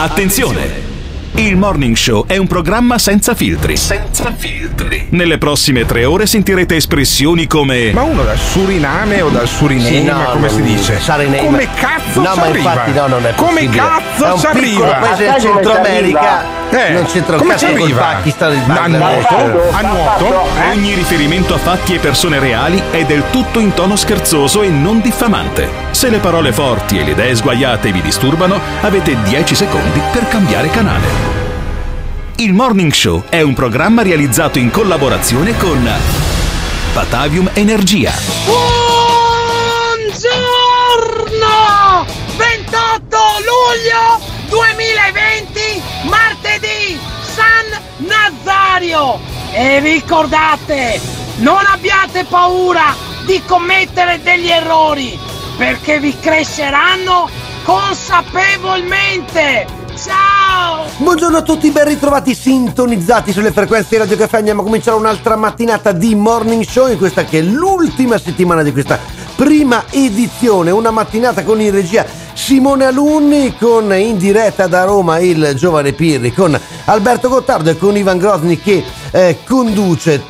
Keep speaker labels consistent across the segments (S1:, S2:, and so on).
S1: Attenzione! Il Morning Show è un programma senza filtri. Senza filtri. Nelle prossime 3 ore sentirete espressioni come:
S2: ma uno dal Suriname o dal Suriname,
S3: sì, no,
S2: come si dice?
S3: Sariname.
S2: Come cazzo
S3: no,
S2: ci
S3: ma
S2: arriva?
S3: infatti no, non è
S2: come
S3: possibile.
S2: cazzo ci arriva?
S3: È un paese del Centro America. Non c'entra un
S2: come
S3: cazzo
S2: ci
S3: col
S2: arriva?
S3: Pakistan, il
S2: A
S3: Bangladesh.
S2: nuoto?
S1: Ogni riferimento a fatti e persone reali è del tutto in tono scherzoso e non diffamante. Se le parole forti e le idee sguaiate vi disturbano, avete 10 secondi per cambiare canale. Il Morning Show è un programma realizzato in collaborazione con Batavium Energia.
S4: Buongiorno! 28 luglio 2020, martedì, San Nazario! E vi ricordate, non abbiate paura di commettere degli errori, perché vi cresceranno consapevolmente! Ciao!
S3: Buongiorno a tutti, ben ritrovati sintonizzati sulle frequenze di Radio Caffè. Andiamo a cominciare un'altra mattinata di Morning Show in questa che è l'ultima settimana di questa prima edizione. Una mattinata con in regia Simone Alunni, con in diretta da Roma il giovane Pirri, con Alberto Gottardo e con Ivan Grosni che conduce.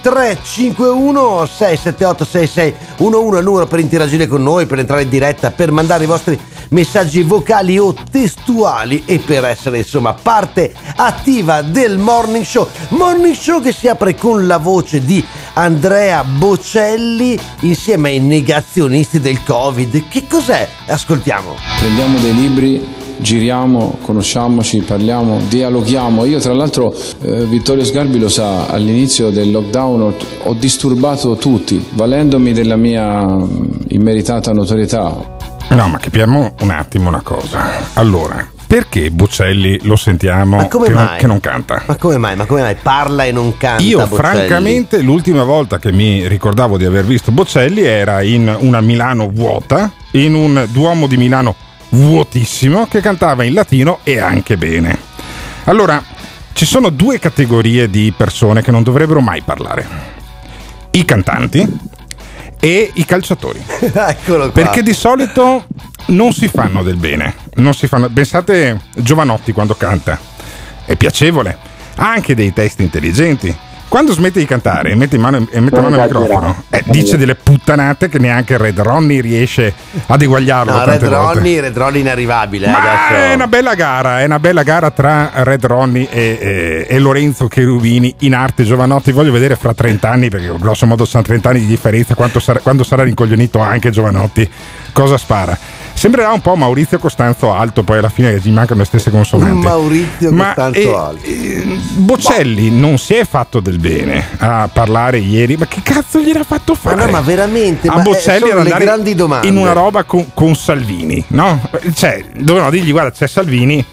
S3: 351 678 6611 il numero per interagire con noi, per entrare in diretta, per mandare i vostri messaggi vocali o testuali e per essere insomma parte attiva del Morning Show. Morning Show che si apre con la voce di Andrea Bocelli insieme ai negazionisti del Covid. Che cos'è? Ascoltiamo.
S5: Prendiamo dei libri, giriamo, conosciamoci, parliamo, dialoghiamo. Io tra l'altro, Vittorio Sgarbi lo sa, all'inizio del lockdown ho disturbato tutti, valendomi della mia immeritata notorietà.
S2: No, ma capiamo un attimo una cosa. Allora, perché Bocelli lo sentiamo che non canta?
S3: Ma come mai? Parla e non canta?
S2: Io
S3: Bocelli.
S2: francamente l'ultima volta che mi ricordavo di aver visto Bocelli era in una Milano vuota, in un Duomo di Milano vuotissimo, che cantava in latino e anche bene. Allora, ci sono 2 categorie di persone che non dovrebbero mai parlare: i cantanti e i calciatori.
S3: Eccolo qua.
S2: Perché di solito non si fanno del bene, pensate Giovanotti quando canta, è piacevole, ha anche dei testi intelligenti. Quando smette di cantare e mette mano al microfono, dice delle puttanate che neanche Red Ronnie riesce ad eguagliarlo.
S3: No, Red Ronnie inarrivabile.
S2: Ma
S3: adesso.
S2: è una bella gara tra Red Ronnie e Lorenzo Cherubini in arte Giovanotti. Voglio vedere fra 30 anni, perché grosso modo sono 30 anni di differenza, quando sarà rincoglionito anche Giovanotti, cosa spara. Sembrerà un po' Maurizio Costanzo Alto, poi alla fine gli mancano le stesse consonanti.
S3: Maurizio Costanzo Alto.
S2: Bocelli non si è fatto del bene a parlare ieri, ma che cazzo gliel'ha fatto fare?
S3: Ma veramente,
S2: a Bocelli
S3: sono
S2: ad
S3: le grandi domande.
S2: In una roba con Salvini, no? Cioè, dovevano dirgli: guarda, c'è Salvini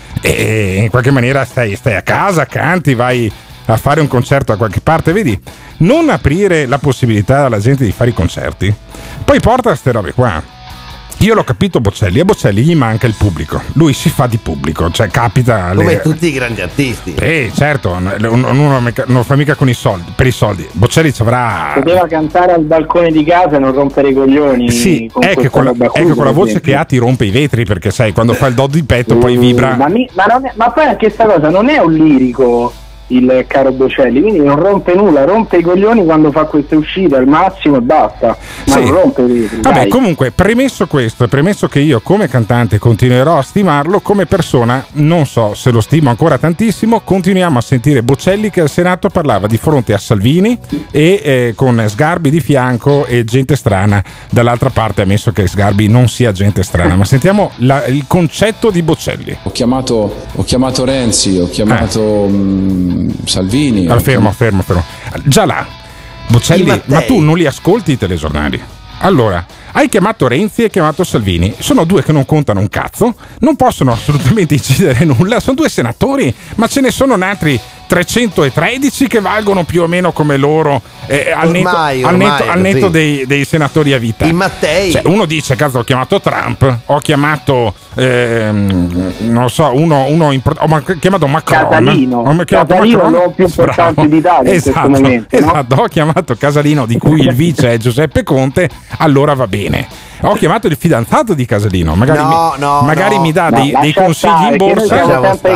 S2: e in qualche maniera stai a casa, canti, vai a fare un concerto da qualche parte, vedi? Non aprire la possibilità alla gente di fare i concerti, poi porta queste robe qua. Io l'ho capito Bocelli, a Bocelli gli manca il pubblico, lui si fa di pubblico, cioè capita
S3: come tutti i grandi artisti.
S2: Certo, uno non fa mica con i soldi, per i soldi. Bocelli ci avrà.
S6: Poteva cantare al balcone di casa e non rompere i coglioni.
S2: Sì, è che con la voce che ha ti rompe i vetri, perché sai, quando fa il do di petto poi vibra.
S6: Ma poi anche questa cosa non è un lirico, il caro Bocelli, quindi non rompe nulla, rompe i coglioni quando fa queste uscite al massimo e basta, ma non rompe i vetri.
S2: Vabbè, comunque, premesso questo e premesso che io come cantante continuerò a stimarlo, come persona non so se lo stimo ancora tantissimo. Continuiamo a sentire Bocelli che al Senato parlava di fronte a Salvini e con Sgarbi di fianco e gente strana dall'altra parte, ammesso che Sgarbi non sia gente strana, ma sentiamo il concetto di Bocelli.
S5: Ho chiamato Renzi, ho chiamato Salvini.
S2: Fermo. Già là, Bocelli, ma tu non li ascolti i telegiornali? Allora, hai chiamato Renzi e hai chiamato Salvini, sono 2 che non contano un cazzo, non possono assolutamente incidere nulla, sono 2 senatori, ma ce ne sono altri 313 che valgono più o meno come loro al netto dei senatori a vita.
S3: I Mattei.
S2: Cioè, uno dice, cazzo, ho chiamato Trump, ho chiamato non lo so, uno ho chiamato Macron.
S6: Casalino l'uomo più importante d'Italia in questo momento.
S2: Esatto, ho chiamato Casalino, di cui il vice è Giuseppe Conte, allora va bene. Ho chiamato il fidanzato di Casalino, magari mi dà dei consigli in borsa.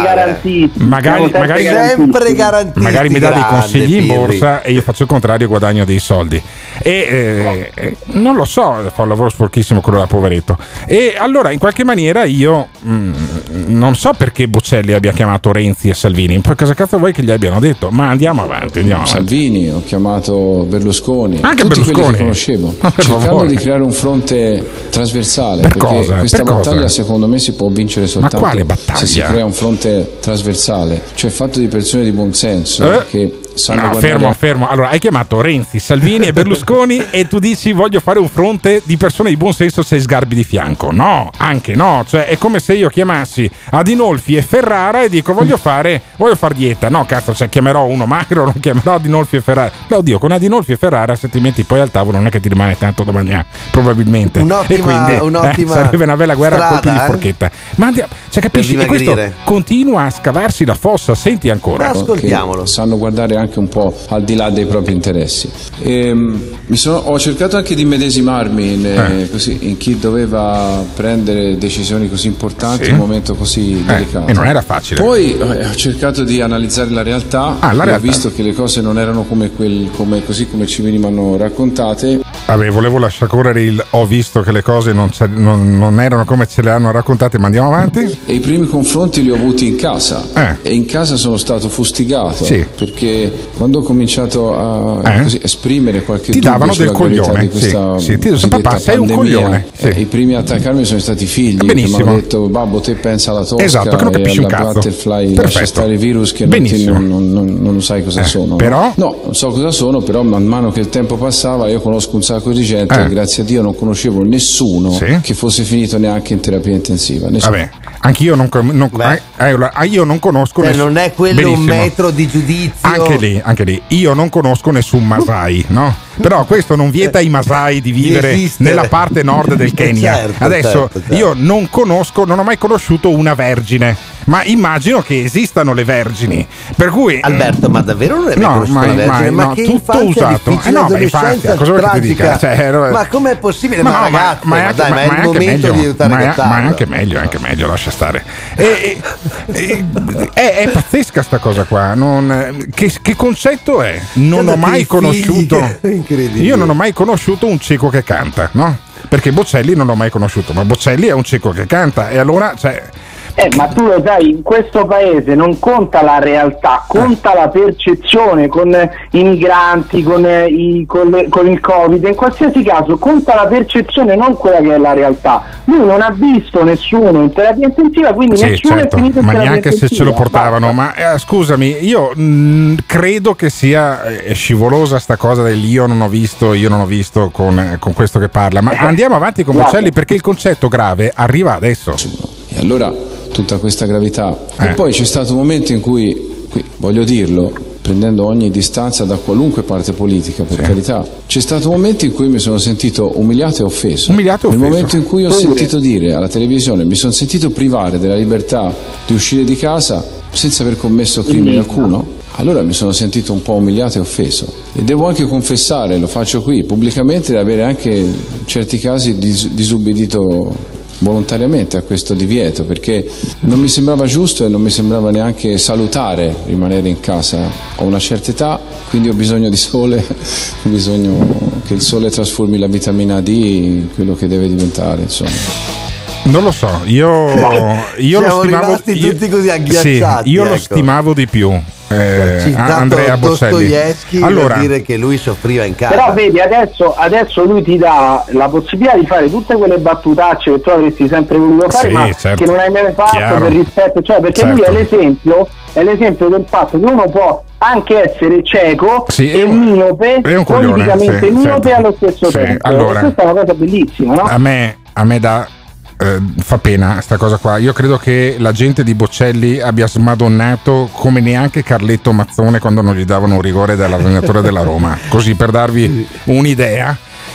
S2: Magari mi dà dei consigli in borsa e io faccio il contrario e guadagno dei soldi. Non lo so, fa un lavoro sporchissimo quello da poveretto. E allora in qualche maniera io non so perché Bocelli abbia chiamato Renzi e Salvini. Poi cosa cazzo vuoi che gli abbiano detto? Ma andiamo avanti.
S5: Salvini, ho chiamato Berlusconi,
S2: anche
S5: tutti
S2: Berlusconi
S5: quelli che conoscevo, cercando di creare un fronte trasversale, questa battaglia secondo me si può vincere soltanto se si crea un fronte trasversale, cioè fatto di persone di buon senso che sanno guardare...
S2: Fermo. Allora hai chiamato Renzi, Salvini e Berlusconi e tu dici voglio fare un fronte di persone di buon senso, sei Sgarbi di fianco. No, anche no, cioè è come se io chiamassi Adinolfi e Ferrara e dico voglio far dieta. No, cazzo, cioè chiamerò uno magro, non chiamerò Adinolfi e Ferrara. No, oddio, con Adinolfi e Ferrara se ti metti poi al tavolo non è che ti rimane tanto da mangiare, probabilmente. Un'ottima sarebbe una bella guerra a colpi di forchetta. Ma andiamo, cioè, capisci che questo continua a scavarsi la fossa, senti ancora.
S3: Ascoltiamolo.
S5: Sanno guardare anche un po' al di là dei propri interessi. Ho cercato anche di medesimarmi in chi doveva prendere decisioni così importanti in un momento così delicato.
S2: E non era facile.
S5: Poi ho cercato di analizzare la realtà. Ho visto che le cose non erano come ci venivano raccontate.
S2: Vabbè, volevo lasciare correre ho visto che le cose non erano come ce le hanno raccontate, ma andiamo avanti.
S5: E i primi confronti li ho avuti in casa. E in casa sono stato fustigato perché quando ho cominciato a esprimere qualche
S2: ti
S5: dubbio
S2: davano del coglione
S5: di questa
S2: papà sei un coglione.
S5: I primi a attaccarmi sono stati i figli che mi hanno detto babbo te pensa alla tosca,
S2: esatto, che non capisci un cazzo,
S5: butterfly, lascia stare i virus che non sai cosa sono.
S2: Però?
S5: No, non so cosa sono, però man mano che il tempo passava io conosco un sacco di gente e grazie a Dio non conoscevo nessuno che fosse finito neanche in terapia intensiva.
S2: Vabbè, anch'io non conosco nessuno.
S3: Non è quello un metro di giudizio.
S2: Anche lì io non conosco nessun Masai, no? Però questo non vieta ai Masai di vivere nella parte nord del Kenya. Adesso io non ho mai conosciuto una vergine, ma immagino che esistano le vergini. Per cui
S3: Alberto, ma davvero non è mai conosciuto una vergine? Ma che
S2: tutto usato.
S3: Adolescenza tragica. Ma com'è possibile? Ma è il momento di aiutare.
S2: Ma è anche meglio, lascia stare. È pazzesca sta cosa qua. Che concetto è? Non ho mai conosciuto. Io non ho mai conosciuto un cieco che canta, no? Perché Bocelli non l'ho mai conosciuto, ma Bocelli è un cieco che canta e allora
S6: ma tu lo sai, in questo paese non conta la realtà, conta la percezione con i migranti, con il Covid, in qualsiasi caso conta la percezione, non quella che è la realtà. Lui non ha visto nessuno in terapia intensiva, quindi nessuno è finito in
S2: ma
S6: terapia
S2: neanche
S6: intensiva.
S2: Se ce lo portavano. Ma scusami, io credo che sia scivolosa sta cosa del io non ho visto con questo che parla, ma andiamo avanti con Bocelli perché il concetto grave arriva adesso.
S5: E allora tutta questa gravità e poi c'è stato un momento in cui voglio dirlo, prendendo ogni distanza da qualunque parte politica, per carità, c'è stato un momento in cui mi sono sentito umiliato e offeso. Nel momento in cui ho sentito dire alla televisione, mi sono sentito privare della libertà di uscire di casa senza aver commesso crimine alcuno, allora mi sono sentito un po' umiliato e offeso. E devo anche confessare, lo faccio qui pubblicamente, di avere anche in certi casi disubbidito volontariamente a questo divieto, perché non mi sembrava giusto e non mi sembrava neanche salutare rimanere in casa. Ho una certa età, quindi ho bisogno di sole, ho bisogno che il sole trasformi la vitamina D in quello che deve diventare, insomma.
S2: Non lo so, io
S3: siamo rimasti tutti così agghiacciati.
S2: Io lo stimavo di più. Andrea Bocelli,
S3: allora, per dire che lui soffriva in casa.
S6: Però vedi, adesso lui ti dà la possibilità di fare tutte quelle battutacce che tu avresti sempre voluto fare, ma che non hai mai fatto per rispetto, cioè perché lui è l'esempio del fatto che uno può anche essere cieco e miope, politicamente miope allo stesso tempo.
S2: Allora,
S6: questa è una cosa bellissima, no?
S2: A me dà fa pena sta cosa qua. Io credo che la gente di Bocelli abbia smadonnato come neanche Carletto Mazzone quando non gli davano un rigore dall'allenatore della Roma, così per darvi un'idea.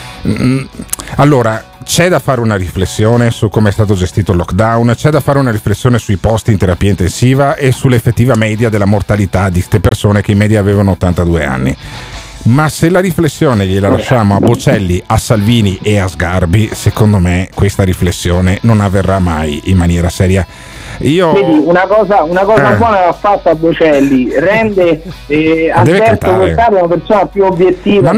S2: Allora, c'è da fare una riflessione su come è stato gestito il lockdown, c'è da fare una riflessione sui posti in terapia intensiva e sull'effettiva media della mortalità di queste persone che in media avevano 82 anni. Ma se la riflessione gliela lasciamo a Bocelli, a Salvini e a Sgarbi, secondo me questa riflessione non avverrà mai in maniera seria.
S6: Vedi, una cosa buona l'ha fatta a Bocelli, rende Alberto Gottardo una persona più obiettiva.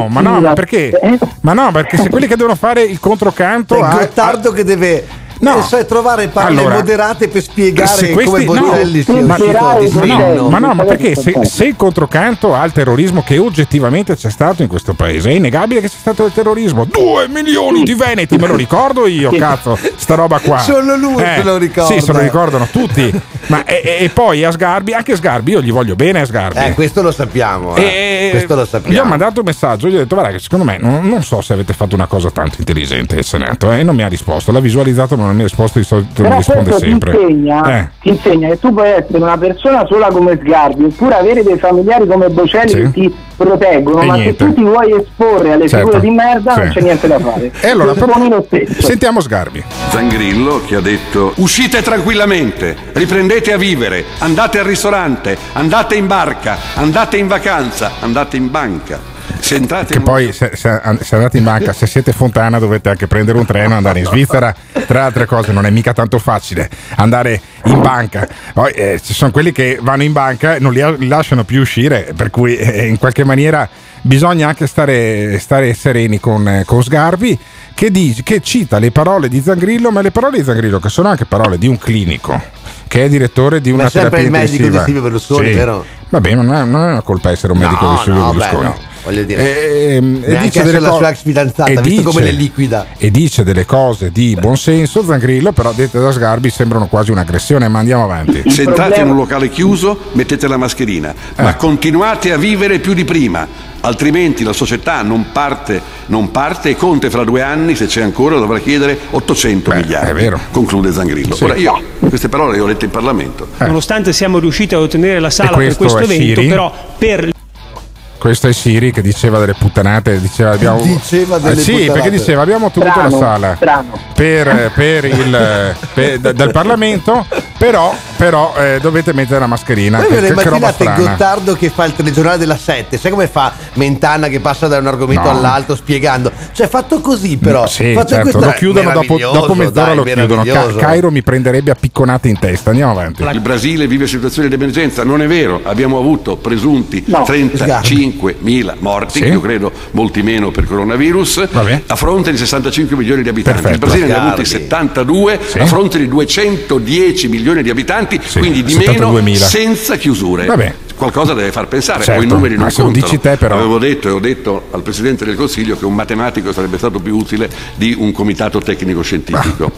S2: Ma perché? Ma no, perché se quelli che devono fare il controcanto
S3: Gottardo che deve trovare parole moderate per spiegare come Bocelli sia uscito
S2: ma perché se il controcanto al terrorismo che oggettivamente c'è stato in questo paese, è innegabile che c'è stato il terrorismo, 2 milioni di veneti, me lo ricordo io, cazzo, sta roba qua
S3: solo lui se lo ricorda.
S2: Sì, se lo ricordano tutti. Ma e poi a Sgarbi, anche Sgarbi, io gli voglio bene a Sgarbi,
S3: questo lo sappiamo, questo lo sappiamo.
S2: Gli ho mandato un messaggio, gli ho detto guarda che secondo me non so se avete fatto una cosa tanto intelligente il Senato, e non mi ha risposto, l'ha visualizzato ma non mi ha risposto, di solito non risponde sempre.
S6: Ti insegna che tu puoi essere una persona sola come Sgarbi oppure avere dei familiari come Bocelli che ti proteggono, ma se tu ti vuoi esporre alle figure di merda non c'è niente da fare.
S2: E allora sentiamo Sgarbi.
S7: Zangrillo che ha detto: uscite tranquillamente, riprendete a vivere, andate al ristorante, andate in barca, andate in vacanza, andate in banca. Se
S2: poi se andate in banca, se siete Fontana dovete anche prendere un treno, andare in Svizzera, tra altre cose non è mica tanto facile andare in banca. Poi ci sono quelli che vanno in banca e non li lasciano più uscire, per cui in qualche maniera bisogna anche stare sereni con Sgarbi, che cita le parole di Zangrillo, ma le parole di Zangrillo che sono anche parole di un clinico che è direttore di una terapia intensiva.
S3: Ma sempre il medico di Silvio Berlusconi, vero?
S2: Vabbè, non è una colpa essere un medico di Silvio Berlusconi.
S3: Voglio dire,
S2: e dice delle
S3: la sua ex fidanzata, visto come le liquida.
S2: E dice delle cose di buonsenso Zangrillo, però dette da Sgarbi sembrano quasi un'aggressione, ma andiamo avanti.
S7: Se entrate in un locale chiuso mettete la mascherina, ma continuate a vivere più di prima, altrimenti la società non parte e Conte fra 2 anni, se c'è ancora, dovrà chiedere 800 miliardi. È vero. Conclude Zangrillo. Ora io queste parole le ho lette in Parlamento.
S8: Nonostante siamo riusciti a ottenere la sala per questo evento, però
S2: questo è Siri che diceva delle puttanate, diceva perché diceva abbiamo ottenuto la sala dal Parlamento, però dovete mettere la mascherina.
S3: Voi immaginate Gottardo che fa il telegiornale della 7, sai come fa Mentana che passa da un argomento all'altro spiegando, cioè fatto così, però
S2: lo chiudono dopo mezz'ora, lo chiudono. Cairo mi prenderebbe a picconate in testa. Andiamo avanti.
S7: Il Brasile vive situazioni di emergenza, non è vero, abbiamo avuto presunti 35.000 morti, io credo molti meno per coronavirus, a fronte di 65 milioni di abitanti. Il Brasile ne ha avuti 72 a fronte di 210 milioni di abitanti, quindi di meno, senza chiusure. Qualcosa deve far pensare, poi i numeri non contano.
S2: Dici te, però.
S7: Avevo detto al Presidente del Consiglio che un matematico sarebbe stato più utile di un comitato tecnico scientifico.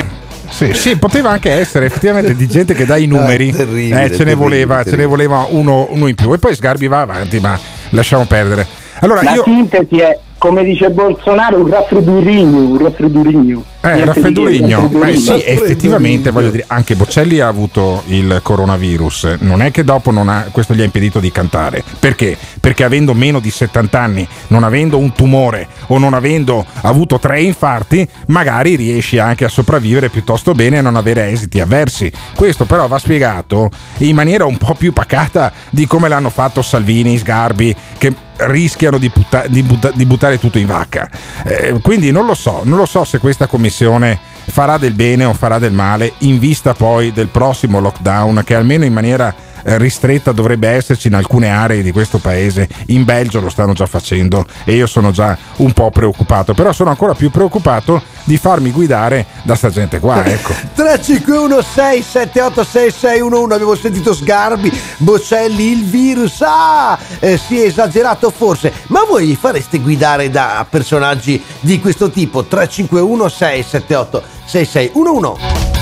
S2: Sì, poteva anche essere effettivamente di gente che dà i numeri, ce ne voleva uno in più, e poi Sgarbi va avanti, ma lasciamo perdere. Allora,
S6: la sintesi è, come dice Bolsonaro, un raffreddurigno.
S2: Raffreddurigno. Sì, effettivamente, voglio dire, anche Bocelli ha avuto il coronavirus, non è che dopo questo gli ha impedito di cantare. Perché? Perché avendo meno di 70 anni, non avendo un tumore o non avendo avuto 3 infarti, magari riesci anche a sopravvivere piuttosto bene e a non avere esiti avversi. Questo però va spiegato in maniera un po' più pacata di come l'hanno fatto Salvini, Sgarbi, che rischiano di buttare tutto in vacca. Quindi non lo so se questa commissione farà del bene o farà del male in vista poi del prossimo lockdown, che almeno in maniera ristretta dovrebbe esserci in alcune aree di questo paese. In Belgio lo stanno già facendo e io sono già un po' preoccupato, però sono ancora più preoccupato di farmi guidare da sta gente qua, ecco.
S3: 351 678 6611. Abbiamo sentito Sgarbi, Bocelli, il virus si è esagerato forse, ma voi fareste guidare da personaggi di questo tipo? 351 678 6611.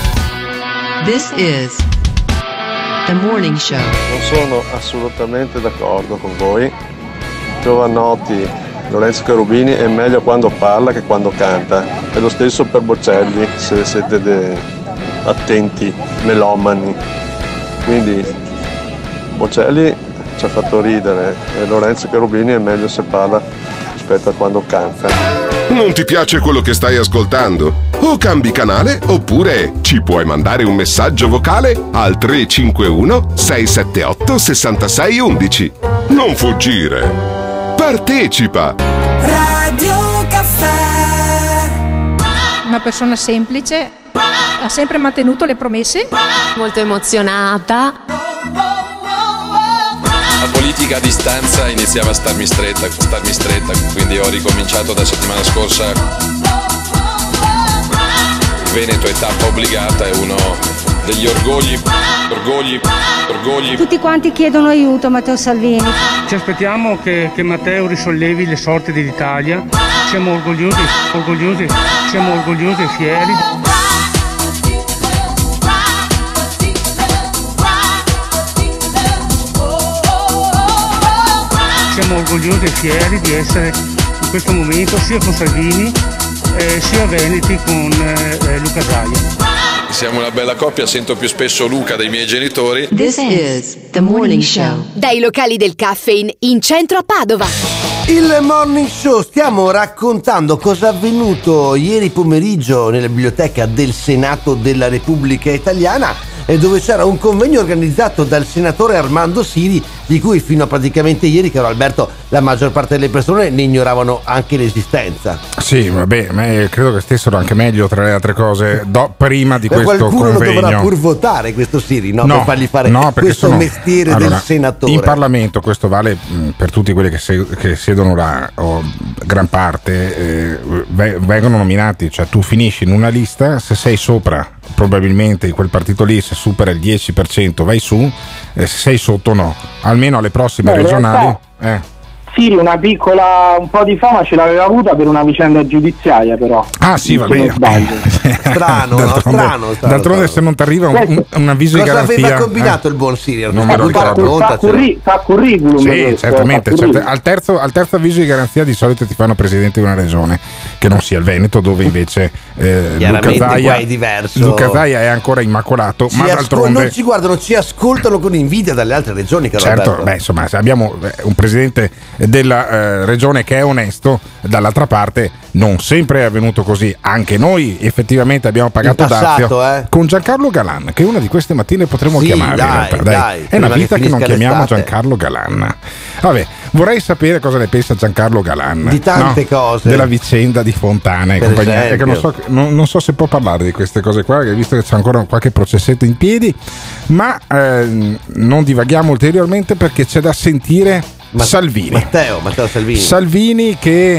S9: This is The Morning Show.
S10: Non sono assolutamente d'accordo con voi. Giovanotti Lorenzo Cherubini è meglio quando parla che quando canta. È lo stesso per Bocelli, se siete attenti, melomani. Quindi Bocelli ci ha fatto ridere e Lorenzo Cherubini è meglio se parla rispetto a quando canta.
S11: Non ti piace quello che stai ascoltando? O cambi canale oppure ci puoi mandare un messaggio vocale al 351 678 6611. Non fuggire. Partecipa.
S12: Radio Caffè. Una persona semplice, ha sempre mantenuto le promesse.
S13: Molto emozionata.
S14: La politica a distanza iniziava a starmi stretta, quindi ho ricominciato da settimana scorsa. Il Veneto è tappa obbligata, è uno degli orgogli.
S12: Tutti quanti chiedono aiuto a Matteo Salvini.
S15: Ci aspettiamo che Matteo risollevi le sorti dell'Italia. Siamo orgogliosi e fieri. Siamo orgogliosi e fieri di essere in questo momento sia con Salvini sia veneti con Luca Zaia.
S14: Siamo una bella coppia, sento più spesso Luca dei miei genitori.
S9: This is the morning show.
S13: Dai locali del Caffeine in centro a Padova.
S3: Il Morning Show, stiamo raccontando cosa è avvenuto ieri pomeriggio nella biblioteca del Senato della Repubblica Italiana, dove c'era un convegno organizzato dal senatore Armando Siri, di cui fino a praticamente ieri, caro Alberto, la maggior parte delle persone ne ignoravano anche l'esistenza.
S2: Sì, vabbè, ma credo che stessero anche meglio, tra le altre cose, prima di questo convegno.
S3: Qualcuno lo dovrà pur votare questo Siri, no? Per fargli fare questo mestiere del senatore.
S2: In Parlamento, questo vale per tutti quelli che siedono là, o gran parte, vengono nominati, cioè tu finisci in una lista, se sei sopra probabilmente quel partito lì, se supera il 10% vai su, se sei sotto no, almeno alle prossime regionali.
S6: Siri un po' di fama ce l'aveva avuta per una vicenda giudiziaria, però.
S2: Ah sì, va bene.
S3: Strano.
S2: D'altronde se non ti arriva un avviso di garanzia.
S3: Cosa aveva combinato il buon Siri?
S2: Non me lo ricordo.
S6: Fa curriculum.
S2: Sì, certamente. Al terzo avviso di garanzia di solito ti fanno presidente di una regione, che non sia il Veneto, dove invece Luca Zaia è ancora immacolato. Ma d'altronde
S3: non ci guardano, ci ascoltano con invidia dalle altre regioni.
S2: Certo, insomma, se abbiamo un presidente della regione che è onesto, dall'altra parte non sempre è avvenuto così. Anche noi effettivamente abbiamo pagato dazio con Giancarlo Galan, che una di queste mattine potremmo chiamare. Dai. È una vita che non chiamiamo Giancarlo Galan. Vabbè, vorrei sapere cosa ne pensa Giancarlo Galan
S3: di tante cose,
S2: della vicenda di Fontana e compagnia, perché non so se può parlare di queste cose qua, visto che c'è ancora qualche processetto in piedi, ma non divaghiamo ulteriormente, perché c'è da sentire Salvini.
S3: Matteo
S2: Salvini che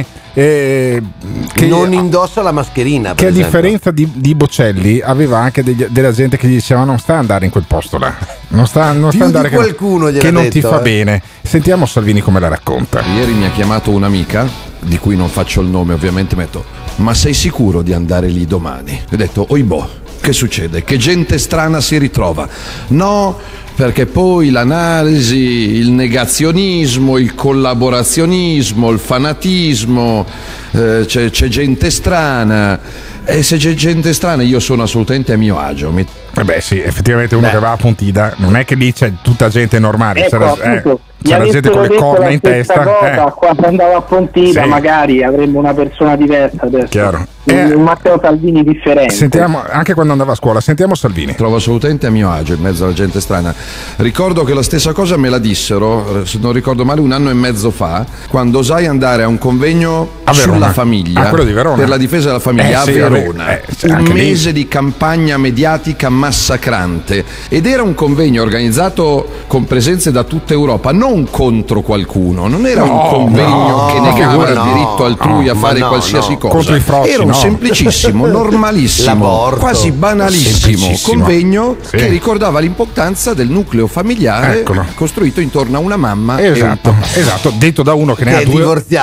S3: non indossa la mascherina,
S2: che a differenza di Bocelli aveva anche della gente che gli diceva non sta a andare in quel posto là, non sta andare, che non ti fa bene. Sentiamo Salvini come la racconta.
S16: Ieri mi ha chiamato un'amica, di cui non faccio il nome ovviamente, mi ha detto: ma sei sicuro di andare lì domani? Ho detto: oibò, che succede? Che gente strana si ritrova? No, perché poi l'analisi, il negazionismo, il collaborazionismo, il fanatismo, c'è gente strana, e se c'è gente strana io sono assolutamente a mio agio.
S2: Beh sì, effettivamente uno che va a Pontida, non è che lì c'è tutta gente normale, c'è la gente con le corna in testa.
S6: Quando andavo a Pontida magari avremmo una persona diversa adesso.
S2: Chiaro.
S6: Un Matteo Salvini differente.
S2: Sentiamo, anche quando andava a scuola, sentiamo Salvini.
S16: Trovo assolutamente a mio agio in mezzo alla gente strana. Ricordo che la stessa cosa me la dissero, se non ricordo male, 1 anno e mezzo fa, quando osai andare a un convegno sulla famiglia,
S2: quello di Verona,
S16: per la difesa della famiglia a Verona. Un mese di campagna mediatica massacrante, ed era un convegno organizzato con presenze da tutta Europa, non contro qualcuno, non era un convegno che negava il diritto altrui a fare qualsiasi cosa,
S2: contro i froci,
S16: era un semplicissimo, normalissimo, quasi banalissimo convegno che ricordava l'importanza del nucleo familiare costruito intorno a una mamma.
S2: Esatto, detto da uno che ne ha due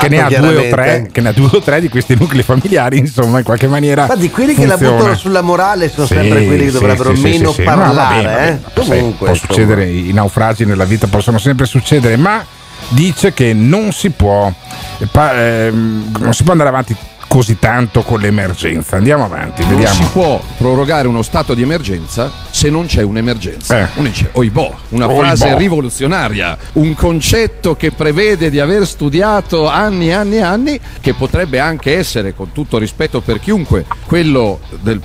S2: o tre di questi nuclei familiari, insomma, in qualche maniera.
S3: Ma di quelli che la buttano sulla morale sono sempre quelli che dovrebbero meno parlare.
S2: Comunque può succedere, i naufragi nella vita possono sempre succedere, ma dice che non si può non si può andare avanti così tanto con l'emergenza. Andiamo avanti, vediamo.
S16: Non si può prorogare uno stato di emergenza se non c'è un'emergenza. Uno dice una frase rivoluzionaria, un concetto che prevede di aver studiato anni e anni e anni, che potrebbe anche essere, con tutto rispetto per chiunque, quello del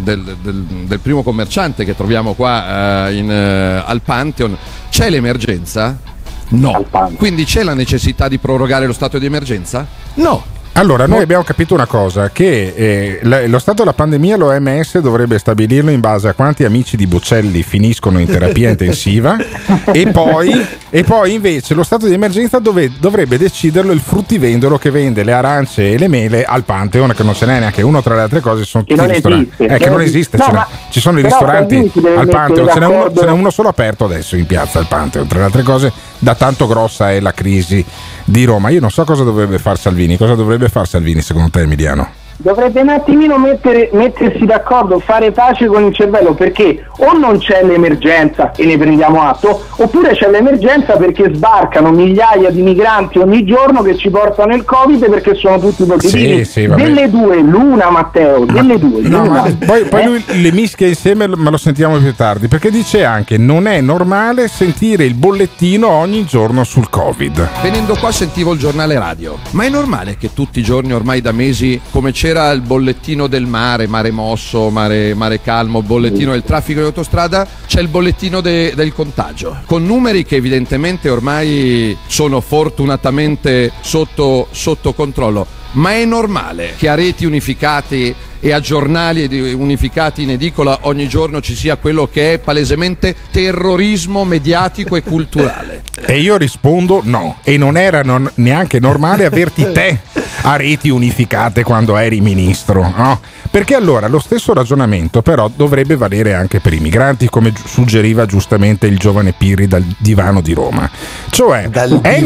S16: primo commerciante che troviamo qua al Pantheon. C'è l'emergenza? No. Quindi c'è la necessità di prorogare lo stato di emergenza? No.
S2: Allora, noi abbiamo capito una cosa, che lo stato della pandemia l'OMS dovrebbe stabilirlo in base a quanti amici di Bocelli finiscono in terapia intensiva e poi invece lo stato di emergenza dovrebbe deciderlo il fruttivendolo che vende le arance e le mele al Pantheon, che non ce n'è neanche uno tra le altre cose, sono tutti ristoranti. Che non esiste, ci sono i ristoranti al Pantheon, ce n'è uno solo aperto adesso in piazza al Pantheon, tra le altre cose, da tanto grossa è la crisi di Roma. Io non so cosa dovrebbe fare Salvini. Cosa dovrebbe fare Salvini secondo te, Emiliano?
S6: Dovrebbe un attimino mettersi d'accordo, fare pace con il cervello, perché o non c'è l'emergenza e ne prendiamo atto, oppure c'è l'emergenza perché sbarcano migliaia di migranti ogni giorno che ci portano il Covid perché sono tutti positivi. Delle due l'una, Matteo, delle due l'una.
S2: Poi lui le mischia insieme, ma lo sentiamo più tardi, perché dice anche non è normale sentire il bollettino ogni giorno sul Covid.
S16: Venendo qua sentivo il giornale radio, ma è normale che tutti i giorni ormai da mesi, come c'era il bollettino del mare mosso, mare calmo, bollettino del traffico di autostrada, c'è il bollettino del contagio, con numeri che evidentemente ormai sono fortunatamente sotto controllo. Ma è normale che a reti unificati e a giornali unificati in edicola ogni giorno ci sia quello che è palesemente terrorismo mediatico e culturale?
S2: E io rispondo no, e non era neanche normale averti te a reti unificate quando eri ministro, no? Perché allora lo stesso ragionamento però dovrebbe valere anche per i migranti, come suggeriva giustamente il giovane Pirri dal divano di Roma. Cioè è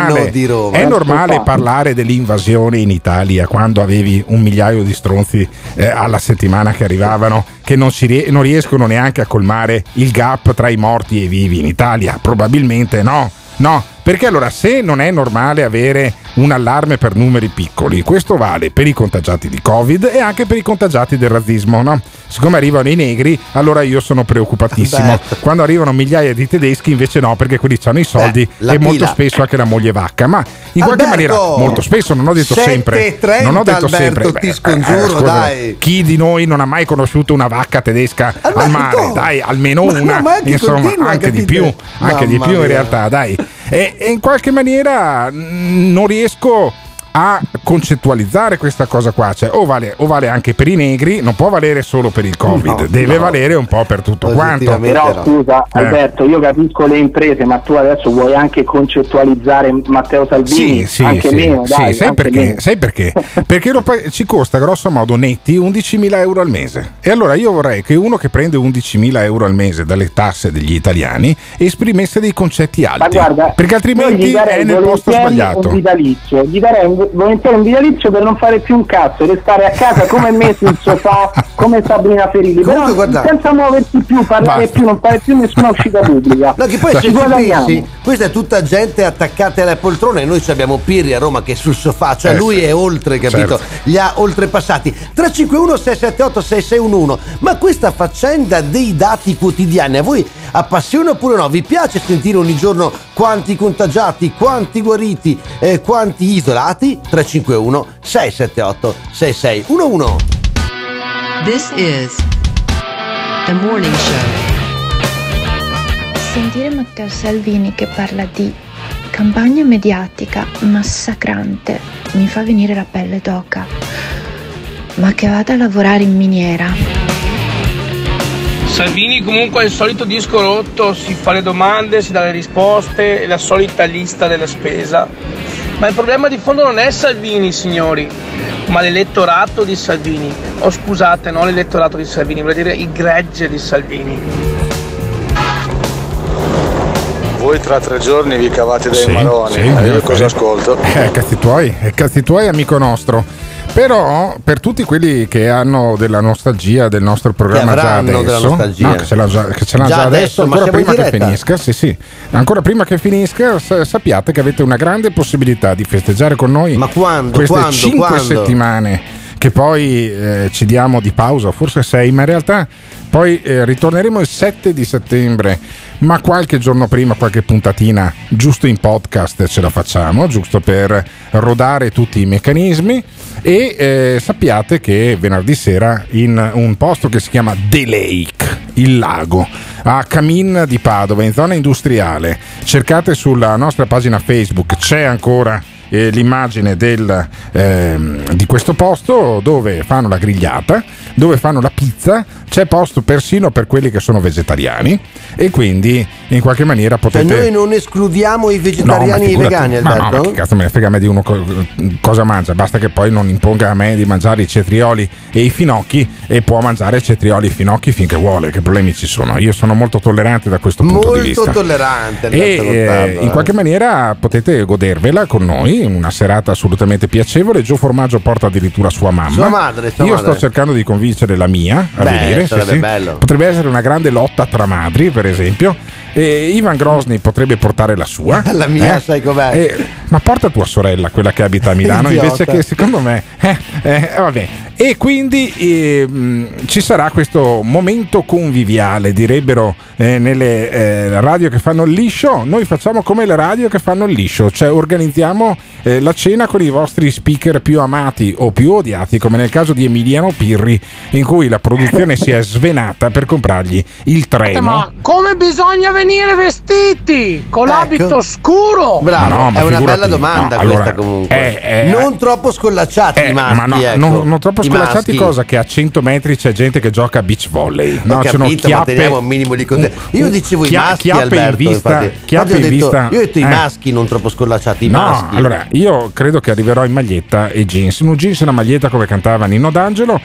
S2: normale parlare dell'invasione in Italia quando avevi 1 migliaio di stronzi alla settimana che arrivavano, che non riescono neanche a colmare il gap tra i morti e i vivi in Italia? Probabilmente no, perché allora se non è normale avere un allarme per numeri piccoli, questo vale per i contagiati di Covid e anche per i contagiati del razzismo, no? Siccome arrivano i negri, allora io sono preoccupatissimo. Quando arrivano migliaia di tedeschi invece no, perché quelli hanno i soldi e molto spesso anche la moglie vacca, ma in qualche maniera molto spesso, non ho detto sempre, non ho detto sempre,
S3: ti scongiuro, dai.
S2: Chi di noi non ha mai conosciuto una vacca tedesca al mare? Dai, almeno una, insomma, anche di più in realtà, dai. E in qualche maniera non riesco a concettualizzare questa cosa qua, cioè o vale anche per i negri, non può valere solo per il Covid, deve valere un po' per tutto quanto.
S6: Però scusa Alberto, io capisco le imprese, ma tu adesso vuoi anche concettualizzare Matteo Salvini? Meno, dai,
S2: sai perché? Perché ci costa grosso modo netti 11.000 euro al mese, e allora io vorrei che uno che prende 11.000 euro al mese dalle tasse degli italiani esprimesse dei concetti alti, guarda, perché altrimenti è nel posto sbagliato.
S6: Gli darei volentieri un vitalizio per non fare più un cazzo, restare a casa come me sul sofà, come Sabrina Ferilli, però senza muoversi più, parlare più, non fare più nessuna uscita pubblica.
S3: No, che poi ci guadagniamo. Questa è tutta gente attaccata alle poltrone, e noi abbiamo Pirri a Roma che è sul sofà, cioè lui è oltre, capito? Li ha oltrepassati. 351 678 6611. Ma questa faccenda dei dati quotidiani a voi appassiona oppure no? Vi piace sentire ogni giorno quanti contagiati, quanti guariti, quanti isolati? 351 678 6611.
S9: This is The Morning Show.
S17: Sentire Matteo Salvini che parla di campagna mediatica massacrante mi fa venire la pelle d'oca. Ma che vada a lavorare in miniera.
S18: Salvini comunque è il solito disco rotto, si fa le domande, si dà le risposte, è la solita lista della spesa. Ma il problema di fondo non è Salvini, signori, ma l'elettorato di Salvini. Oh, scusate, non l'elettorato di Salvini, vuol dire il gregge di Salvini.
S19: Voi tra 3 giorni vi cavate dei maroni, io cosa ascolto?
S2: Cazzi tuoi, amico nostro. Però per tutti quelli che hanno della nostalgia del nostro programma già adesso, che ce l'hanno già adesso, ancora prima che finisca, ancora prima che finisca, sappiate che avete una grande possibilità di festeggiare con noi queste 5 settimane che poi ci diamo di pausa, forse 6, ma in realtà poi ritorneremo il 7 di settembre, ma qualche giorno prima, qualche puntatina giusto in podcast ce la facciamo, giusto per rodare tutti i meccanismi. E sappiate che venerdì sera in un posto che si chiama The Lake, il lago, a Camin di Padova, in zona industriale, cercate sulla nostra pagina Facebook, c'è ancora l'immagine di questo posto dove fanno la grigliata, dove fanno la pizza, c'è posto persino per quelli che sono vegetariani, e quindi in qualche maniera potete...
S3: Cioè noi non escludiamo i vegetariani e i vegani, Alberto?
S2: Ma che cazzo me ne frega a me di uno cosa mangia, basta che poi non imponga a me di mangiare i cetrioli e i finocchi, e può mangiare cetrioli e finocchi finché vuole, che problemi ci sono? Io sono molto tollerante da questo punto di vista.
S3: Molto tollerante,
S2: e in qualche maniera potete godervela con noi, una serata assolutamente piacevole. Gio Formaggio porta addirittura sua mamma.
S3: Sua madre.
S2: Sto cercando di convincere la mia a venire.
S3: Bello.
S2: Potrebbe essere una grande lotta tra madri, per esempio. E Ivan Grosny potrebbe portare la sua.
S3: La mia, sai com'è?
S2: Ma porta tua sorella, quella che abita a Milano, invece che secondo me. Vabbè. E quindi ci sarà questo momento conviviale, direbbero nelle radio che fanno il liscio. Noi facciamo come le radio che fanno il liscio, cioè organizziamo la cena con i vostri speaker più amati o più odiati, come nel caso di Emiliano Pirri, in cui la produzione si è svenata per comprargli il treno.
S4: Ma come bisogna venire vestiti? Con l'abito scuro?
S3: Bravo, è una bella domanda questa comunque. Non troppo scollacciati i maschi.
S2: Non troppo scollacciati, cosa che a 100 metri c'è gente che gioca a beach volley.
S3: No, capito, ma teniamo un minimo di contesto. Io dicevo i maschi, Alberto, io ho detto i maschi non troppo scollacciati, i maschi.
S2: Allora, io credo che arriverò in maglietta e jeans, un jeans e una maglietta come cantava Nino D'Angelo,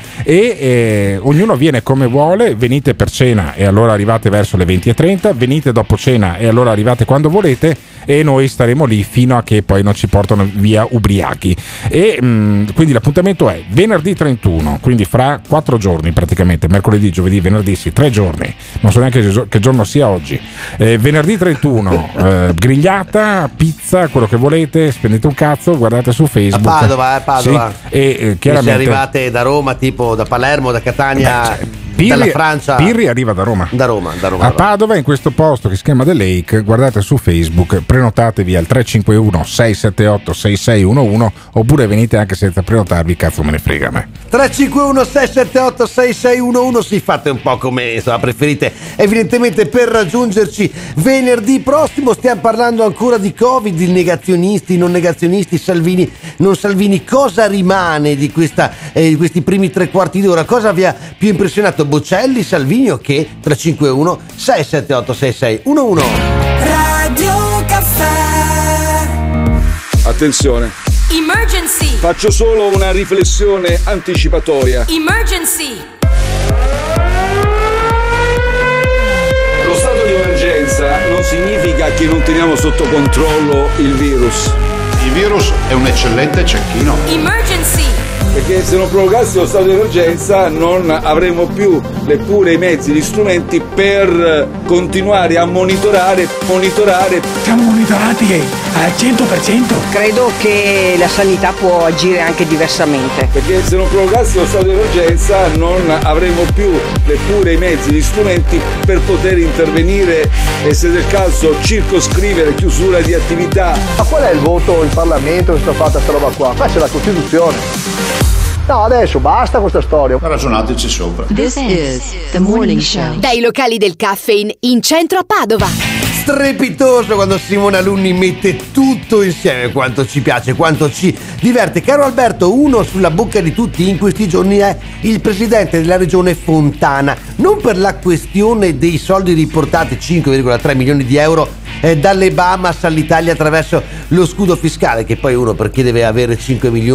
S2: e ognuno viene come vuole. Venite per cena e allora arrivate verso le 20:30, venite dopo cena e allora arrivate quando volete, e noi staremo lì fino a che poi non ci portano via ubriachi. E quindi l'appuntamento è venerdì 31, quindi fra 4 giorni praticamente, mercoledì, giovedì, venerdì, 3 giorni, non so neanche che giorno sia oggi. Venerdì 31 grigliata, pizza, quello che volete, spendete un cazzo, guardate su Facebook.
S3: A Padova.
S2: Sì, e chiaramente
S3: se arrivate da Roma, tipo da Palermo, da Catania, dalla Francia.
S2: Pirri arriva da Roma.
S3: Da Roma.
S2: A Padova, in questo posto che si chiama The Lake, guardate su Facebook, prenotatevi al 351 678 6611, oppure venite anche senza prenotarvi, cazzo me ne frega a me.
S3: 351 678 6611, si fate un po' come preferite, evidentemente, per raggiungerci venerdì prossimo. Stiamo parlando ancora di Covid, di negazionisti, non negazionisti, Salvini, non Salvini. Cosa rimane di questi primi 3/4 d'ora? Cosa vi ha più impressionato? Bocelli, Salvini o che? 351 678 6611.
S20: Radio Caffè.
S21: Attenzione.
S20: Emergency.
S21: Faccio solo una riflessione anticipatoria.
S20: Emergency.
S21: Lo stato di emergenza non significa che non teniamo sotto controllo il virus.
S22: Il virus è un eccellente cecchino.
S20: Emergency.
S21: Perché se non prorogassimo lo stato di emergenza non avremo più neppure i mezzi, gli strumenti per continuare a monitorare.
S23: Siamo monitorati al 100%.
S24: Credo che la sanità può agire anche diversamente.
S21: Perché se non prorogassimo lo stato di emergenza non avremo più neppure i mezzi, gli strumenti per poter intervenire e, se del caso, circoscrivere chiusura di attività.
S25: Ma qual è il voto in Parlamento che sta fatta sta roba qua? Qua c'è la Costituzione. No, adesso basta questa storia.
S22: Ragionateci sopra.
S9: This is the morning show.
S13: Dai locali del Caffeine in centro a Padova.
S3: Strepitoso quando Simone Alunni mette tutto insieme, quanto ci piace, quanto ci diverte. Caro Alberto, uno sulla bocca di tutti in questi giorni è il presidente della regione Fontana, non per la questione dei soldi riportati, 5,3 milioni di euro dalle Bahamas all'Italia attraverso lo scudo fiscale, che poi uno perché deve avere 5 milioni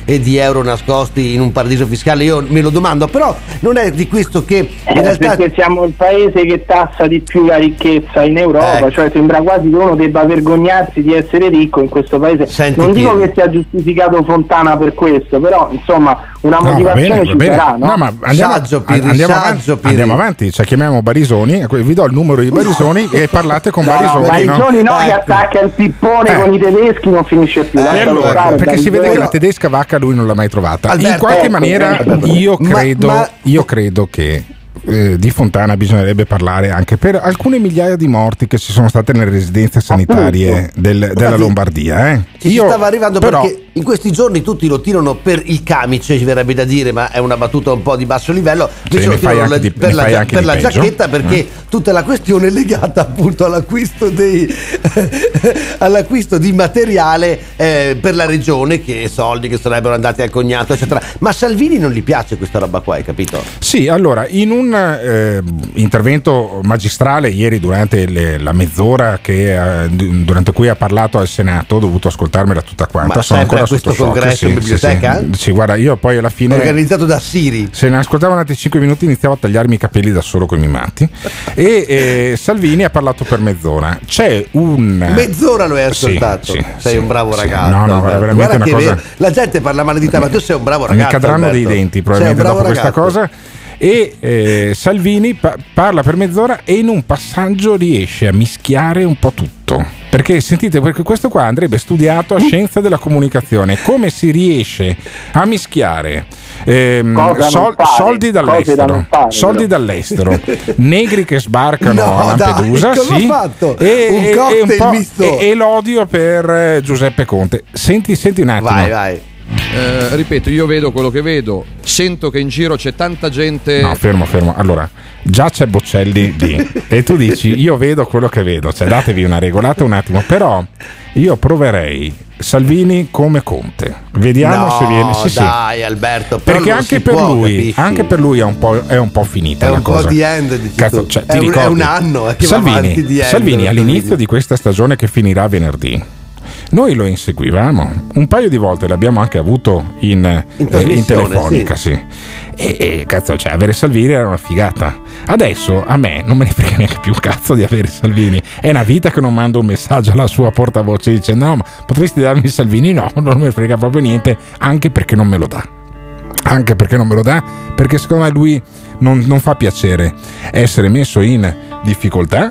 S3: di euro nascosti in un paradiso fiscale, io me lo domando, però non è di questo che in realtà...
S6: Perché siamo il paese che tassa di più la ricchezza in Europa, cioè sembra quasi che uno debba vergognarsi di essere ricco in questo paese. Non dico che sia giustificato Fontana per questo, però insomma una motivazione ci sarà, no?
S2: No, ma andiamo avanti, cioè chiamiamo Barisoni, vi do il numero di Barisoni e parlate con Barisoni.
S6: Barisoni che attacca il pippone con i tedeschi, non finisce più.
S2: Perché si vede che la tedesca vacca lui non l'ha mai trovata. Alberto, in qualche maniera io credo che di Fontana bisognerebbe parlare anche per alcune migliaia di morti che ci sono state nelle residenze sanitarie della Lombardia.
S3: Ci stava arrivando, però, perché in questi giorni tutti lo tirano per il camice, ci verrebbe da dire, ma è una battuta un po' di basso livello. Invece lo tirano per la giacchetta, perché tutta la questione è legata appunto all'acquisto di materiale per la regione, che soldi che sarebbero andati al cognato, eccetera. Ma a Salvini non gli piace questa roba qua, hai capito?
S2: Sì, allora in un intervento magistrale ieri durante la mezz'ora durante cui ha parlato al Senato, ho dovuto ascoltarmela tutta quanta. Sono ancora
S3: questo
S2: sotto
S3: congresso in biblioteca?
S2: Sì, guarda, io poi alla fine,
S3: organizzato da Siri,
S2: se ne ascoltavano altri 5 minuti iniziavo a tagliarmi i capelli da solo con i matti. E Salvini ha parlato per mezz'ora.
S3: Mezz'ora lo hai ascoltato?
S2: Sì,
S3: sei un bravo ragazzo.
S2: No, è veramente una cosa.
S3: La gente parla male di te, ma tu sei un bravo ragazzo.
S2: Mi cadranno dei denti probabilmente dopo questa cosa. E Salvini parla per mezz'ora e in un passaggio riesce a mischiare un po' tutto, perché sentite, perché questo qua andrebbe studiato a scienza della comunicazione, come si riesce a mischiare soldi dall'estero, negri che sbarcano a Lampedusa, e l'odio per Giuseppe Conte. Senti un attimo.
S3: Vai.
S16: Ripeto, io vedo quello che vedo, sento che in giro c'è tanta gente.
S2: No, fermo. Allora, già c'è Boccelli lì e tu dici io vedo quello che vedo, cioè datevi una regolata un attimo, però io proverei Salvini come Conte. Vediamo se viene.
S3: Dai, Alberto,
S2: perché anche per lui è un po' finita.
S3: È
S2: la
S3: un
S2: cosa.
S3: Po' di end.
S2: Cazzo, cioè,
S3: è un anno.
S2: Salvini all'inizio di questa stagione che finirà venerdì, noi lo inseguivamo un paio di volte, l'abbiamo anche avuto in telefonica, sì. E cazzo, cioè avere Salvini era una figata. Adesso a me non me ne frega neanche più un cazzo di avere Salvini. È una vita che non mando un messaggio alla sua portavoce dicendo no, ma potresti darmi Salvini? No, non me ne frega proprio niente, anche perché non me lo dà. Perché secondo me lui non fa piacere essere messo in difficoltà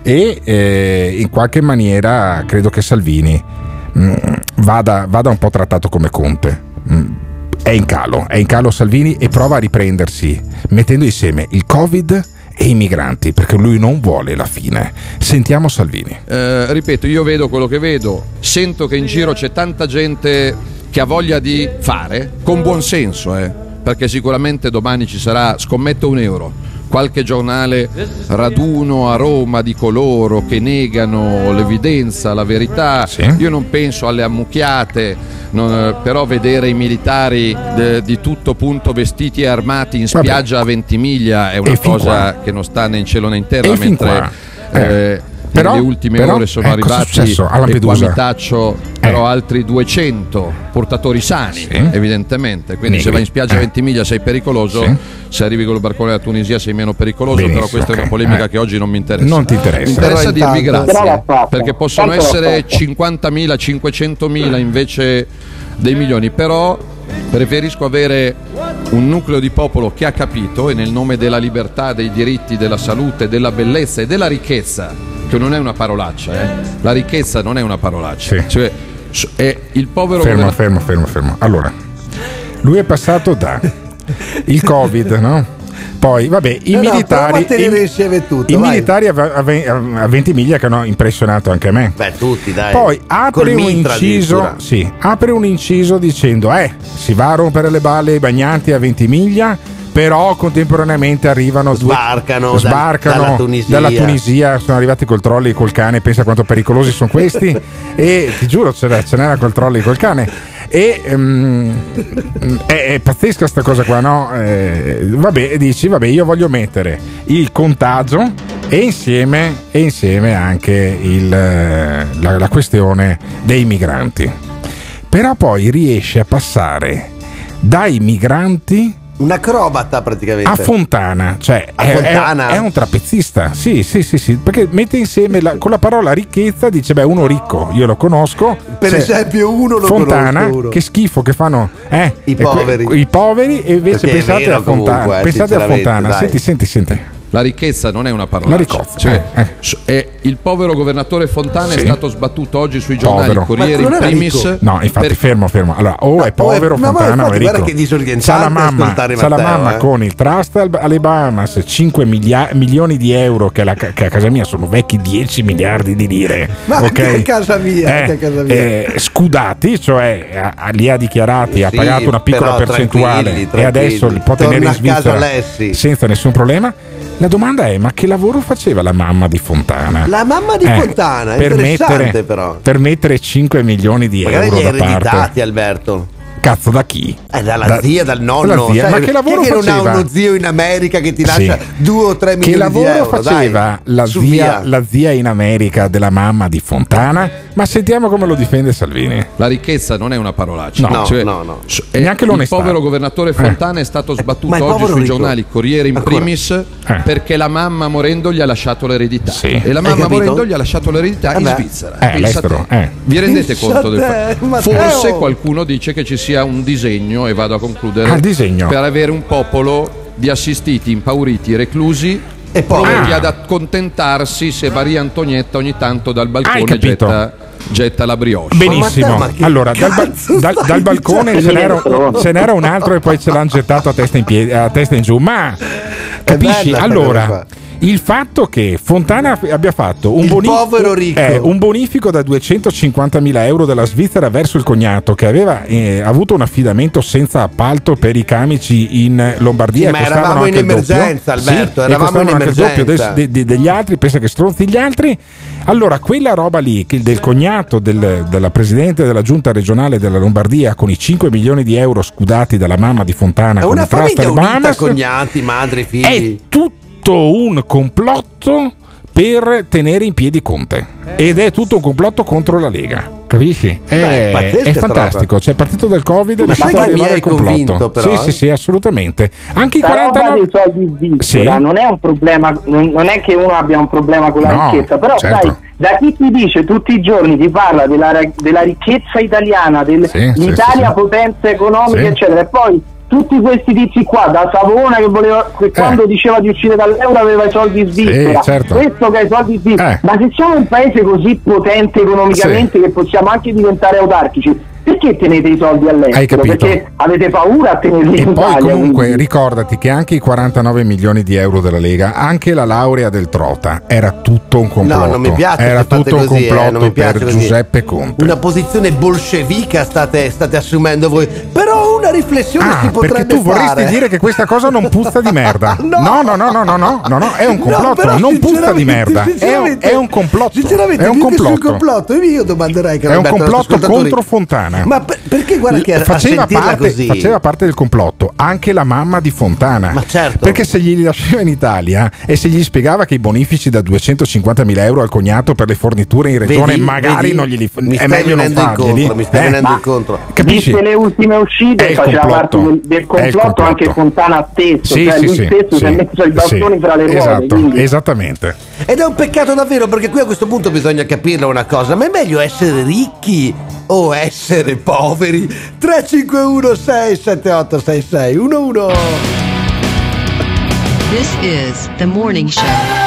S2: e in qualche maniera credo che Salvini vada un po' trattato come Conte. È in calo Salvini e prova a riprendersi mettendo insieme il Covid e i migranti, perché lui non vuole la fine. Sentiamo Salvini.
S16: Ripeto, io vedo quello che vedo, sento che in giro c'è tanta gente che ha voglia di fare con buon senso, perché sicuramente domani ci sarà, scommetto €1, qualche giornale raduno a Roma di coloro che negano l'evidenza, la verità. Io non penso alle ammucchiate, però vedere i militari di tutto punto vestiti e armati in spiaggia a Ventimiglia è una cosa che non sta né in cielo né in terra, mentre nelle ultime ore sono arrivati, e qua mi taccio, però altri 200 portatori sani, evidentemente, quindi se vai in spiaggia a Ventimiglia sei pericoloso, se arrivi con il barcone della Tunisia sei meno pericoloso. Benissimo, però questa è una polemica che oggi non mi interessa.
S2: Non ti interessa.
S16: Mi interessa dirvi grazie, perché possono essere 50.000, 500.000 invece dei milioni, però preferisco avere un nucleo di popolo che ha capito, e nel nome della libertà, dei diritti, della salute, della bellezza e della ricchezza, che non è una parolaccia, la ricchezza non è una parolaccia, cioè è il povero
S2: fermo. Allora, lui è passato da il Covid, no? Poi vabbè, i militari militari a Ventimiglia che hanno impressionato anche me.
S3: Beh, tutti, dai.
S2: Poi apre un inciso dicendo si va a rompere le balle ai bagnanti a Ventimiglia, però contemporaneamente arrivano sbarcano dalla Tunisia, sono arrivati col trolley e col cane, pensa quanto pericolosi sono questi. E ti giuro ce n'era col trolley e col cane. E è pazzesca sta cosa qua, no? Dici io voglio mettere il contagio e insieme anche la questione dei migranti. però poi riesce a passare dai migranti,
S3: un acrobata praticamente,
S2: a Fontana, cioè è un trapezzista, sì, perché mette insieme con la parola ricchezza, dice beh, uno ricco io lo conosco,
S3: per esempio uno lo
S2: Fontana,
S3: conosco uno.
S2: Che schifo che fanno
S3: i poveri,
S2: e invece
S3: perché
S2: pensate a Fontana,
S3: comunque,
S2: pensate a Fontana,
S3: dai.
S2: senti.
S16: La ricchezza non è una parola.
S2: La ricchezza.
S16: Il povero governatore Fontana è stato sbattuto oggi sui giornali,
S2: Povero.
S16: il Corriere in primis.
S2: No, infatti fermo. Allora, è povero Fontana o è ricco.
S3: Che disorientante
S2: c'ha la mamma con il trust alle Bahamas, 5 milioni di euro che a casa mia sono vecchi 10 miliardi di lire.
S3: Ma
S2: okay?
S3: che casa mia,
S2: scudati, cioè li ha dichiarati, ha pagato una piccola percentuale
S3: tranquilli.
S2: e adesso li può tenere in Svizzera senza nessun problema. La domanda è: ma che lavoro faceva la mamma di Fontana?
S3: La mamma di Fontana, interessante però.
S2: Per mettere 5 milioni di
S3: magari
S2: euro
S3: gli
S2: da
S3: ereditati,
S2: parte.
S3: Alberto.
S2: Cazzo, da chi?
S3: Dalla zia, dal nonno.
S2: Zia. Ma che lavoro
S3: chi
S2: faceva?
S3: Non ha uno zio in America che ti lascia 2 o 3 milioni di euro.
S2: Che lavoro faceva la zia in America della mamma di Fontana? Ma sentiamo come lo difende Salvini.
S16: La ricchezza non è una parolaccia.
S3: No.
S2: Neanche l'onestà.
S16: Il povero governatore Fontana è stato sbattuto oggi sui giornali, Corriere in primis, perché la mamma morendo gli ha lasciato l'eredità.
S2: Sì.
S16: E la mamma morendo gli ha lasciato l'eredità in Svizzera.
S2: All'estero.
S16: Vi rendete conto del fatto? Forse qualcuno dice che ci sia un disegno, e vado a concludere, per avere un popolo di assistiti, impauriti, reclusi e pronti ad accontentarsi se Maria Antonietta ogni tanto dal balcone getta la brioche.
S2: Benissimo. Allora dal balcone ce n'era un altro e poi ce l'hanno gettato a testa in giù. Ma capisci? Allora, il fatto che Fontana abbia fatto un bonifico da 250.000 euro della Svizzera verso il cognato, che aveva avuto un affidamento senza appalto per i camici in Lombardia,
S3: ma eravamo in emergenza, Alberto, eravamo in emergenza.
S2: Il doppio degli altri, pensa che stronzi gli altri. Allora quella roba lì del cognato della presidente della giunta regionale della Lombardia, con i 5 milioni di euro scudati dalla mamma di Fontana,
S3: è
S2: con
S3: una
S2: il trust
S3: famiglia unita,
S2: Bahamas,
S3: cognati, madri, figli,
S2: è tutto un complotto per tenere in piedi Conte, ed è tutto un complotto contro la Lega, capisci? È fantastico, cioè partito dal Covid è riuscito ad arrivare al complotto. Sì, assolutamente. Anche i 49
S6: dei soldi Svizzera non è un problema, non è che uno abbia un problema con la ricchezza, però sai, da chi ti dice tutti i giorni, ti parla della ricchezza italiana, dell'Italia potenza economica, eccetera, e poi tutti questi tizi qua, da Savona che quando diceva di uscire dall'euro aveva i soldi svizzera, questo che ha i soldi svizzera, ma se siamo un paese così potente economicamente che possiamo anche diventare autarchici, perché tenete i soldi all'estero?
S2: Hai capito?
S6: Perché avete paura a tenerli in Italia?
S2: E poi comunque
S6: quindi
S2: ricordati che anche i 49 milioni di euro della Lega, anche la laurea del Trota, era tutto un complotto.
S3: No, non mi piace,
S2: era tutto un complotto
S3: non mi piace
S2: per
S3: così.
S2: Giuseppe Conte.
S3: Una posizione bolscevica state assumendo voi. Però una riflessione si potrebbe
S2: perché tu vorresti dire che questa cosa non puzza di merda. No, è un complotto, non puzza di merda. È un complotto.
S3: Sinceramente,
S2: è un complotto.
S3: Io domanderei che
S2: è un complotto contro Fontana.
S3: Ma perché guarda che
S2: faceva parte del complotto anche la mamma di Fontana.
S3: Ma certo.
S2: Perché se gli lasciava in Italia e se gli spiegava che i bonifici da 250.000 euro al cognato per le forniture in regione non glieli è meglio non farglieli.
S3: Mi stai venendo incontro.
S6: Capisci? Viste le ultime uscite faceva parte del complotto anche Fontana stesso, lui stesso si è messo i bastoni fra le ruote.
S2: Esattamente.
S3: Ed è un peccato davvero, perché qui a questo punto bisogna capirla una cosa: ma è meglio essere ricchi o essere poveri? 351 678 6611.
S9: This is the morning show.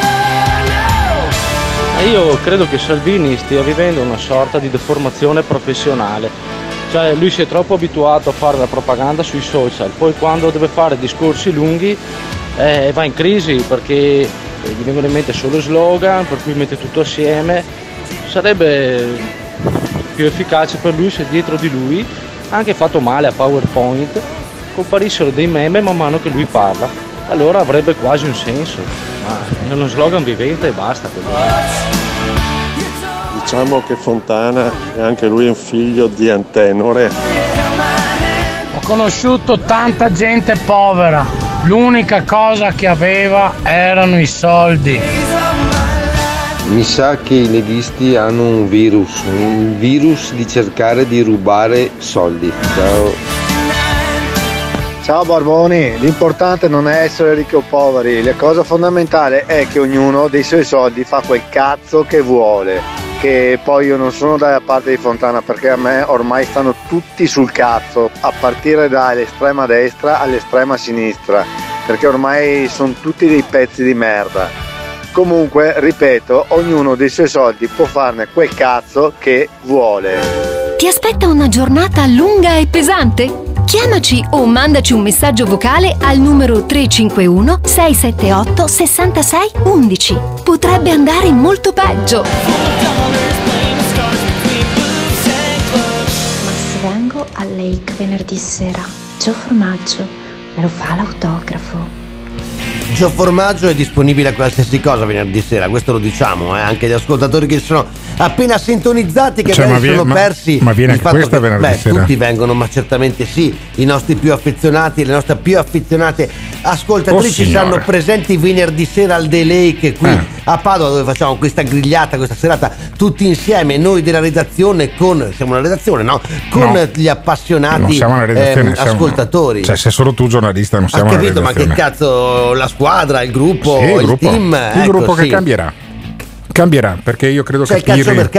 S18: Io credo che Salvini stia vivendo una sorta di deformazione professionale. Cioè lui si è troppo abituato a fare la propaganda sui social, poi quando deve fare discorsi lunghi va in crisi, perché gli vengono in mente solo slogan, per cui mette tutto assieme. Sarebbe più efficace per lui se dietro di lui, anche fatto male a PowerPoint, comparissero dei meme man mano che lui parla. Allora avrebbe quasi un senso, ma è uno slogan vivente e basta.
S1: Diciamo che Fontana è anche lui un figlio di Antenore.
S4: Ho conosciuto tanta gente povera, l'unica cosa che aveva erano i soldi.
S5: Mi sa che i leghisti hanno un virus di cercare di rubare soldi. Ciao.
S25: Ciao Barboni, l'importante non è essere ricchi o poveri, la cosa fondamentale è che ognuno dei suoi soldi fa quel cazzo che vuole. Che poi io non sono dalla parte di Fontana, perché a me ormai stanno tutti sul cazzo, a partire dall'estrema destra all'estrema sinistra, perché ormai sono tutti dei pezzi di merda. Comunque, ripeto, ognuno dei suoi soldi può farne quel cazzo che vuole.
S7: Ti aspetta una giornata lunga e pesante? Chiamaci o mandaci un messaggio vocale al numero 351 678 66 11. Potrebbe andare molto peggio.
S17: Ma se vengo al Lake venerdì sera, Gio Formaggio me lo fa l'autografo.
S3: Gio Formaggio è disponibile a qualsiasi cosa venerdì sera, questo lo diciamo, anche gli ascoltatori che sono appena sintonizzati, che magari sono persi.
S2: Ma viene
S3: il
S2: anche questa
S3: che,
S2: venerdì sera?
S3: Tutti vengono, ma certamente sì. I nostri più affezionati, le nostre più affezionate ascoltatrici saranno presenti venerdì sera al The Lake qui a Padova, dove facciamo questa grigliata, questa serata tutti insieme, noi della redazione siamo una redazione, no? Con gli appassionati
S2: non siamo una redazione,
S3: ascoltatori.
S2: Cioè, sei solo tu giornalista, non siamo una redazione.
S3: Ma che cazzo, la squadra, il gruppo, il team,
S2: il gruppo che cambierà, perché io credo che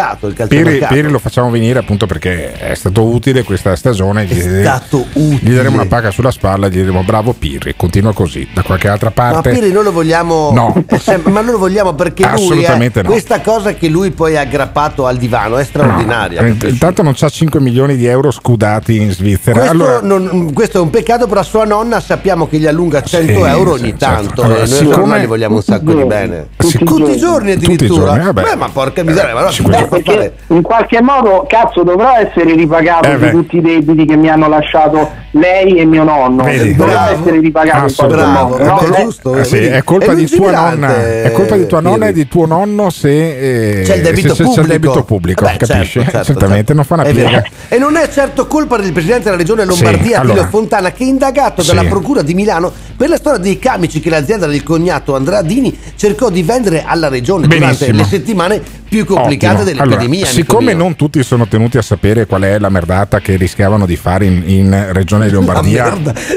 S2: Pirri lo facciamo venire appunto perché è stato utile questa stagione, gli daremo una pacca sulla spalla e gli diremo bravo Pirri, continua così. Da qualche altra parte,
S3: ma Pirri noi lo vogliamo, ma noi lo vogliamo perché lui questa cosa che lui poi ha aggrappato al divano è straordinaria.
S2: Intanto non c'ha 5 milioni di euro scudati in Svizzera,
S3: questo è un peccato, però sua nonna sappiamo che gli allunga 100 euro ogni tanto,
S2: allora,
S3: e noi normali vogliamo un sacco di bene tutti i giorni addirittura. Ma porca miseria,
S6: perché in qualche modo cazzo dovrò essere ripagato di tutti i debiti che mi hanno lasciato lei e mio nonno. Dovrà essere ripagato in qualche modo, no?
S3: Giusto,
S2: è colpa di tua nonna, è colpa di tua nonna e di tuo nonno se c'è il debito pubblico, capisci? Certamente non fa una piega.
S3: E non è certo colpa del presidente della regione Lombardia, Attilio Fontana, che è indagato dalla procura di Milano per la storia dei camici che l'azienda del cognato Andrea Dini cercò di vendere alla regione durante le settimane più complicate dell'epidemia.
S2: Siccome non tutti sono tenuti a sapere qual è la merdata che rischiavano di fare in regione Lombardia,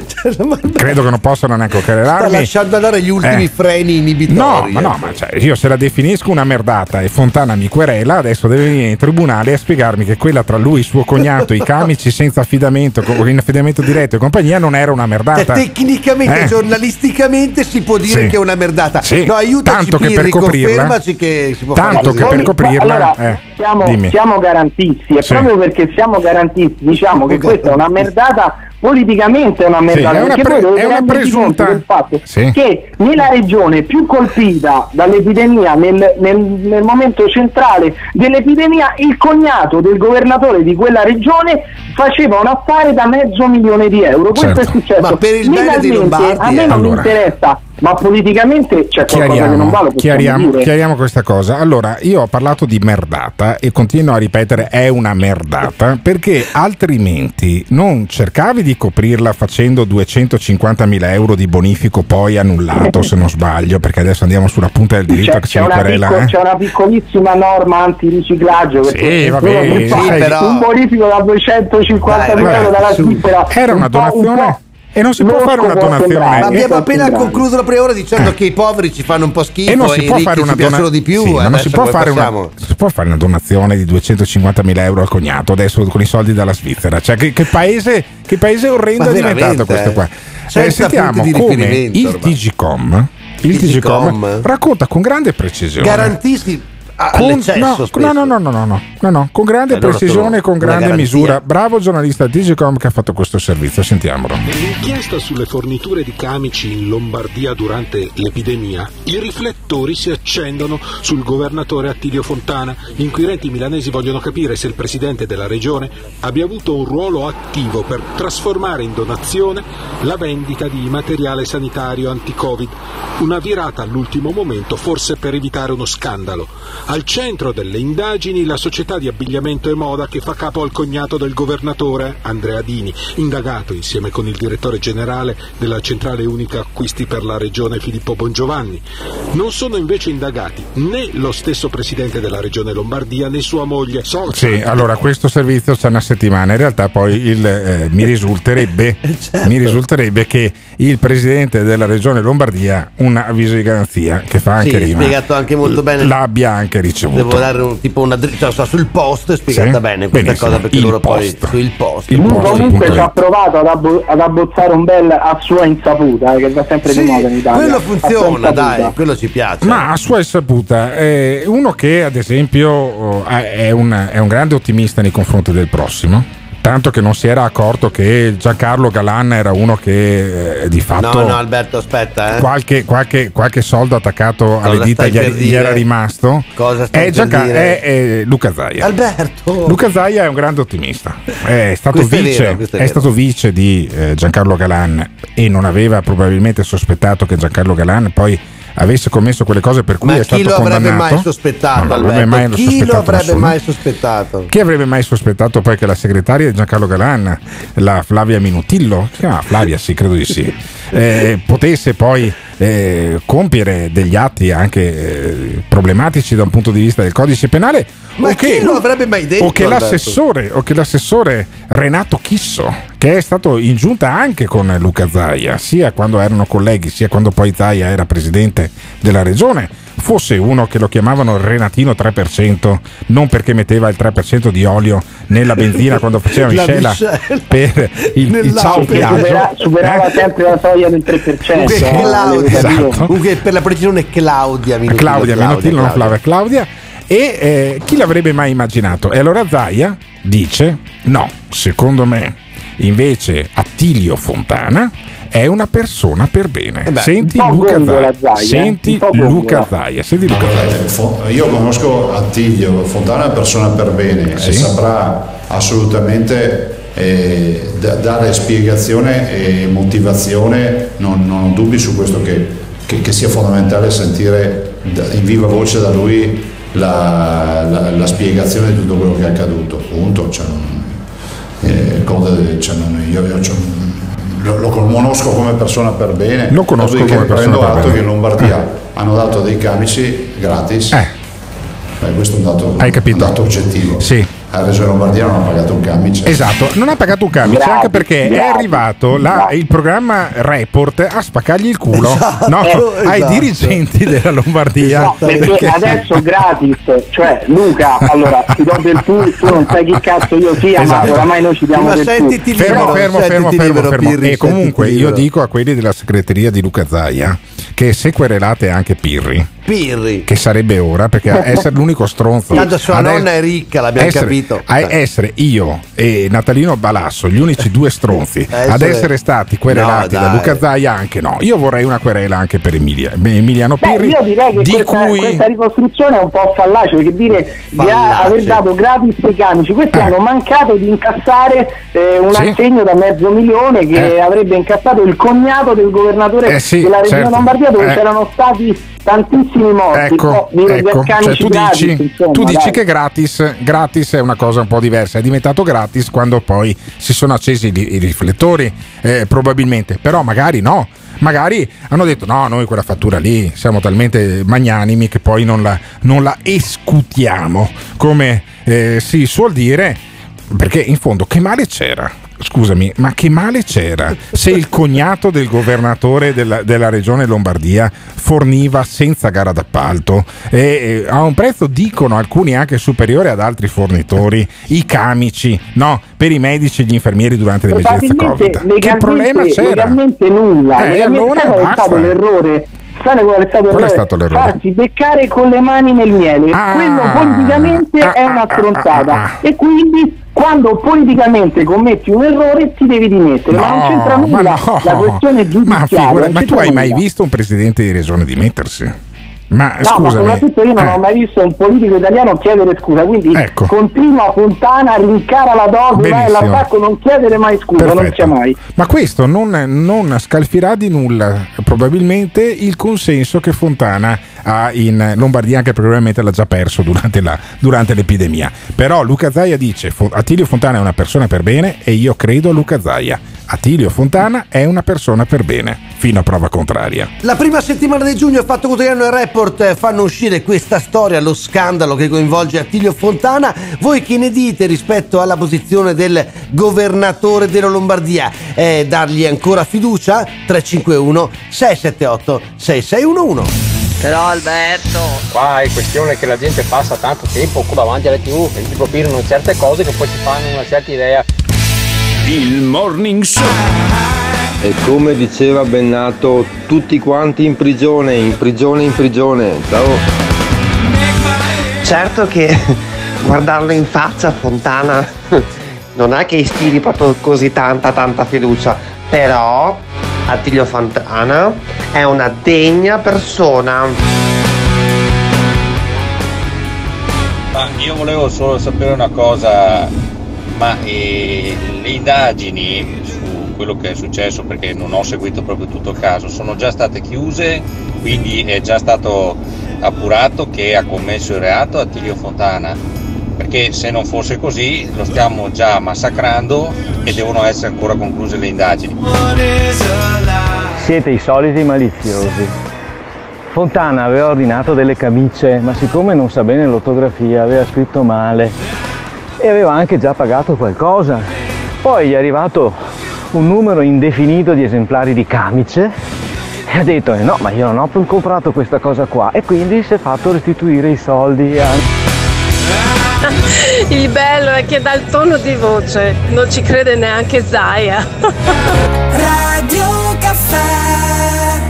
S2: credo che non possano neanche querelarmi.
S3: Sta lasciando andare gli ultimi freni inibitori.
S2: Ma io se la definisco una merdata e Fontana mi querela, adesso deve venire in tribunale a spiegarmi che quella tra lui, suo cognato, i camici senza affidamento, con affidamento diretto e compagnia non era una merdata.
S3: Tecnicamente, giornalisticamente si può dire che è una merdata. No, aiutaci,
S2: tanto che per confermaci
S3: che si può
S2: tanto che per coprirla.
S6: Allora, siamo garantisti, e proprio perché siamo garantisti diciamo che questa è una merdata. Politicamente è una merdata,
S2: è una presunta
S6: del fatto che nella regione più colpita dall'epidemia, nel momento centrale dell'epidemia, il cognato del governatore di quella regione faceva un affare da €500.000. Questo è successo.
S3: Ma per il bene dei lombardi,
S6: a me non mi interessa, ma politicamente c'è qualcosa che non va, lo
S2: chiariamo questa cosa. Allora, io ho parlato di merdata e continuo a ripetere è una merdata, perché altrimenti non cercavi di coprirla facendo €250.000 di bonifico poi annullato, se non sbaglio, perché adesso andiamo sulla punta del diritto che ci querela.
S6: C'è una piccolissima norma antiriciclaggio, un bonifico da €250.000 dalla Svizzera
S2: era una donazione. E non si può fare una donazione.
S3: Ma abbiamo appena concluso la prima ora dicendo che i poveri ci fanno un po' schifo
S2: e non si
S3: i
S2: può
S3: ricchi
S2: fare una
S3: ci piacciono di più.
S2: Non si può fare una donazione di €250.000 al cognato adesso con i soldi dalla Svizzera. Cioè, che paese orrendo è diventato questo qua. Sentiamo come il TGcom racconta con grande precisione.
S3: Garantisti
S2: con grande precisione e con grande misura. Bravo giornalista TGcom che ha fatto questo servizio, sentiamolo.
S8: Nell'inchiesta sulle forniture di camici in Lombardia durante l'epidemia, i riflettori si accendono sul governatore Attilio Fontana. Gli inquirenti milanesi vogliono capire se il presidente della regione abbia avuto un ruolo attivo per trasformare in donazione la vendita di materiale sanitario anti-Covid, una virata all'ultimo momento forse per evitare uno scandalo. Al centro delle indagini la società di abbigliamento e moda che fa capo al cognato del governatore, Andrea Dini, indagato insieme con il direttore generale della centrale unica acquisti per la regione, Filippo Bongiovanni. Non sono invece indagati né lo stesso presidente della regione Lombardia né sua moglie.
S2: Sì, allora questo servizio c'è una settimana, in realtà poi mi risulterebbe che il presidente della regione Lombardia un avviso di garanzia che fa anche rima,
S3: spiegato anche molto bene,
S2: l'abbia anche ricevuto.
S3: Devo dare tipo una dritta sul post, è spiegata bene questa
S2: benissimo.
S3: cosa, perché
S2: Il
S3: loro
S2: post.
S3: poi sul post.
S6: Lui comunque ci ha provato ad abbozzare un bel a sua insaputa, che va sempre di moda in Italia.
S3: Quello funziona, dai, quello ci piace.
S2: Ma a sua insaputa, uno che ad esempio è un grande ottimista nei confronti del prossimo, tanto che non si era accorto che Giancarlo Galan era uno che di fatto
S3: no Alberto, aspetta,
S2: qualche soldo attaccato alle dita gli era rimasto.
S3: Cosa stai per dire?
S2: È Luca Zaia.
S3: Alberto
S2: Luca Zaia è un grande ottimista, è stato
S3: Questo è
S2: stato vice di Giancarlo Galan e non aveva probabilmente sospettato che Giancarlo Galan poi avesse commesso quelle cose per cui è stato condannato.
S3: Ma chi lo avrebbe mai sospettato, Alberto? Chi lo avrebbe mai sospettato?
S2: Chi avrebbe mai sospettato poi che la segretaria di Giancarlo Galan, la Flavia Minutillo, si chiama Flavia, sì, credo di sì, potesse poi compiere degli atti anche problematici da un punto di vista del codice penale?
S3: Ma chi lo avrebbe mai detto?
S2: O che l'assessore Renato Chisso, che è stato in giunta anche con Luca Zaia, sia quando erano colleghi sia quando poi Zaia era presidente della regione, fosse uno che lo chiamavano Renatino 3%, non perché metteva il 3% di olio nella benzina quando faceva miscela per il ciao Piaggio,
S6: superava sempre la soglia del 3%.
S2: Esatto.
S3: Per la precisione Claudia
S2: Minutillo, non Flavia, Claudia. E chi l'avrebbe mai immaginato? E allora Zaia dice no, secondo me invece Attilio Fontana è una persona per bene. Senti Luca Zaia.
S22: Io conosco Attilio Fontana, è una persona per bene,
S2: sì,
S22: e saprà assolutamente dare spiegazione e motivazione, non ho dubbi su questo, che sia fondamentale sentire in viva voce da lui la spiegazione di tutto quello che è accaduto, punto. Lo conosco come persona per bene,
S2: lo conosco come persona
S22: prendo
S2: per
S22: atto
S2: bene.
S22: che in Lombardia hanno dato dei camici gratis. Questo è un dato,
S2: hai capito?
S22: Un dato oggettivo.
S2: Sì.
S22: La Regione Lombardia non ha pagato un camice.
S2: Esatto, non ha pagato un camice, anche perché è arrivato il programma Report a spaccargli il culo, ai dirigenti della Lombardia.
S6: No, perché adesso gratis, cioè Luca, allora ti do del tu non sai chi cazzo io sia,
S2: esatto,
S6: ma oramai noi ci diamo del tu.
S2: Fermo. E comunque io dico a quelli della segreteria di Luca Zaia che se querelate anche Pirri, che sarebbe ora, perché essere l'unico stronzo,
S3: tanto sua nonna è ricca, l'abbiamo capito,
S2: essere io e Natalino Balasso gli unici due stronzi ad essere stati querelati da Luca Zaia, anche no. Io vorrei una querela anche per Emiliano Pirri.
S6: Io direi che questa ricostruzione è un po' fallace, perché dire di aver dato gratis i camici, questi hanno mancato di incassare un assegno da $500,000 che avrebbe incassato il cognato del governatore della regione Lombardia, dove c'erano stati tantissimi morti.
S2: Tu dici che gratis è una cosa un po' diversa, è diventato gratis quando poi si sono accesi i riflettori, probabilmente, però magari no, magari hanno detto no, noi quella fattura lì siamo talmente magnanimi che poi non la escutiamo, come si suol dire, perché in fondo che male c'era? Scusami, ma che male c'era se il cognato del governatore della regione Lombardia forniva senza gara d'appalto a un prezzo, dicono alcuni, anche superiore ad altri fornitori, i camici, no, per i medici e gli infermieri durante l'emergenza Covid? Che problema c'era?
S6: Legalmente nulla.
S2: Allora
S6: è stato l'errore. Qual
S2: è stato l'errore?
S6: Farsi beccare con le mani nel miele. Quello politicamente è una stronzata. E quindi quando politicamente commetti un errore ti devi dimettere, ma non c'entra nulla la questione giudiziaria.
S2: Ma tu hai mai visto un presidente di regione dimettersi? Ma
S6: no,
S2: scusami,
S6: ma soprattutto io non ho mai visto un politico italiano chiedere scusa, quindi continua Fontana, rincara la dose, vai all'attacco, non chiedere mai scusa. Perfetto. Non c'è mai.
S2: Ma questo non scalfirà di nulla probabilmente il consenso che Fontana ha in Lombardia, anche perché probabilmente l'ha già perso durante l'epidemia. Però Luca Zaia dice: Attilio Fontana è una persona per bene, e io credo a Luca Zaia. Attilio Fontana è una persona per bene, fino a prova contraria.
S3: La prima settimana di giugno il Fatto Quotidiano e Report fanno uscire questa storia, lo scandalo che coinvolge Attilio Fontana. Voi che ne dite rispetto alla posizione del governatore della Lombardia? Dargli ancora fiducia? 351 678 6611.
S10: Però Alberto, qua è questione che la gente passa tanto tempo davanti alla TV e ti propinano certe cose che poi si fanno una certa idea.
S21: Il Morning Show.
S5: E come diceva Bennato, tutti quanti in prigione, in prigione, in prigione. Ciao.
S11: Certo che guardarlo in faccia Fontana non è che ispiri proprio così tanta fiducia, però Attilio Fontana è una degna persona.
S12: Ma io volevo solo sapere una cosa, ma le indagini su quello che è successo, perché non ho seguito proprio tutto il caso, sono già state chiuse, quindi è già stato appurato che ha commesso il reato Attilio Fontana? Perché se non fosse così lo stiamo già massacrando e devono essere ancora concluse le indagini.
S14: Siete i soliti maliziosi. Fontana aveva ordinato delle camicie, ma siccome non sa bene l'ortografia aveva scritto male e aveva anche già pagato qualcosa. Poi gli è arrivato un numero indefinito di esemplari di camicie e ha detto no, ma io non ho comprato questa cosa qua, e quindi si è fatto restituire i soldi a...
S15: Il bello è che dal tono di voce non ci crede neanche Zaia.
S20: Radio Caffè.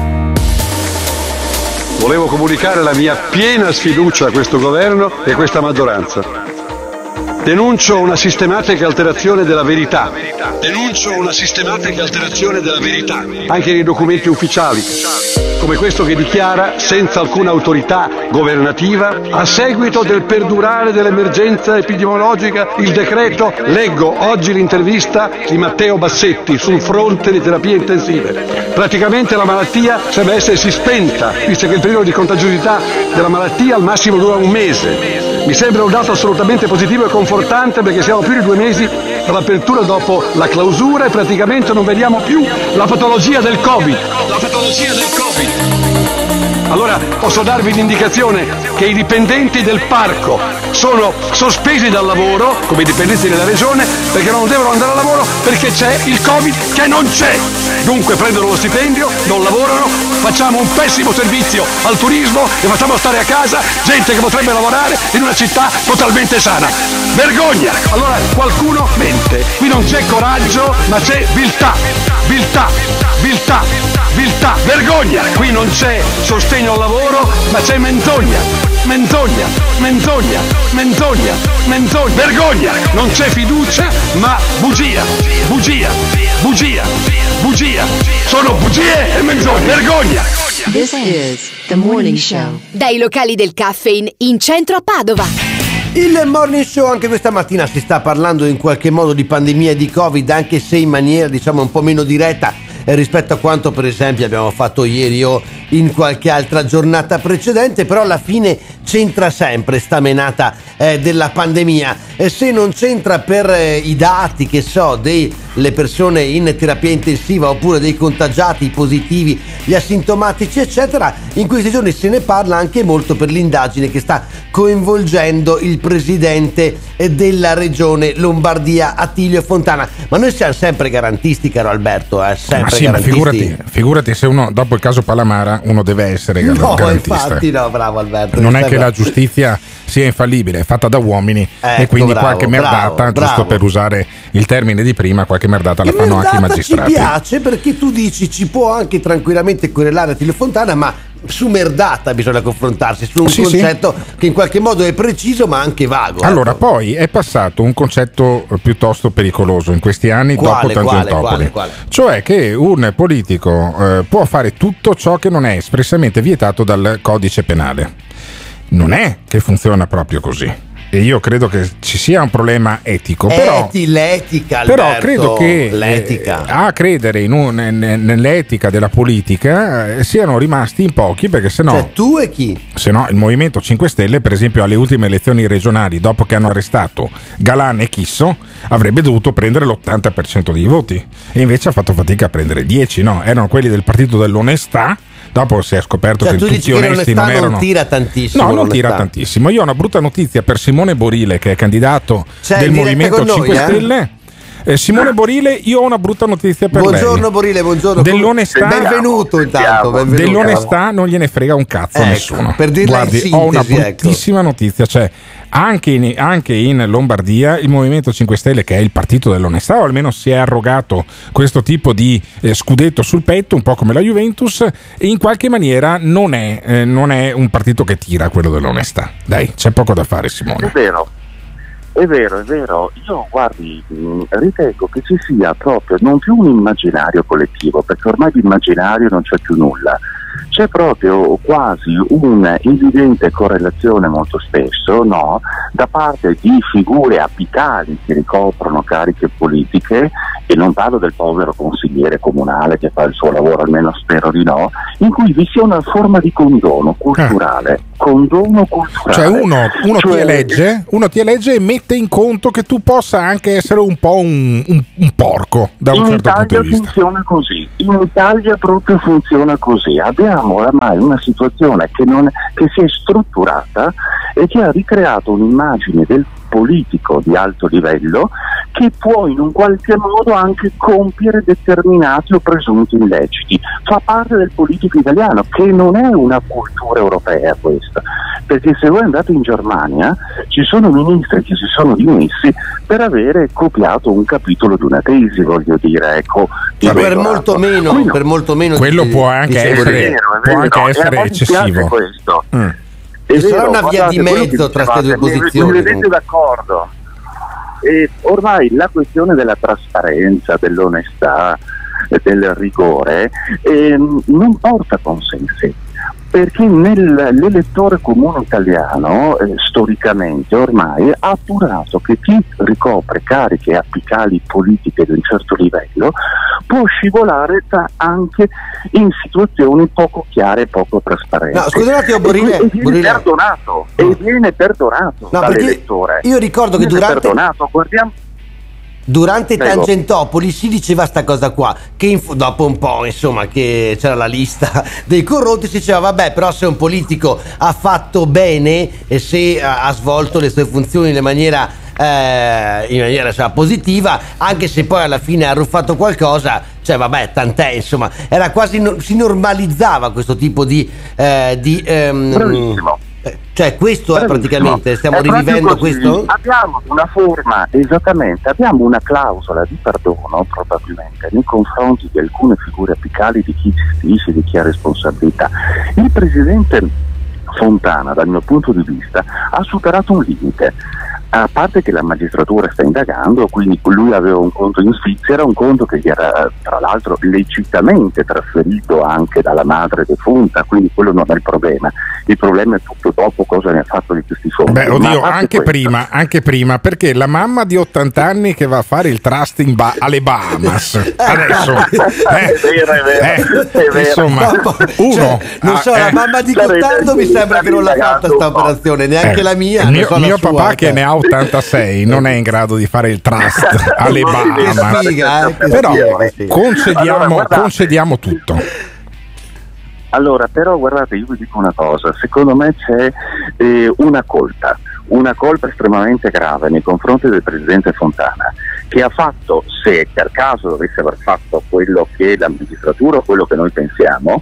S21: Volevo comunicare la mia piena sfiducia a questo governo e a questa maggioranza. Denuncio una sistematica alterazione della verità. Denuncio una sistematica alterazione della verità, anche nei documenti ufficiali, come questo che dichiara, senza alcuna autorità governativa, a seguito del perdurare dell'emergenza epidemiologica, il decreto, leggo oggi l'intervista di Matteo Bassetti sul fronte di terapie intensive. Praticamente la malattia sembra essersi spenta, visto che il periodo di contagiosità della malattia al massimo dura un mese. Mi sembra un dato assolutamente positivo e confortante, perché siamo più di 2 mesi dall'apertura dopo la clausura e praticamente non vediamo più la patologia del Covid. La patologia del Covid. Allora posso darvi l'indicazione che i dipendenti del parco sono sospesi dal lavoro, come i dipendenti della regione, perché non devono andare al lavoro perché c'è il Covid che non c'è. Dunque prendono lo stipendio, non lavorano, facciamo un pessimo servizio al turismo e facciamo stare a casa gente che potrebbe lavorare in una città totalmente sana. Vergogna! Allora qualcuno mente. Qui non c'è coraggio, ma c'è viltà. Viltà, viltà, viltà. Vergogna! Qui non c'è sostegno al lavoro, ma c'è menzogna. Menzogna, menzogna, menzogna, menzogna. Vergogna! Non c'è fiducia, ma bugia, bugia, bugia, bugia. Sono bugie e menzogne. Vergogna!
S9: This is the Morning Show.
S13: Dai locali del Caffeine in centro a Padova.
S3: Il Morning Show anche questa mattina si sta parlando in qualche modo di pandemia e di Covid, anche se in maniera diciamo un po' meno diretta rispetto a quanto per esempio abbiamo fatto ieri o in qualche altra giornata precedente, però alla fine c'entra sempre sta menata della pandemia, e se non c'entra per i dati che so delle persone in terapia intensiva oppure dei contagiati, i positivi, gli asintomatici eccetera, in questi giorni se ne parla anche molto per l'indagine che sta coinvolgendo il presidente della regione Lombardia Attilio Fontana. Ma noi siamo sempre garantisti, caro Alberto, sempre
S2: sì, garantisti. Ma figurati se uno dopo il caso Palamara uno deve essere garantista.
S3: Infatti no, bravo Alberto.
S2: Non è che la giustizia sia infallibile, è fatta da uomini, e quindi bravo, qualche merdata, giusto per usare il termine di prima, qualche merdata la fanno anche i magistrati.
S3: Ci piace perché tu dici ci può anche tranquillamente querelare Attilio Fontana, ma su merdata bisogna confrontarsi, su un concetto che in qualche modo è preciso ma anche vago.
S2: Allora, poi è passato un concetto piuttosto pericoloso in questi anni dopo Tangentopoli.
S3: Quale?
S2: Cioè che un politico può fare tutto ciò che non è espressamente vietato dal codice penale. Non è che funziona proprio così. E io credo che ci sia un problema etico,
S3: l'etica, Alberto,
S2: però credo che
S3: l'etica.
S2: A credere nell'etica della politica siano rimasti in pochi, perché sennò,
S3: cioè, tu e chi?
S2: Se no il Movimento 5 Stelle, per esempio, alle ultime elezioni regionali, dopo che hanno arrestato Galan e Chisso, avrebbe dovuto prendere l'80% dei voti, e invece ha fatto fatica a prendere 10, no? Erano quelli del partito dell'onestà. Dopo si è scoperto che tutti onesti non erano.
S3: Non tira tantissimo.
S2: No, non tira tantissimo. Io ho una brutta notizia per Simone Borile, che è candidato del Movimento 5 Stelle. Simone Borile, io ho una brutta notizia per lei.
S3: Buongiorno Borile, buongiorno.
S2: Dell'onestà,
S3: benvenuto intanto. Benvenuto.
S2: Dell'onestà non gliene frega un cazzo a nessuno.
S3: Per dirla in sintesi,
S2: ho una bruttissima notizia, cioè anche in Lombardia il Movimento 5 Stelle, che è il partito dell'onestà, o almeno si è arrogato questo tipo di scudetto sul petto, un po' come la Juventus, e in qualche maniera non è un partito che tira quello dell'onestà. Dai, c'è poco da fare, Simone.
S16: È vero. Io, guardi, ritengo che ci sia proprio non più un immaginario collettivo, perché ormai di immaginario non c'è più nulla. C'è proprio quasi un'evidente correlazione molto spesso, no, da parte di figure apicali che ricoprono cariche politiche, e non parlo del povero consigliere comunale che fa il suo lavoro, almeno spero di no, in cui vi sia una forma di condono culturale. Condono culturale.
S2: Cioè uno ti elegge e mette in conto che tu possa anche essere un po' un porco da un certo punto di vista.
S16: Funziona così. In Italia proprio funziona così. Abbiamo oramai una situazione che si è strutturata e che ha ricreato un'immagine del politico di alto livello che può in un qualche modo anche compiere determinati o presunti illeciti. Fa parte del politico italiano, che non è una cultura europea questa, perché se voi andate in Germania ci sono ministri che si sono dimessi per avere copiato un capitolo di una tesi, voglio dire, ecco.
S3: Per molto meno
S2: quello può anche essere eccessivo.
S16: Questo.
S3: Ci sarà una via di mezzo tra queste due posizioni.
S16: Mi vedete d'accordo? E ormai la questione della trasparenza, dell'onestà, del rigore non porta consensi, perché l'elettore comune italiano storicamente ormai ha appurato che chi ricopre cariche apicali politiche di un certo livello può scivolare anche in situazioni poco chiare e poco trasparenti.
S3: No, scusate un attimo, Borile.
S16: E viene perdonato dall'elettore.
S3: Io ricordo che durante
S16: Prego.
S3: Tangentopoli si diceva sta cosa qua, che dopo un po', insomma, che c'era la lista dei corrotti, si diceva vabbè, però se un politico ha fatto bene e se ha svolto le sue funzioni in maniera cioè, positiva, anche se poi alla fine ha arruffato qualcosa, cioè vabbè, tant'è, insomma, era quasi si normalizzava questo tipo di
S16: bravissimo.
S3: Cioè questo è praticamente, stiamo rivivendo questo?
S16: Abbiamo una forma, esattamente, abbiamo una clausola di perdono probabilmente nei confronti di alcune figure apicali di chi gestisce, di chi ha responsabilità. Il presidente Fontana, dal mio punto di vista, ha superato un limite. A parte che la magistratura sta indagando, quindi lui aveva un conto in Svizzera, un conto che gli era tra l'altro legittimamente trasferito anche dalla madre defunta, quindi quello non è il problema è tutto dopo cosa ne ha fatto di questi soldi.
S2: Beh, oddio, anche prima, perché la mamma di 80 anni che va a fare il trust alle Bahamas adesso
S16: è vero.
S2: Insomma,
S3: la mamma di Cottardo mi sembra che non l'ha fatta sta operazione, neanche la mia.
S2: Il mio papà che ne ha 86 non è in grado di fare il trust alle Bahamas, però concediamo tutto.
S16: Allora, però guardate, io vi dico una cosa, secondo me c'è una colpa estremamente grave nei confronti del presidente Fontana, che ha fatto, se per caso dovesse aver fatto quello che la magistratura o quello che noi pensiamo,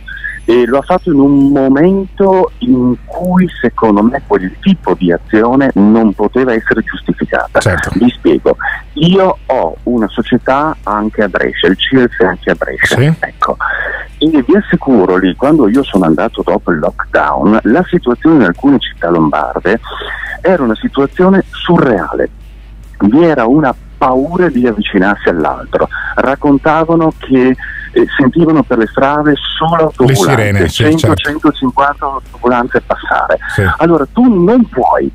S16: e lo ha fatto in un momento in cui secondo me quel tipo di azione non poteva essere giustificata.
S2: Certo.
S16: Vi spiego, io ho una società anche a Brescia, il CIRS è anche a Brescia,
S2: sì.
S16: ecco, e vi assicuro lì, quando io sono andato dopo il lockdown, la situazione in alcune città lombarde era una situazione surreale, vi era una paura di avvicinarsi all'altro, raccontavano che sentivano per le strade solo autoambulanze,
S2: le sirene, sì,
S16: 100,
S2: certo.
S16: 150 autoambulanze passare.
S2: Sì.
S16: Allora tu non puoi,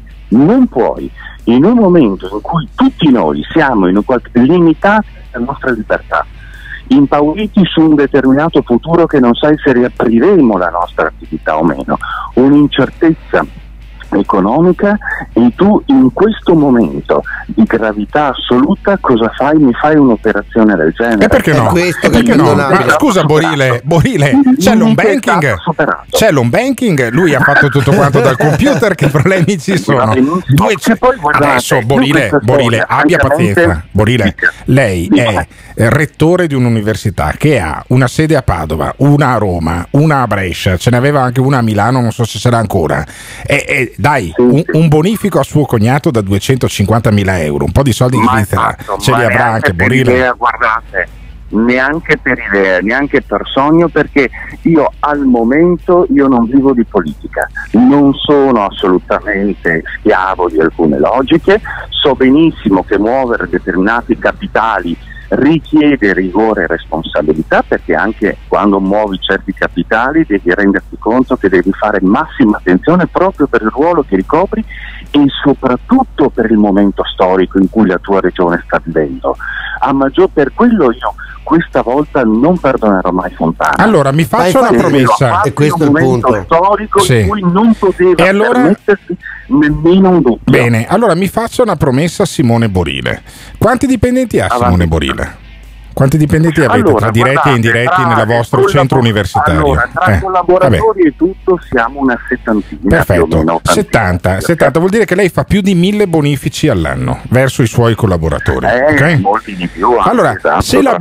S16: in un momento in cui tutti noi siamo limitati alla nostra libertà, impauriti su un determinato futuro che non sai se riapriremo la nostra attività o meno, un'incertezza economica, e tu in questo momento di gravità assoluta cosa fai? Mi fai un'operazione del genere?
S2: E perché no? Perché no? Ma scusa Borile, c'è l'home banking? C'è l'home banking? Lui ha fatto tutto quanto dal computer, che problemi ci sono? Adesso Borile, abbia pazienza. Borile, lei è rettore di un'università che ha una sede a Padova, una a Roma, una a Brescia, ce ne aveva anche una a Milano, non so se ce l'ha ancora. Dai, un bonifico a suo cognato da 250.000 euro, un po' di soldi in Svizzera ce li avrà anche Borile.
S16: Guardate, neanche per idea, neanche per sogno, perché io al momento non vivo di politica, non sono assolutamente schiavo di alcune logiche, so benissimo che muovere determinati capitali richiede rigore e responsabilità, perché anche quando muovi certi capitali devi renderti conto che devi fare massima attenzione proprio per il ruolo che ricopri e soprattutto per il momento storico in cui la tua regione sta vivendo. A maggior per quello io questa volta non perdonerò mai Fontana.
S2: Allora mi faccio una promessa,
S16: e questo è il punto storico in cui non poteva permettersi nemmeno un dubbio.
S2: Bene, allora mi faccio una promessa a Simone Borile. Quanti dipendenti ha Simone Borile? Quanti dipendenti avete tra diretti e indiretti nel vostro centro universitario?
S16: Allora, tra collaboratori e tutto siamo una settantina.
S2: Perfetto,
S16: più o meno,
S2: 70 vuol dire che lei fa più di 1000 bonifici all'anno verso i suoi collaboratori. Okay?
S16: Molti di più.
S2: Allora,
S16: esatto,
S2: se la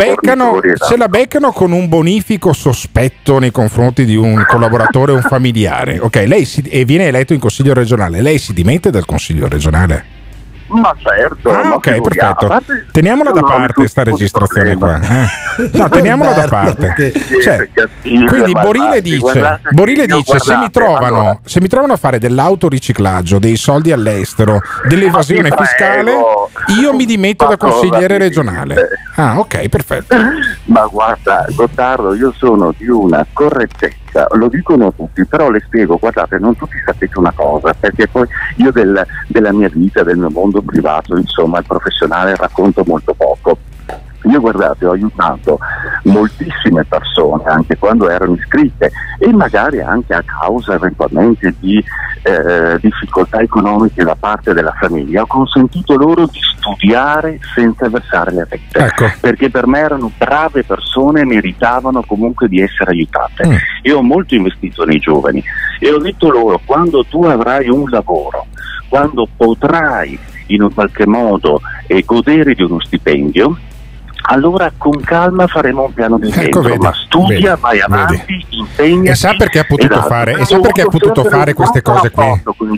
S2: beccano con un bonifico sospetto nei confronti di un collaboratore o un familiare, ok, e viene eletto in consiglio regionale, lei si dimette dal consiglio regionale?
S16: Ma certo.
S2: Ok, perfetto. Teniamola da parte sta registrazione qua. No, teniamola da parte. Quindi Borile dice se mi trovano a fare dell'autoriciclaggio, dei soldi all'estero, dell'evasione fiscale, io mi dimetto da consigliere regionale. Ah, ok, perfetto.
S16: Ma guarda, Gottardo, io sono di una correttezza, lo dicono tutti, però le spiego, guardate, non tutti sapete una cosa, perché poi io della mia vita, del mio mondo privato, insomma, il professionale, racconto molto poco. Io, guardate, ho aiutato moltissime persone anche quando erano iscritte, e magari anche a causa eventualmente di difficoltà economiche da parte della famiglia. Ho consentito loro di studiare senza versare le rette,
S2: ecco,
S16: perché per me erano brave persone e meritavano comunque di essere aiutate. Io ho molto investito nei giovani e ho detto loro: quando tu avrai un lavoro, quando potrai in un qualche modo godere di uno stipendio, allora con calma faremo un piano di tempo, ma studia, vai avanti, impegna.
S2: E sa perché ha potuto fare? E sa perché ha potuto fare queste cose qui?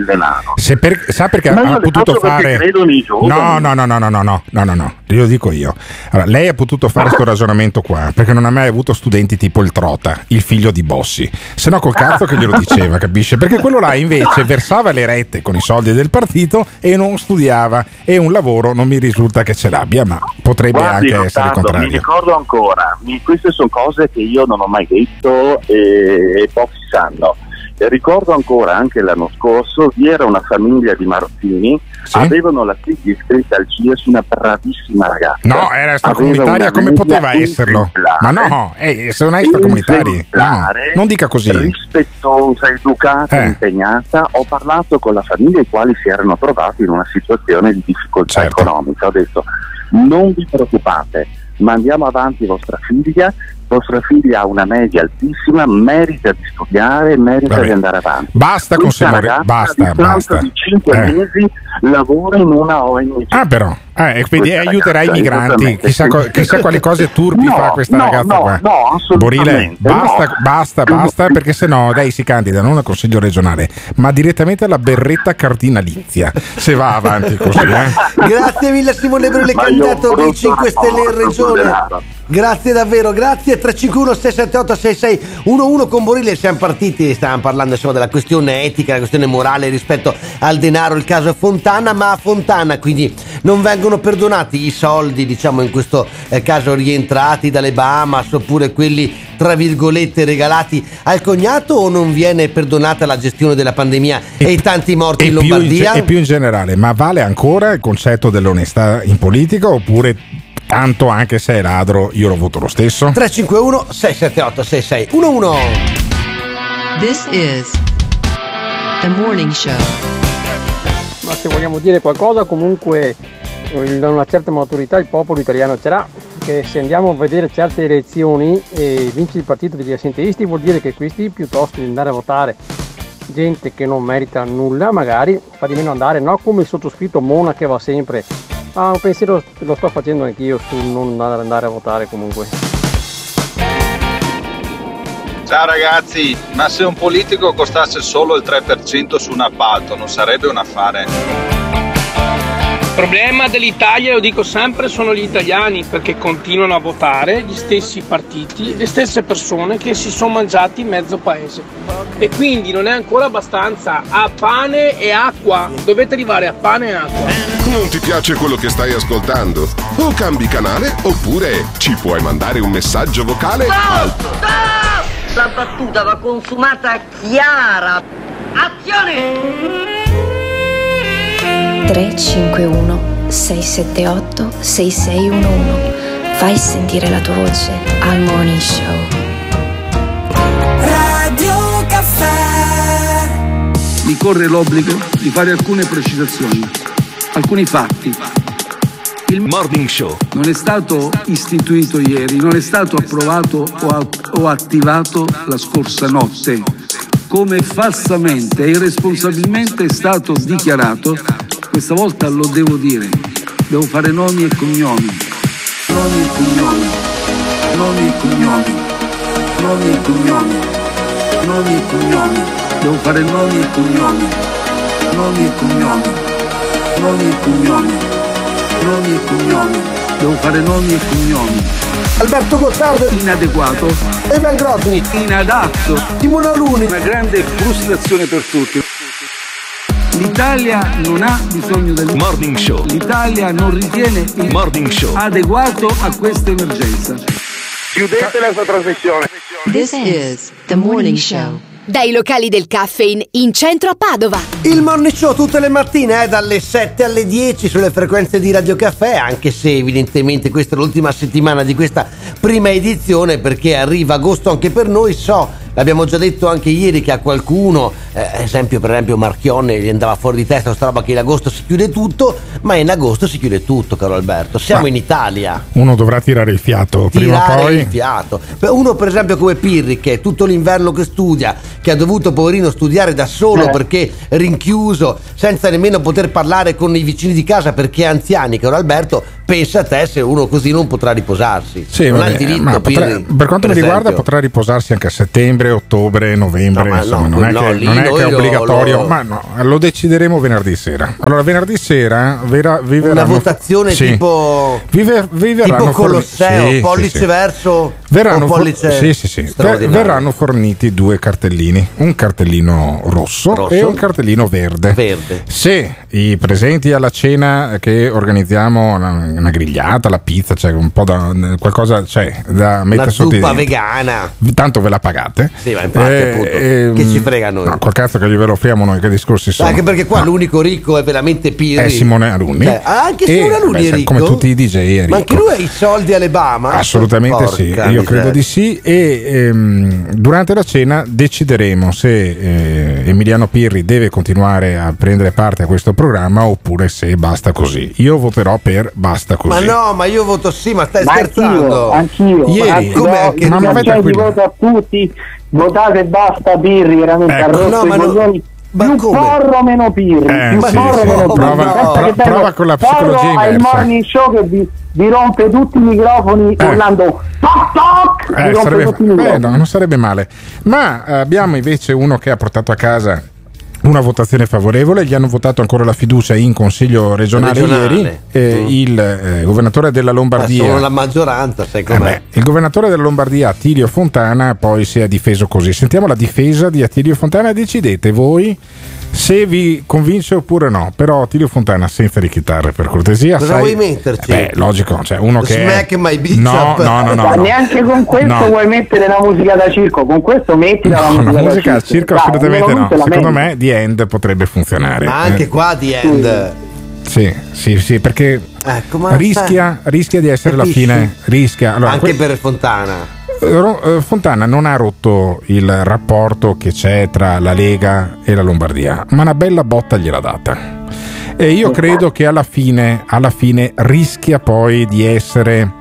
S2: Sa perché ha potuto fare? No, glielo dico io. Allora, lei ha potuto fare questo ragionamento qua perché non ha mai avuto studenti tipo il Trota, il figlio di Bossi. Se no col cazzo che glielo diceva, capisce? Perché quello là invece versava le rette con i soldi del partito e non studiava, e un lavoro non mi risulta che ce l'abbia, ma potrebbe anche essere il contrario.
S16: Mi ricordo ancora, queste sono cose che io non ho mai detto e pochi sanno. Ricordo ancora, anche l'anno scorso vi era una famiglia di Marozzini, avevano la figlia iscritta al CIES, una bravissima ragazza.
S2: No, era extracomunitaria, come poteva esserlo? Ma no, se non è extracomunitaria, no, non dica così.
S16: Rispettosa, educata, impegnata. Ho parlato con la famiglia, i quali si erano trovati in una situazione di difficoltà economica. Ho detto: non vi preoccupate, mandiamo avanti vostra figlia ha una media altissima, merita di studiare, merita di andare avanti.
S2: Basta con Simone, basta.
S16: Di 5 mesi lavora in una ONG.
S2: Ah, però E quindi aiuterà i migranti. Chissà quali cose turpi fa questa ragazza qua.
S16: No,
S2: Borile,
S16: assolutamente.
S2: basta, perché sennò lei si candida non al Consiglio regionale, ma direttamente alla berretta cardinalizia. Se va avanti così,
S3: Grazie mille a Simone Borile, candidato dei 5 Stelle in regione. Grazie davvero, grazie. 351 678 6611 con Borile siamo partiti, stavamo parlando insomma della questione etica, la questione morale rispetto al denaro, il caso Fontana, ma a Fontana quindi non vengono perdonati i soldi, diciamo in questo caso rientrati dalle Bahamas, oppure quelli tra virgolette regalati al cognato, o non viene perdonata la gestione della pandemia e i tanti morti in Lombardia?
S2: E più in generale, ma vale ancora il concetto dell'onestà in politica, oppure tanto anche se è ladro io lo voto lo stesso?
S3: 351 678 6611.
S9: This is The Morning Show.
S10: Ma se vogliamo dire qualcosa, comunque da una certa maturità il popolo italiano ce l'ha, che se andiamo a vedere certe elezioni e vince il partito degli assenteisti, vuol dire che questi, piuttosto di andare a votare gente che non merita nulla, magari fa di meno andare, no come il sottoscritto Mona che va sempre. Un pensiero lo sto facendo anch'io su non andare a votare comunque.
S1: Ciao ragazzi, ma se un politico costasse solo il 3% su un appalto non sarebbe un affare?
S4: Il problema dell'Italia, lo dico sempre, sono gli italiani, perché continuano a votare gli stessi partiti, le stesse persone che si sono mangiati mezzo paese. E quindi non è ancora abbastanza a pane e acqua, dovete arrivare a pane e acqua.
S18: Non ti piace quello che stai ascoltando? O cambi canale oppure ci puoi mandare un messaggio vocale?
S19: La battuta va consumata chiara. Azione!
S17: 351 678 6611. Fai sentire la tua voce al Morning Show.
S20: Radio Caffè.
S23: Mi corre l'obbligo di fare alcune precisazioni, alcuni fatti. Il Morning Show non è stato istituito ieri, non è stato approvato o attivato la scorsa notte, come falsamente e irresponsabilmente è stato dichiarato. Questa volta lo devo dire, devo fare nomi e cognomi, nomi e cognomi, nomi e cognomi, nomi e cognomi, nomi e cognomi, devo fare nomi e cognomi, nomi e cognomi, nomi e cognomi, nomi e cognomi, devo fare nomi e cognomi.
S3: Alberto Gottardo
S23: inadeguato,
S3: Evan Grosni
S23: inadatto,
S3: Simone Aluni,
S23: una grande frustrazione per tutti. L'Italia non ha bisogno del Morning Show. L'Italia non ritiene il Morning Show adeguato a questa emergenza.
S1: Chiudete la sua trasmissione.
S9: This is The Morning Show.
S13: Dai locali del Caffeine in centro a Padova.
S3: Il Morning Show tutte le mattine dalle 7 alle 10 sulle frequenze di Radio Caffè, anche se evidentemente questa è l'ultima settimana di questa prima edizione, perché arriva agosto anche per noi. L'abbiamo già detto anche ieri che a qualcuno, per esempio Marchionne, gli andava fuori di testa questa roba che in agosto si chiude tutto, ma in agosto si chiude tutto, caro Alberto. Siamo in Italia.
S2: Uno dovrà tirare il fiato prima o poi.
S3: Il fiato. Uno per esempio come Pirri, che è tutto l'inverno che studia, che ha dovuto poverino studiare da solo perché rinchiuso, senza nemmeno poter parlare con i vicini di casa perché è anziani, caro Alberto. Pensa a te se uno così non potrà riposarsi.
S2: Sì,
S3: non ha il diritto,
S2: per quanto mi riguarda potrà riposarsi anche a settembre, ottobre, novembre, non è che è obbligatorio, ma no, lo decideremo venerdì sera. Allora venerdì sera viveranno
S3: una votazione tipo Colosseo, pollice verso
S2: verranno forniti 2 cartellini, un cartellino rosso e un cartellino verde. Se i presenti alla cena che organizziamo, una grigliata, la pizza, c'è un po' qualcosa c'è da mettere sotto,
S3: la zuppa vegana,
S2: tanto ve la pagate.
S3: Sì, ma infatti appunto, che ci frega noi.
S2: No, quel cazzo che ve lo offriamo noi, che discorsi sono.
S3: Anche perché qua l'unico ricco è veramente Pirri.
S2: È Simone Alunni.
S3: Anche Simone Alunni è ricco.
S2: Come tutti i DJ è ricco.
S3: Ma anche lui ha i soldi alle Bahamas?
S2: Assolutamente sì, io credo di sì. E durante la cena decideremo se Emiliano Pirri deve continuare a prendere parte a questo programma oppure se basta così. Io voterò per basta così.
S3: Ma no, ma io voto sì, ma stai scherzando?
S6: Anch'io.
S2: Ieri,
S6: voto a tutti, votate basta Pirri, veramente
S3: no, ma
S6: più porro meno Pirri, più
S2: sì,
S6: porro
S2: sì.
S6: meno Pirri.
S2: Prova con la psicologia
S6: Porro è il
S2: inversa.
S6: morning show che vi rompe tutti i microfoni urlando toc toc, vi rompe tutti i microfoni.
S2: No, non sarebbe male. Ma abbiamo invece uno che ha portato a casa una votazione favorevole, gli hanno votato ancora la fiducia in Consiglio regionale. Ieri il governatore della Lombardia,
S3: sono la maggioranza, sai com'è.
S2: il governatore della Lombardia Attilio Fontana poi si è difeso così. Sentiamo la difesa di Attilio Fontana e decidete voi se vi convince oppure no. Però Attilio Fontana, senza le chitarre, per cortesia.
S3: Cosa vuoi metterci?
S2: Logico, cioè uno che
S3: Smack my bitch
S2: no,
S3: up.
S2: no.
S6: Neanche con questo vuoi mettere la musica da circo, con questo metti la musica
S2: da circo. Assolutamente no. Secondo me The End potrebbe funzionare.
S3: Ma anche qua The End.
S2: Sì, perché rischia di essere la fine. Allora,
S3: anche per Fontana.
S2: Fontana non ha rotto il rapporto che c'è tra la Lega e la Lombardia, ma una bella botta gliel'ha data. E io credo che alla fine rischia poi di essere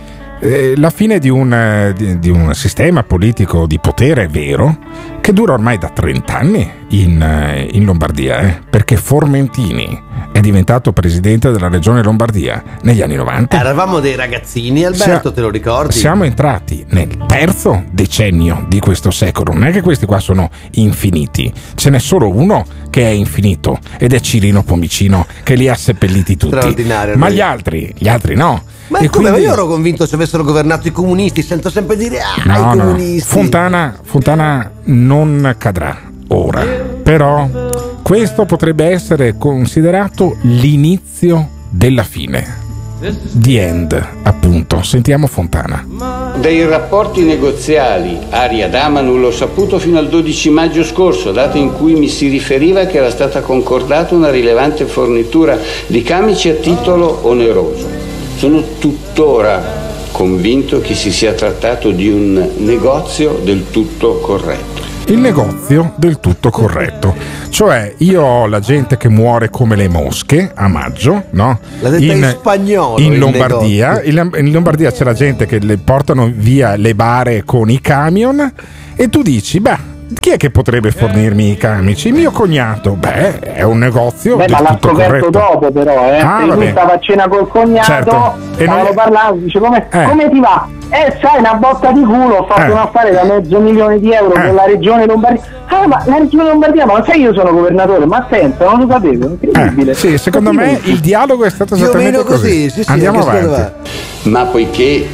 S2: la fine di un sistema politico di potere vero che dura ormai da 30 anni in Lombardia, perché Formentini è diventato presidente della regione Lombardia negli anni 90.
S3: Eravamo dei ragazzini, Alberto, te lo ricordi?
S2: Siamo entrati nel terzo decennio di questo secolo. Non è che questi qua sono infiniti, ce n'è solo uno che è infinito ed è Cirino Pomicino, che li ha seppelliti tutti.
S3: Straordinario.
S2: Ma gli altri no.
S3: Ma
S2: e
S3: come?
S2: quindi,
S3: Io ero convinto se avessero governato i comunisti, sento sempre dire i comunisti.
S2: Fontana non cadrà ora, però questo potrebbe essere considerato l'inizio della fine. The End, appunto. Sentiamo Fontana.
S7: Dei rapporti negoziali Aria-Dama l'ho saputo fino al 12 maggio scorso, data in cui mi si riferiva che era stata concordata una rilevante fornitura di camici a titolo oneroso. Sono tuttora convinto che si sia trattato di un negozio del tutto corretto.
S2: Il negozio del tutto corretto, cioè io ho la gente che muore come le mosche a maggio, no?
S3: L'ha detta in spagnolo.
S2: In Lombardia, in Lombardia c'è la gente che le portano via le bare con i camion e tu dici, chi è che potrebbe fornirmi i camici? Mio cognato. È un negozio del
S6: ma l'ha
S2: tutto
S6: scoperto
S2: corretto.
S6: dopo però, lui stava a cena col cognato,
S2: certo.
S6: stavano parlando, dice come ti va? Sai, una botta di culo, ho fatto un affare da $500,000 con la regione Lombardia. Ma la regione Lombardia, ma sai, io sono governatore, ma senza, non lo sapevo, incredibile.
S2: Sì, secondo me il dialogo è stato esattamente così. Andiamo avanti.
S7: Ma poiché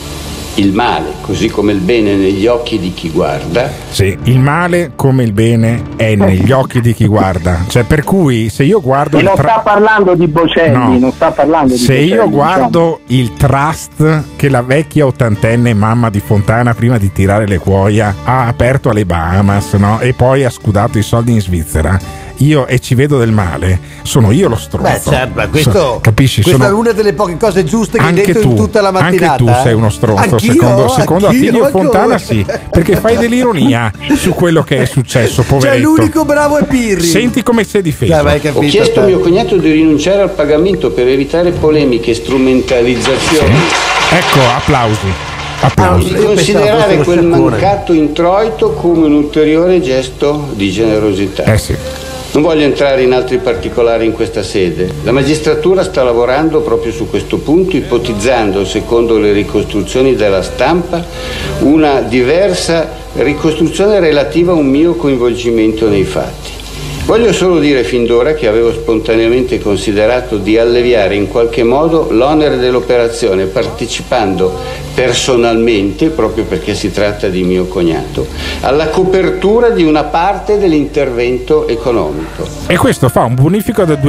S7: il male, così come il bene, negli occhi di chi guarda.
S2: Sì, il male come il bene è negli occhi di chi guarda. Cioè, per cui se io guardo.
S6: E non sta parlando di Bocelli, non sta parlando di
S2: se
S6: Bocelli.
S2: Se io guardo il trust che la vecchia ottantenne mamma di Fontana, prima di tirare le cuoia, ha aperto alle Bahamas, no? E poi ha scudato i soldi in Svizzera. E ci vedo del male, sono io lo stronzo.
S3: Certo,
S2: capisci?
S3: Questa è una delle poche cose giuste che hai detto in tutta la mattinata.
S2: Anche tu sei uno stronzo, secondo Attilio Fontana, sì, perché fai dell'ironia su quello che è successo, poveretto.
S3: Cioè, l'unico bravo è Pirri.
S2: Senti come si è difeso.
S7: Ho chiesto a mio cognato di rinunciare al pagamento per evitare polemiche e strumentalizzazioni.
S2: Ecco, applausi.
S7: Di considerare quel mancato introito come un ulteriore gesto di generosità.
S2: Sì.
S7: Non voglio entrare in altri particolari in questa sede. La magistratura sta lavorando proprio su questo punto, ipotizzando, secondo le ricostruzioni della stampa, una diversa ricostruzione relativa a un mio coinvolgimento nei fatti. Voglio solo dire fin d'ora che avevo spontaneamente considerato di alleviare in qualche modo l'onere dell'operazione, partecipando personalmente, proprio perché si tratta di mio cognato, alla copertura di una parte dell'intervento economico.
S2: E questo fa un bonifico da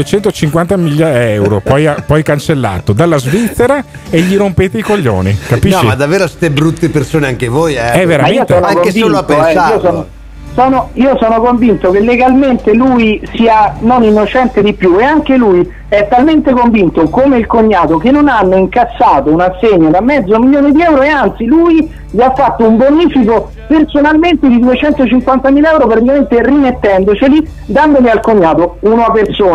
S2: €250.000, poi cancellato dalla Svizzera, e gli rompete i coglioni, capisci?
S3: No, ma davvero ste brutte persone anche voi,
S2: È veramente.
S3: Anche solo a pensarlo.
S6: Io sono convinto che legalmente lui sia non innocente di più, e anche lui è talmente convinto come il cognato che non hanno incassato un assegno da €500.000 e anzi lui gli ha fatto un bonifico personalmente di €250.000, praticamente rimettendoceli, dandoli al cognato, una persona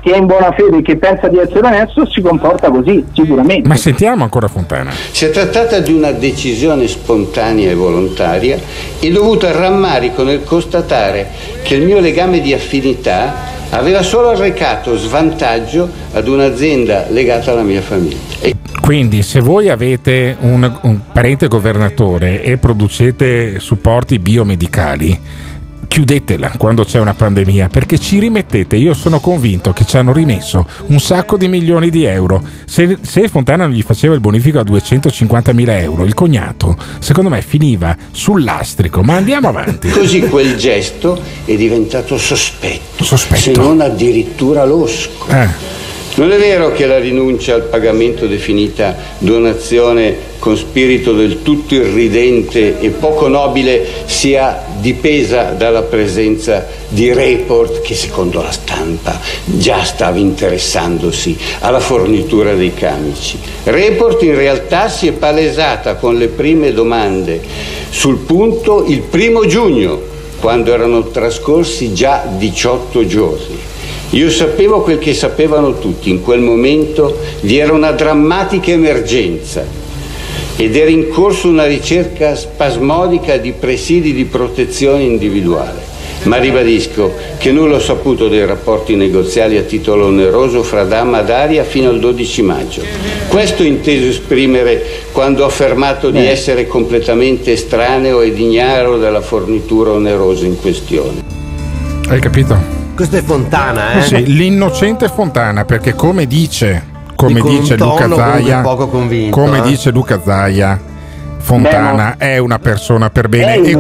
S6: che è in buona fede e che pensa di essere onesto si comporta così, sicuramente.
S2: Ma sentiamo ancora Fontana.
S7: Si è trattata di una decisione spontanea e volontaria e dovuta al rammarico nel constatare che il mio legame di affinità aveva solo arrecato svantaggio ad un'azienda legata alla mia famiglia.
S2: Quindi se voi avete un parente governatore e producete supporti biomedicali, chiudetela quando c'è una pandemia, perché ci rimettete, io sono convinto che ci hanno rimesso un sacco di milioni di euro. Se Fontana non gli faceva il bonifico a 250.000 euro, il cognato secondo me finiva sul lastrico. Ma andiamo avanti.
S7: Così quel gesto è diventato sospetto. Se non addirittura losco. Non è vero che la rinuncia al pagamento definita donazione con spirito del tutto irridente e poco nobile sia dipesa dalla presenza di Report che secondo la stampa già stava interessandosi alla fornitura dei camici. Report in realtà si è palesata con le prime domande sul punto il 1° giugno, quando erano trascorsi già 18 giorni. Io sapevo quel che sapevano tutti, in quel momento vi era una drammatica emergenza ed era in corso una ricerca spasmodica di presidi di protezione individuale. Ma ribadisco che nulla ho saputo dei rapporti negoziali a titolo oneroso fra Dama e Daria fino al 12 maggio. Questo ho inteso esprimere quando ho affermato di essere completamente estraneo ed ignaro della fornitura onerosa in questione.
S2: Hai capito?
S3: Questo è Fontana,
S2: Sì, l'innocente Fontana, perché come dice Luca Zaia, come dice Luca Zaia, Fontana è una persona per bene e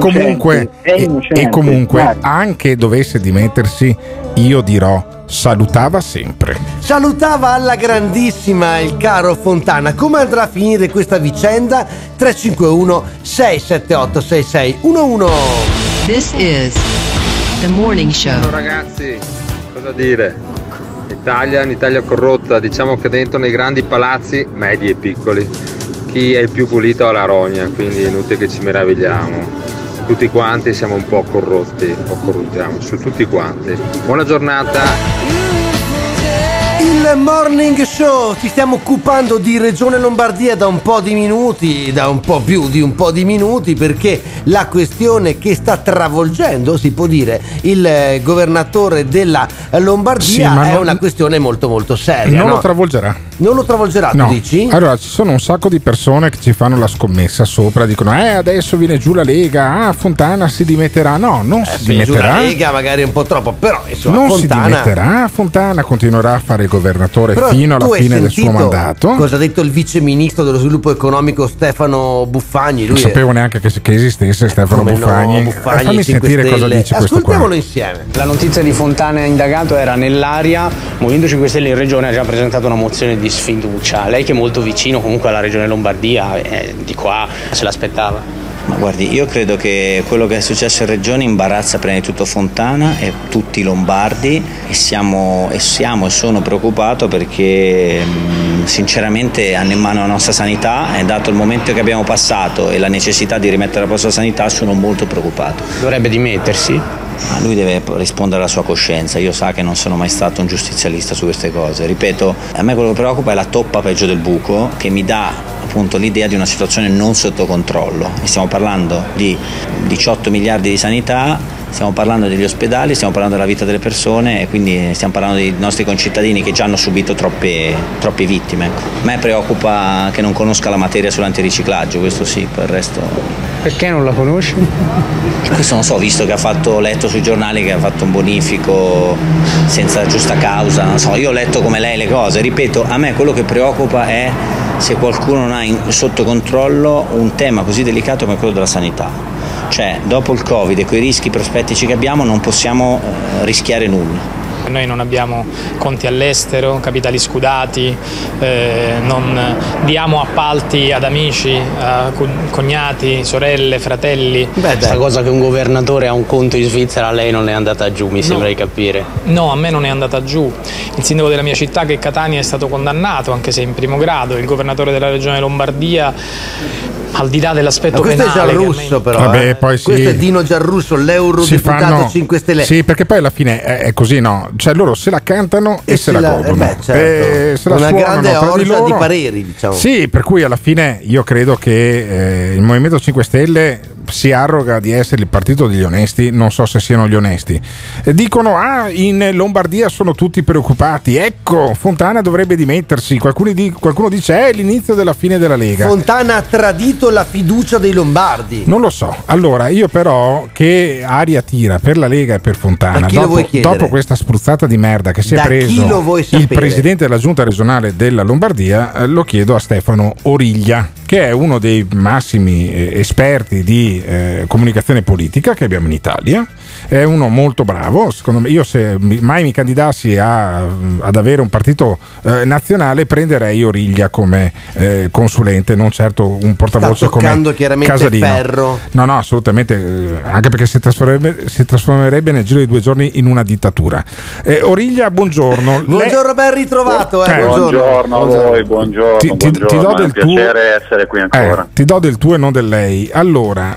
S2: comunque anche dovesse dimettersi, io dirò salutava sempre.
S3: Salutava alla grandissima il caro Fontana. Come andrà a finire questa vicenda? 351 678 6611.
S9: This is The Morning Show.
S5: Ciao ragazzi, cosa dire? Un'Italia corrotta, diciamo che dentro nei grandi palazzi, medi e piccoli, chi è il più pulito ha la rogna, quindi è inutile che ci meravigliamo. Tutti quanti siamo un po' corrotti o corruttiamo, su tutti quanti. Buona giornata.
S3: Il Morning Show, ci stiamo occupando di Regione Lombardia da un po' di minuti, da un po' più di un po' di minuti, perché la questione che sta travolgendo, si può dire, il governatore della Lombardia è una questione molto molto seria.
S2: Non lo travolgerà.
S3: Non lo travolgerà,
S2: no.
S3: Tu dici?
S2: Allora, ci sono un sacco di persone che ci fanno la scommessa sopra, dicono adesso viene giù la Lega, Fontana si dimetterà. No, non si dimetterà.
S3: La Lega magari è un po' troppo, però insomma,
S2: non
S3: Fontana
S2: si dimetterà, Fontana continuerà a fare il governatore
S3: però
S2: fino alla fine del suo mandato.
S3: Cosa ha detto il vice ministro dello sviluppo economico Stefano Buffagni? Lui
S2: non sapevo neanche che esistesse Stefano Buffagni. Fammi sentire cosa dice questo qua.
S3: Ascoltiamolo insieme.
S8: La notizia di Fontana indagato era nell'aria. Movimento 5 Stelle in regione ha già presentato una mozione di sfiducia. Lei che è molto vicino comunque alla regione Lombardia, di qua se l'aspettava?
S22: Ma guardi, io credo che quello che è successo in Regione imbarazza prima di tutto Fontana e tutti i lombardi e sono preoccupato perché sinceramente hanno in mano la nostra sanità e dato il momento che abbiamo passato e la necessità di rimettere a posto la sanità sono molto preoccupato.
S8: Dovrebbe dimettersi?
S22: Ma lui deve rispondere alla sua coscienza. Io sa che non sono mai stato un giustizialista su queste cose. Ripeto, a me quello che preoccupa è la toppa peggio del buco, che mi dà appunto l'idea di una situazione non sotto controllo. E stiamo parlando di 18 miliardi di sanità, stiamo parlando degli ospedali, stiamo parlando della vita delle persone e quindi stiamo parlando dei nostri concittadini che già hanno subito troppe vittime. A me preoccupa che non conosca la materia sull'antiriciclaggio, questo sì, per il resto.
S8: Perché non la conosci?
S22: Questo non so, visto che ho letto sui giornali che ha fatto un bonifico senza giusta causa, non so, io ho letto come lei le cose, ripeto, a me quello che preoccupa è se qualcuno non ha sotto controllo un tema così delicato come quello della sanità. Cioè, dopo il Covid e quei rischi prospettici che abbiamo non possiamo rischiare nulla.
S24: Noi non abbiamo conti all'estero, capitali scudati, non diamo appalti ad amici, a cognati, sorelle, fratelli.
S8: Questa cosa che un governatore ha un conto in Svizzera, a lei non è andata giù, mi sembra di capire.
S24: No, a me non è andata giù. Il sindaco della mia città, che è Catania, è stato condannato, anche se in primo grado. Il governatore della regione Lombardia al di là dell'aspetto
S3: questo
S24: penale.
S3: è Giarrusso però.
S2: Vabbè, poi
S3: questo è Dino Giarrusso, l'eurodeputato 5 Stelle.
S2: Sì, perché poi alla fine è così, no? Cioè loro se la cantano e se la godono.
S3: Certo.
S2: Se la
S3: una
S2: suonano
S3: grande
S2: tra di
S3: orgia
S2: loro.
S3: di pareri, diciamo.
S2: Sì, per cui alla fine io credo che il Movimento 5 Stelle si arroga di essere il partito degli onesti, non so se siano gli onesti. Dicono in Lombardia sono tutti preoccupati, ecco Fontana dovrebbe dimettersi, qualcuno dice è l'inizio della fine della Lega.
S3: Fontana ha tradito la fiducia dei lombardi.
S2: Non lo so, allora io però che aria tira per la Lega e per Fontana dopo questa spruzzata di merda che si è preso il presidente della giunta regionale della Lombardia, lo chiedo a Stefano Origlia, che è uno dei massimi esperti di comunicazione politica che abbiamo in Italia, è uno molto bravo, secondo me. Io se mai mi candidassi ad avere un partito nazionale prenderei Origlia come consulente, non certo un portavoce come Casalino.
S3: Ferro.
S2: No, assolutamente, anche perché si trasformerebbe nel giro di 2 giorni in una dittatura. Origlia, buongiorno.
S3: Buongiorno, ben ritrovato.
S11: Buongiorno a voi, buongiorno.
S2: Ti do
S11: è
S2: del
S11: un piacere essere qui ancora.
S2: Ti do del tuo e non del lei. Allora,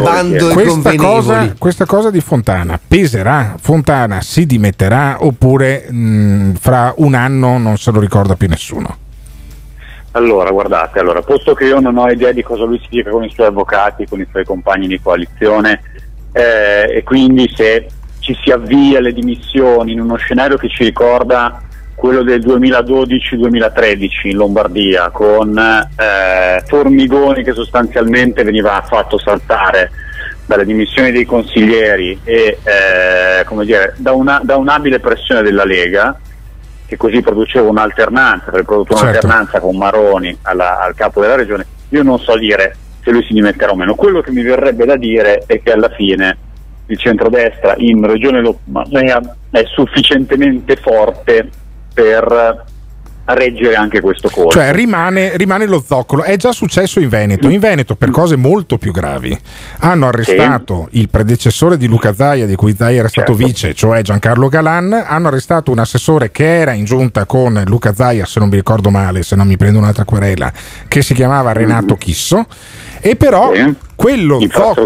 S2: questa cosa di Fontana peserà? Fontana si dimetterà oppure fra un anno non se lo ricorda più nessuno?
S11: Allora, guardate, posto che io non ho idea di cosa lui si dica con i suoi avvocati, con i suoi compagni di coalizione, e quindi se ci si avvia le dimissioni in uno scenario che ci ricorda quello del 2012-2013 in Lombardia, con Formigoni che sostanzialmente veniva fatto saltare dalle dimissioni dei consiglieri e da un'abile pressione della Lega, che così produceva un'alternanza, avrebbe prodotto un'alternanza con Maroni al capo della regione. Io non so dire se lui si dimetterà o meno. Quello che mi verrebbe da dire è che alla fine il centrodestra in regione Lombardia è sufficientemente forte per reggere anche questo colpo.
S2: Cioè rimane lo zoccolo. È già successo in Veneto. In Veneto, per cose molto più gravi, hanno arrestato il predecessore di Luca Zaia, di cui Zaia era stato vice, cioè Giancarlo Galan. Hanno arrestato un assessore che era in giunta con Luca Zaia, se non mi ricordo male, se non mi prendo un'altra querela, che si chiamava Renato Chisso, e però quello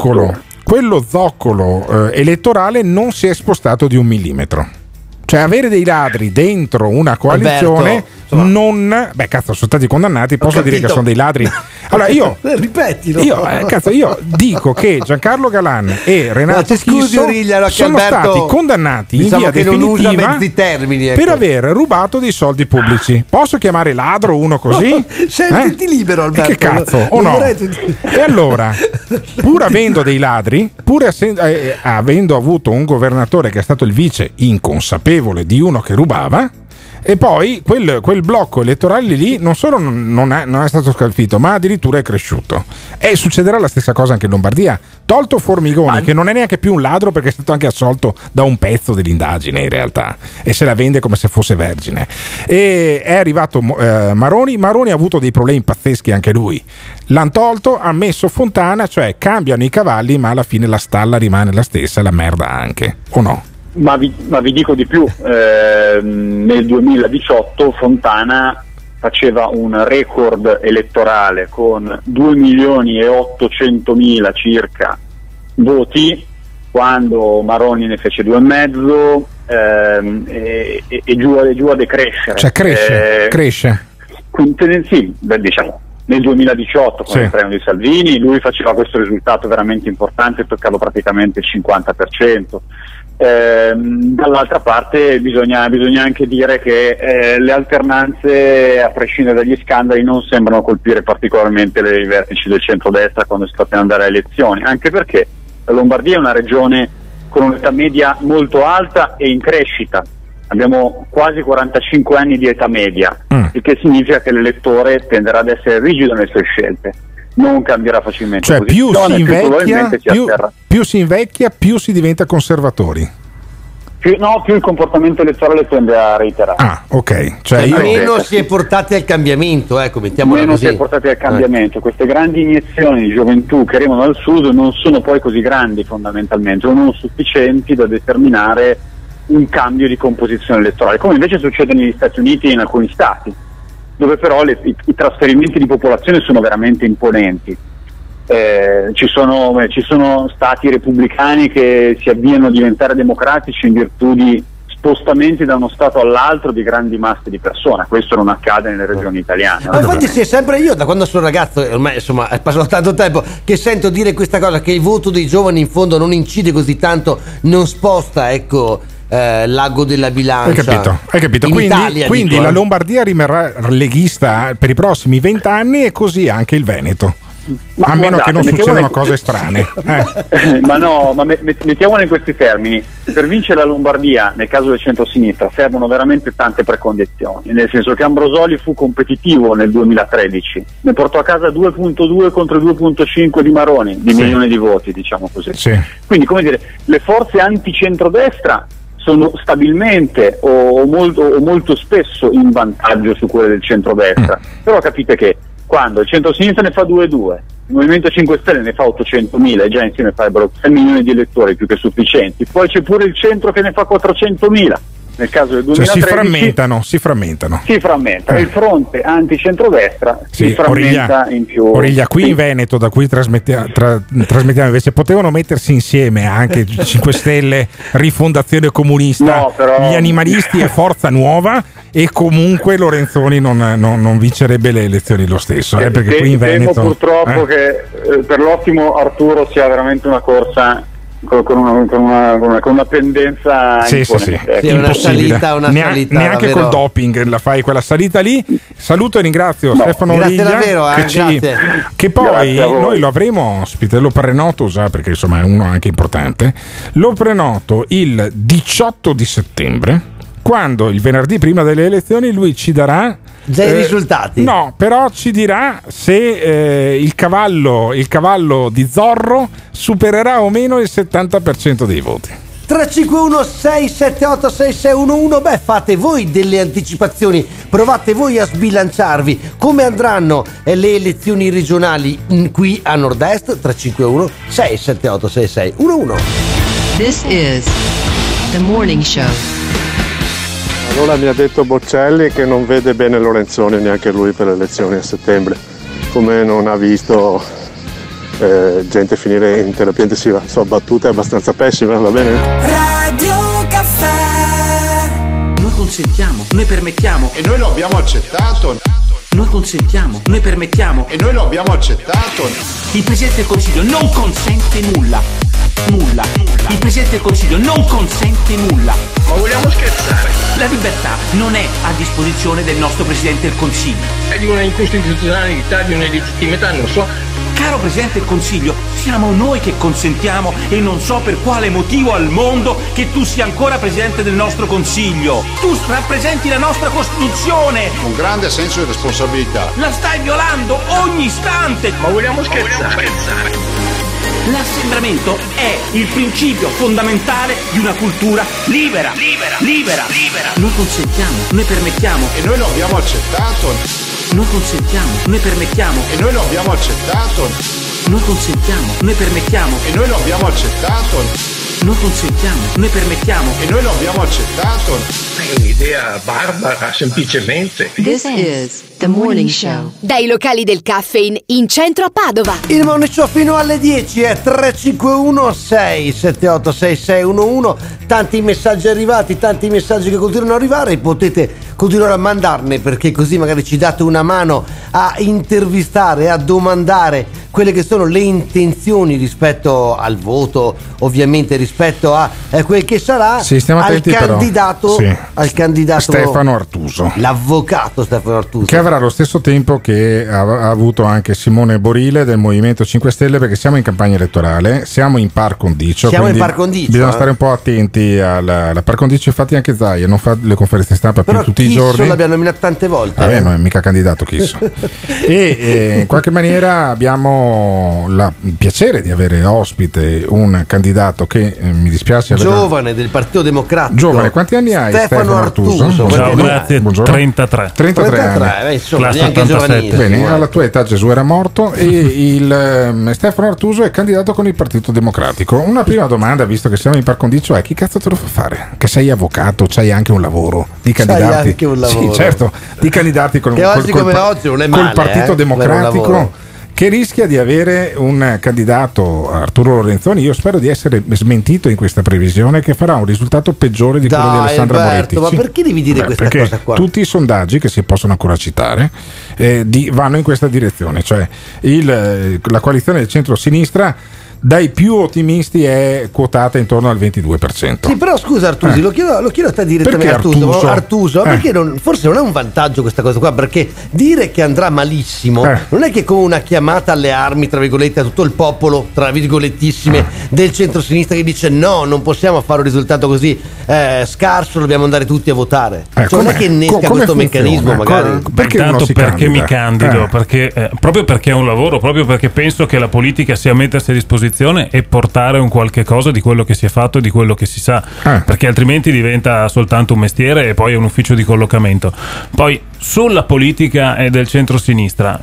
S2: zoccolo elettorale non si è spostato di 1 millimetro. Cioè avere dei ladri dentro una coalizione sono stati condannati, posso dire che sono dei ladri. Allora io
S3: ripetilo.
S2: Io dico che Giancarlo Galan e Renato Chisso sono stati condannati in via definitiva per aver rubato dei soldi pubblici. Posso chiamare ladro uno così?
S3: Sentiti libero, Alberto.
S2: Che cazzo, o no? E allora, pur avendo dei ladri, pur avendo avuto un governatore che è stato il vice inconsapevole di uno che rubava, e poi quel blocco elettorale lì non solo non è stato scalfito, ma addirittura è cresciuto. E succederà la stessa cosa anche in Lombardia, tolto Formigoni, che non è neanche più un ladro perché è stato anche assolto da un pezzo dell'indagine in realtà, e se la vende come se fosse vergine. E è arrivato Maroni ha avuto dei problemi pazzeschi anche lui, l'hanno tolto, ha messo Fontana, cioè cambiano i cavalli ma alla fine la stalla rimane la stessa, la merda anche, o no?
S11: Ma vi dico di più, nel 2018 Fontana faceva un record elettorale con 2.800.000 circa voti, quando Maroni ne fece 2,5 e giù a decrescere.
S2: Cioè cresce.
S11: Sì, diciamo. Nel 2018 con il premio di Salvini lui faceva questo risultato veramente importante, toccava praticamente il 50%. Dall'altra parte bisogna anche dire che le alternanze, a prescindere dagli scandali, non sembrano colpire particolarmente i vertici del centrodestra quando si sta per andare a elezioni, anche perché la Lombardia è una regione con un'età media molto alta e in crescita. Abbiamo quasi 45 anni di età media, il che significa che l'elettore tenderà ad essere rigido nelle sue scelte, non cambierà facilmente.
S2: Cioè più si invecchia, più si diventa conservatori.
S11: Più il comportamento elettorale tende a reiterare.
S3: Meno si è portati al cambiamento, mettiamola così.
S11: Si è portati al cambiamento. Queste grandi iniezioni di gioventù che arrivano dal sud non sono poi così grandi fondamentalmente, o non sufficienti da determinare un cambio di composizione elettorale, come invece succede negli Stati Uniti e in alcuni stati, dove però i trasferimenti di popolazione sono veramente imponenti. ci sono stati repubblicani che si avviano a diventare democratici in virtù di spostamenti da uno stato all'altro di grandi masse di persone. Questo non accade nelle regioni italiane.
S3: Ma infatti sì, è sempre io, da quando sono ragazzo, ormai insomma è passato tanto tempo, che sento dire questa cosa, che il voto dei giovani in fondo non incide così tanto, non sposta, ecco, l'ago della bilancia.
S2: Hai capito? Quindi la Lombardia rimarrà leghista per i prossimi 20 anni, e così anche il Veneto. A meno che non succedano cose strane.
S11: Ma mettiamola in questi termini: per vincere la Lombardia, nel caso del centro-sinistra, servono veramente tante precondizioni, nel senso che Ambrosoli fu competitivo nel 2013, ne portò a casa 2.2 contro 2.5 di Maroni, di milioni di voti, diciamo così. Quindi, come dire, le forze anti-centrodestra sono stabilmente o molto spesso in vantaggio su quelle del centrodestra. Però capite che quando il centro-sinistra ne fa 2-2, il Movimento 5 Stelle ne fa 800.000, e già insieme farebbero 3 milioni di elettori più che sufficienti, poi c'è pure il centro che ne fa 400.000. Nel caso del 2013
S2: si frammentano.
S11: Il fronte anti-centrodestra si frammenta in più.
S2: Origlia, qui in Veneto, da cui trasmettiamo invece, potevano mettersi insieme anche 5 Stelle, Rifondazione Comunista, gli animalisti e Forza Nuova, e comunque Lorenzoni non vincerebbe le elezioni lo stesso, perché qui in Veneto
S11: purtroppo che per l'ottimo Arturo sia veramente una corsa con una pendenza
S2: impossibile. Neanche col doping la fai quella salita lì. Saluto e ringrazio Stefano Origlia, che poi noi lo avremo ospite, lo prenoto già perché insomma è uno anche importante, lo prenoto il 18 di settembre, quando il venerdì prima delle elezioni lui ci darà
S3: già i risultati.
S2: No, però ci dirà se il cavallo di Zorro supererà o meno il 70% dei voti.
S3: 351 678 6611. Beh, fate voi delle anticipazioni, provate voi a sbilanciarvi. Come andranno le elezioni regionali qui a Nord-Est? 351 678 6611.
S9: This is the morning show.
S12: Allora mi ha detto Boccelli che non vede bene Lorenzoni neanche lui per le elezioni a settembre, come non ha visto gente finire in terapia intensiva. Sua battuta è abbastanza pessima, va bene?
S20: Radio Caffè.
S14: Noi consentiamo, noi permettiamo e noi lo abbiamo accettato. Noi consentiamo, noi permettiamo e noi lo abbiamo accettato. Il Presidente del Consiglio non consente nulla. Il Presidente del Consiglio non consente nulla. Ma vogliamo scherzare? La libertà non è a disposizione del nostro Presidente del Consiglio.
S4: È di una incostituzionalità, di una illegittimità, non so.
S14: Caro Presidente del Consiglio, siamo noi che consentiamo, e non so per quale motivo al mondo, che tu sia ancora Presidente del nostro Consiglio. Tu rappresenti la nostra Costituzione.
S15: Un grande senso di responsabilità.
S14: La stai violando ogni istante.
S4: Ma vogliamo scherzare?
S14: L'assembramento è il principio fondamentale di una cultura libera. Noi consentiamo, noi permettiamo
S15: e noi lo abbiamo accettato.
S14: Noi consentiamo, noi permettiamo
S15: e noi lo abbiamo accettato.
S14: Noi consentiamo, noi permettiamo
S15: e noi lo abbiamo accettato.
S14: Noi consentiamo, noi permettiamo
S15: e noi lo abbiamo accettato.
S4: È un'idea barbara, semplicemente.
S9: This is the morning show.
S13: Dai locali del Caffeine in centro a Padova.
S3: Il morning show fino alle 10 è 351 678 6611. Tanti messaggi arrivati, tanti messaggi che continuano ad arrivare, potete continuare a mandarne, perché così magari ci date una mano a intervistare, a domandare quelle che sono le intenzioni rispetto al voto, ovviamente rispetto a quel che sarà, al candidato
S2: Stefano Artuso,
S3: l'avvocato Stefano Artuso,
S2: che avrà lo stesso tempo che ha avuto anche Simone Borile del Movimento 5 Stelle, perché siamo in campagna elettorale, siamo in par condicio, bisogna stare un po' attenti alla par condicio. Infatti anche Zaia non fa le conferenze stampa più tutti i giorni,
S3: l'abbiamo nominato tante volte.
S2: Vabbè, non è mica candidato Chisso. E in qualche maniera abbiamo il piacere di avere ospite un candidato che mi dispiace
S3: giovane, del Partito Democratico.
S2: Giovane, quanti anni hai Stefano Artuso?
S21: Ciao, grazie.
S2: Buongiorno.
S21: 33
S2: anni.
S3: Insomma,
S21: classe 87.
S2: Bene, alla tua età Gesù era morto. E il Stefano Artuso è candidato con il Partito Democratico. Una prima domanda, visto che siamo in par condicio, è: chi cazzo te lo fa fare? Che sei avvocato, c'hai anche un lavoro, di candidarti.
S3: Anche un lavoro.
S2: Sì, certo, di candidarti con
S3: oggi come oggi non è male,
S2: col Partito Democratico. che rischia di avere un candidato, Arturo Lorenzoni. Io spero di essere smentito in questa previsione, che farà un risultato peggiore di quello di Alessandra Moretti.
S3: Ma perché devi dire questa cosa qua?
S2: Tutti i sondaggi che si possono ancora citare vanno in questa direzione, cioè la coalizione del centro-sinistra dai più ottimisti è quotata intorno al 22%.
S3: Sì, però scusa Artusi, lo chiedo a te direttamente.
S2: Perché
S3: Artuso, perché forse non è un vantaggio questa cosa qua, perché dire che andrà malissimo non è che come una chiamata alle armi, tra virgolette, a tutto il popolo, tra virgolettissime, del centro-sinistra che dice no, non possiamo fare un risultato così scarso, dobbiamo andare tutti a votare. Cioè, non è che innesca questo meccanismo magari.
S10: Perché mi candido? Proprio perché è un lavoro, proprio perché penso che la politica sia mettersi a disposizione e portare un qualche cosa di quello che si è fatto e di quello che si sa, perché altrimenti diventa soltanto un mestiere e poi è un ufficio di collocamento. Poi sulla politica e del centro-sinistra,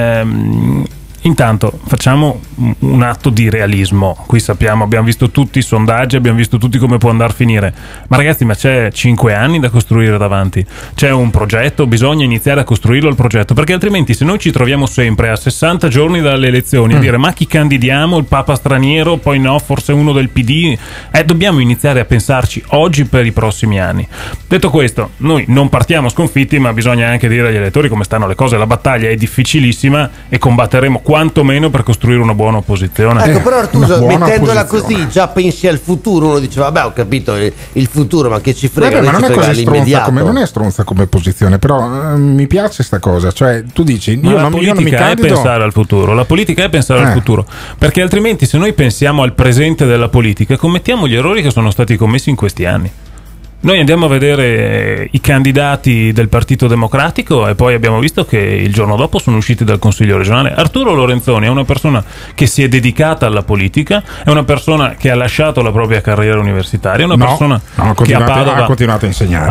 S10: intanto facciamo un atto di realismo. Qui sappiamo, abbiamo visto tutti i sondaggi, abbiamo visto tutti come può andare a finire, ma ragazzi, ma c'è 5 anni da costruire davanti, c'è un progetto, bisogna iniziare a costruirlo il progetto, perché altrimenti se noi ci troviamo sempre a 60 giorni dalle elezioni a dire ma chi candidiamo, il papa straniero, poi no, forse uno del PD, dobbiamo iniziare a pensarci oggi per i prossimi anni. Detto questo, noi non partiamo sconfitti, ma bisogna anche dire agli elettori come stanno le cose. La battaglia è difficilissima e combatteremo quantomeno per costruire una buona opposizione.
S3: Ecco, però Artuso, mettendola così, già pensi al futuro. Uno dice vabbè, ho capito il futuro, ma che ci frega.
S2: Ma non è così stronza non è stronza come posizione, però mi piace sta cosa. Cioè tu dici io non mi candido.
S10: È pensare al futuro. La politica è pensare al futuro, perché altrimenti se noi pensiamo al presente della politica commettiamo gli errori che sono stati commessi in questi anni. Noi andiamo a vedere i candidati del Partito Democratico e poi abbiamo visto che il giorno dopo sono usciti dal Consiglio regionale. Arturo Lorenzoni è una persona che si è dedicata alla politica, è una persona che ha lasciato la propria carriera universitaria, è una persona che a Padova
S2: ha continuato a insegnare,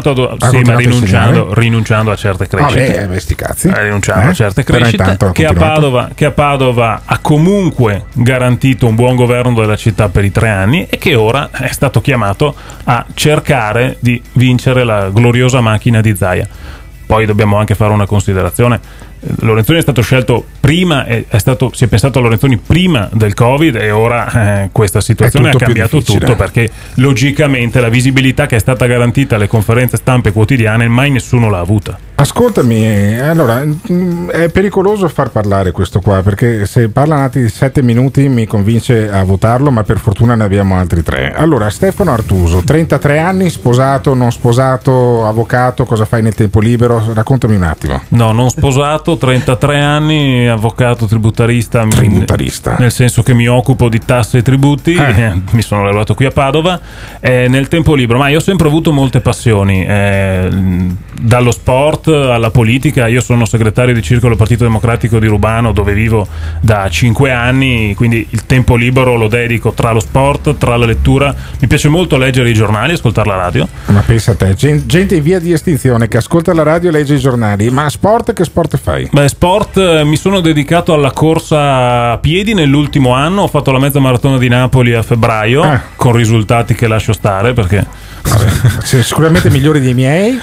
S10: rinunciando a certe crescite.
S2: Sti cazzi.
S10: Rinunciando a certe crescite, che a Padova ha comunque garantito un buon governo della città per i 3 anni e che ora è stato chiamato a cercare di vincere la gloriosa macchina di Zaia. Poi dobbiamo anche fare una considerazione. Lorenzoni è stato scelto prima, si è pensato a Lorenzoni prima del Covid e ora questa situazione ha cambiato tutto, perché logicamente la visibilità che è stata garantita alle conferenze stampe quotidiane mai nessuno l'ha avuta.
S2: Ascoltami, allora è pericoloso far parlare questo qua, perché se parla altri 7 minuti mi convince a votarlo, ma per fortuna ne abbiamo altri 3. Allora, Stefano Artuso, 33 anni, sposato, non sposato, avvocato, cosa fai nel tempo libero? Raccontami un attimo.
S10: No, non sposato, 33 anni, avvocato tributarista, nel senso che mi occupo di tasse e tributi, mi sono laureato qui a Padova, nel tempo libero, ma io ho sempre avuto molte passioni, dallo sport alla politica. Io sono segretario di Circolo Partito Democratico di Rubano, dove vivo da 5 anni, quindi il tempo libero lo dedico tra lo sport, tra la lettura. Mi piace molto leggere i giornali, ascoltare la radio.
S2: Ma pensa a te, gente in via di estinzione che ascolta la radio e legge i giornali. Ma sport, che sport fai?
S10: Beh, sport, mi sono dedicato alla corsa a piedi nell'ultimo anno. Ho fatto la mezza maratona di Napoli a febbraio, con risultati che lascio stare, perché
S2: sicuramente migliori dei miei.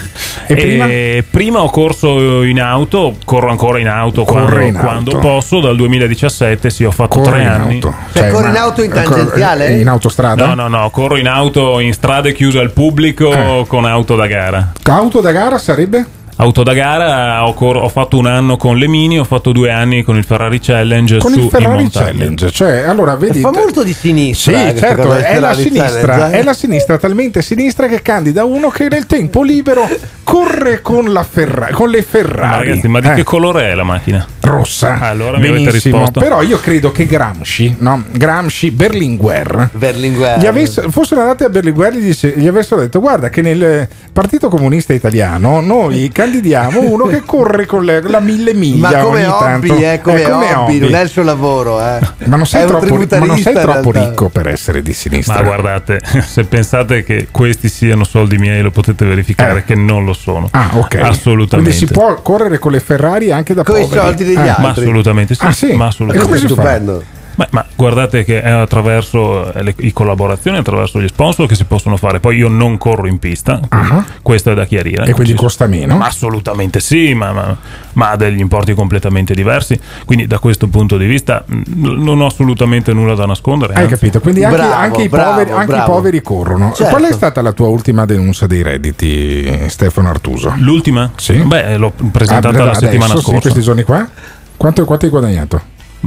S10: E prima ho corso in auto, corro ancora in auto quando posso. Dal 2017 ho fatto 3 anni.
S3: Cioè, corri in auto in tangenziale?
S2: In autostrada?
S10: No, corro in auto in strade chiuse al pubblico con auto da gara.
S2: Auto da gara sarebbe?
S10: Auto da gara, ho fatto 1 anno con le Mini, ho fatto 2 anni con il Ferrari Challenge.
S2: Con il Ferrari Challenge, cioè, allora vedi,
S3: fa molto di sinistra.
S2: Sì, certo, è la sinistra talmente sinistra che candida uno che nel tempo libero corre con le Ferrari.
S10: Ma ragazzi, ma di che colore è la macchina?
S2: Rossa.
S10: Allora mi avete risposto.
S2: Però io credo che Gramsci, Berlinguer, fossero andati a Berlinguer e gli avessero detto: guarda che nel Partito Comunista Italiano noi candidiamo uno che corre con la 1000 miglia.
S3: Ma come hobby, come hobby, non è il suo lavoro.
S2: Ma non sei troppo ricco per essere di sinistra.
S10: Ma guardate, se pensate che questi siano soldi miei, lo potete verificare che non lo sono.
S2: Ok.
S10: Assolutamente.
S2: Quindi si può correre con le Ferrari anche da poveri.
S3: Con i soldi degli altri.
S10: Ma assolutamente sì.
S2: Ma assolutamente.
S3: Stupendo.
S10: Ma guardate che è attraverso le collaborazioni, attraverso gli sponsor che si possono fare. Poi io non corro in pista, questo è da chiarire.
S2: E quindi costa meno?
S10: Ma assolutamente sì, ma ha degli importi completamente diversi. Quindi da questo punto di vista non ho assolutamente nulla da nascondere.
S2: Hai capito? Quindi anche i poveri corrono.
S3: Certo.
S2: Qual è stata la tua ultima denuncia dei redditi, Stefano Artuso?
S10: L'ultima?
S2: Sì.
S10: Beh, l'ho presentata la settimana scorsa.
S2: Sì, questi giorni qua? Quanto hai guadagnato?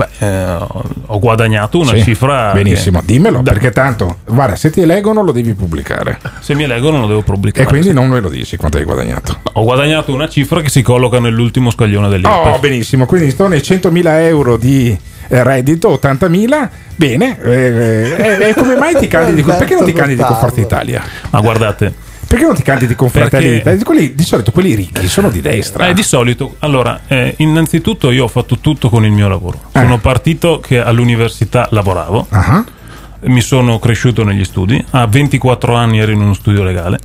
S10: Ho guadagnato una cifra.
S2: Benissimo, dimmelo, perché tanto, guarda, se ti eleggono lo devi pubblicare.
S10: Se mi eleggono lo devo pubblicare.
S2: E quindi non me lo dici quanto hai guadagnato.
S10: Ho guadagnato una cifra che si colloca nell'ultimo scaglione dell'IRPEF.
S2: Oh, benissimo, quindi sono i 100.000 euro di reddito, 80.000. Bene, e come mai ti candidi? Perché non ti candidi con Forza Italia?
S10: Ma guardate,
S2: perché non ti candidi con Fratelli d'Italia? Di solito quelli ricchi sono di destra.
S10: Di solito, allora, innanzitutto io ho fatto tutto con il mio lavoro. Sono partito che all'università lavoravo, mi sono cresciuto negli studi, a 24 anni ero in uno studio legale,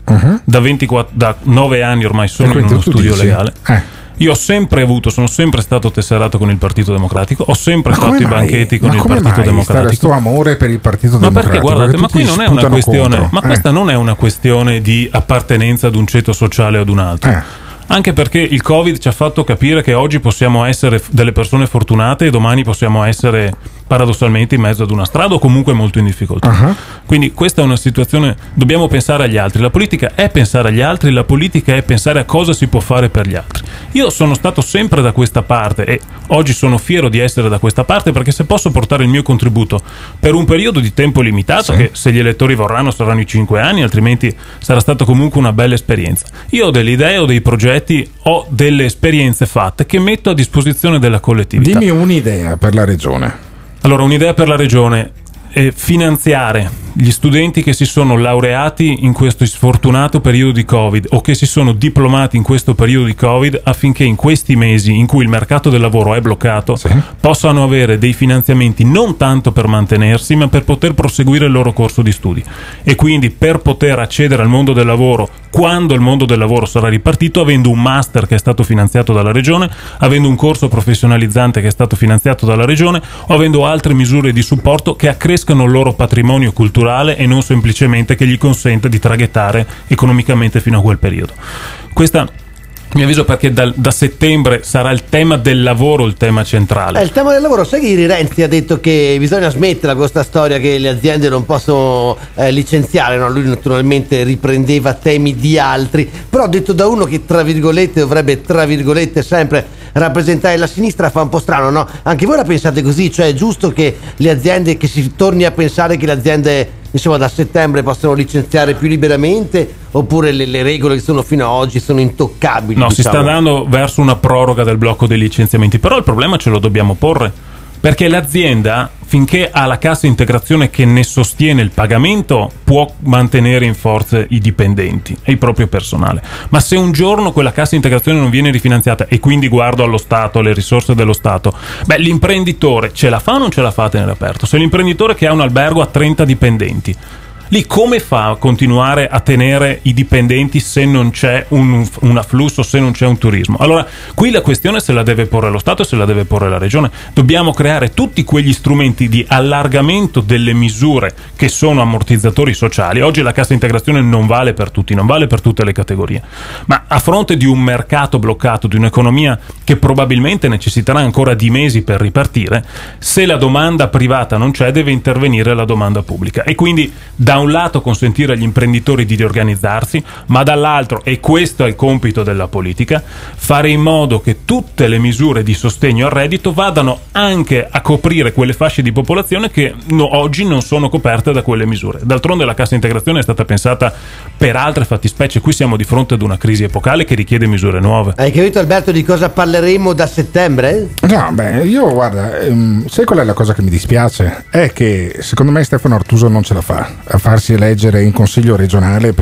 S10: da 9 anni ormai sono in uno studio legale. Io ho sempre sono sempre stato tesserato con il Partito Democratico, ho sempre fatto i banchetti con il Partito Democratico.
S2: Questo amore per il Partito Democratico.
S10: Perché guardate, ma qui non è una questione,
S2: contro.
S10: Questa non è una questione di appartenenza ad un ceto sociale o ad un altro. Anche perché il Covid ci ha fatto capire che oggi possiamo essere delle persone fortunate e domani possiamo essere paradossalmente in mezzo ad una strada o comunque molto in difficoltà. Quindi questa è una situazione, dobbiamo pensare agli altri, la politica è pensare agli altri, la politica è pensare a cosa si può fare per gli altri. Io sono stato sempre da questa parte e oggi sono fiero di essere da questa parte, perché se posso portare il mio contributo per un periodo di tempo limitato, che se gli elettori vorranno saranno i 5 anni, altrimenti sarà stata comunque una bella esperienza. Io ho delle idee, ho dei progetti, ho delle esperienze fatte che metto a disposizione della collettività.
S2: Dimmi un'idea per la regione.
S10: Allora, un'idea per la regione è finanziare gli studenti che si sono laureati in questo sfortunato periodo di Covid o che si sono diplomati in questo periodo di Covid, affinché in questi mesi in cui il mercato del lavoro è bloccato possano avere dei finanziamenti non tanto per mantenersi, ma per poter proseguire il loro corso di studi e quindi per poter accedere al mondo del lavoro quando il mondo del lavoro sarà ripartito, avendo un master che è stato finanziato dalla regione, avendo un corso professionalizzante che è stato finanziato dalla regione o avendo altre misure di supporto che accrescano il loro patrimonio culturale e non semplicemente che gli consente di traghettare economicamente fino a quel periodo. Questa, mi avviso, perché da settembre sarà il tema del lavoro il tema centrale.
S3: Il tema del lavoro, sai che ieri Renzi ha detto che bisogna smettere questa storia che le aziende non possono licenziare, no? Lui naturalmente riprendeva temi di altri, però detto da uno che tra virgolette dovrebbe tra virgolette sempre rappresentare la sinistra, fa un po' strano, no? Anche voi la pensate così? Cioè è giusto che le aziende, che si torni a pensare che le aziende insomma da settembre possono licenziare più liberamente, oppure le regole che sono fino ad oggi sono intoccabili?
S10: No, si sta andando verso una proroga del blocco dei licenziamenti, però il problema ce lo dobbiamo porre, perché l'azienda, finché ha la cassa integrazione che ne sostiene il pagamento, può mantenere in forza i dipendenti e il proprio personale. Ma se un giorno quella cassa integrazione non viene rifinanziata, e quindi guardo allo Stato, alle risorse dello Stato, l'imprenditore ce la fa o non ce la fa a tenere aperto? Se l'imprenditore che ha un albergo ha 30 dipendenti, lì come fa a continuare a tenere i dipendenti se non c'è un afflusso, se non c'è un turismo? Allora, qui la questione se la deve porre lo Stato e se la deve porre la Regione. Dobbiamo creare tutti quegli strumenti di allargamento delle misure che sono ammortizzatori sociali. Oggi la cassa integrazione non vale per tutti, non vale per tutte le categorie, ma a fronte di un mercato bloccato, di un'economia che probabilmente necessiterà ancora di mesi per ripartire, se la domanda privata non c'è, deve intervenire la domanda pubblica, e quindi da un lato consentire agli imprenditori di riorganizzarsi, ma dall'altro, e questo è il compito della politica, fare in modo che tutte le misure di sostegno al reddito vadano anche a coprire quelle fasce di popolazione che oggi non sono coperte da quelle misure. D'altronde la cassa integrazione è stata pensata per altre fattispecie, qui siamo di fronte ad una crisi epocale che richiede misure nuove.
S3: Hai capito, Alberto, di cosa parleremo da settembre?
S2: No, io guarda, sai qual è la cosa che mi dispiace? È che secondo me Stefano Artuso non ce la fa a farsi eleggere in consiglio regionale, perché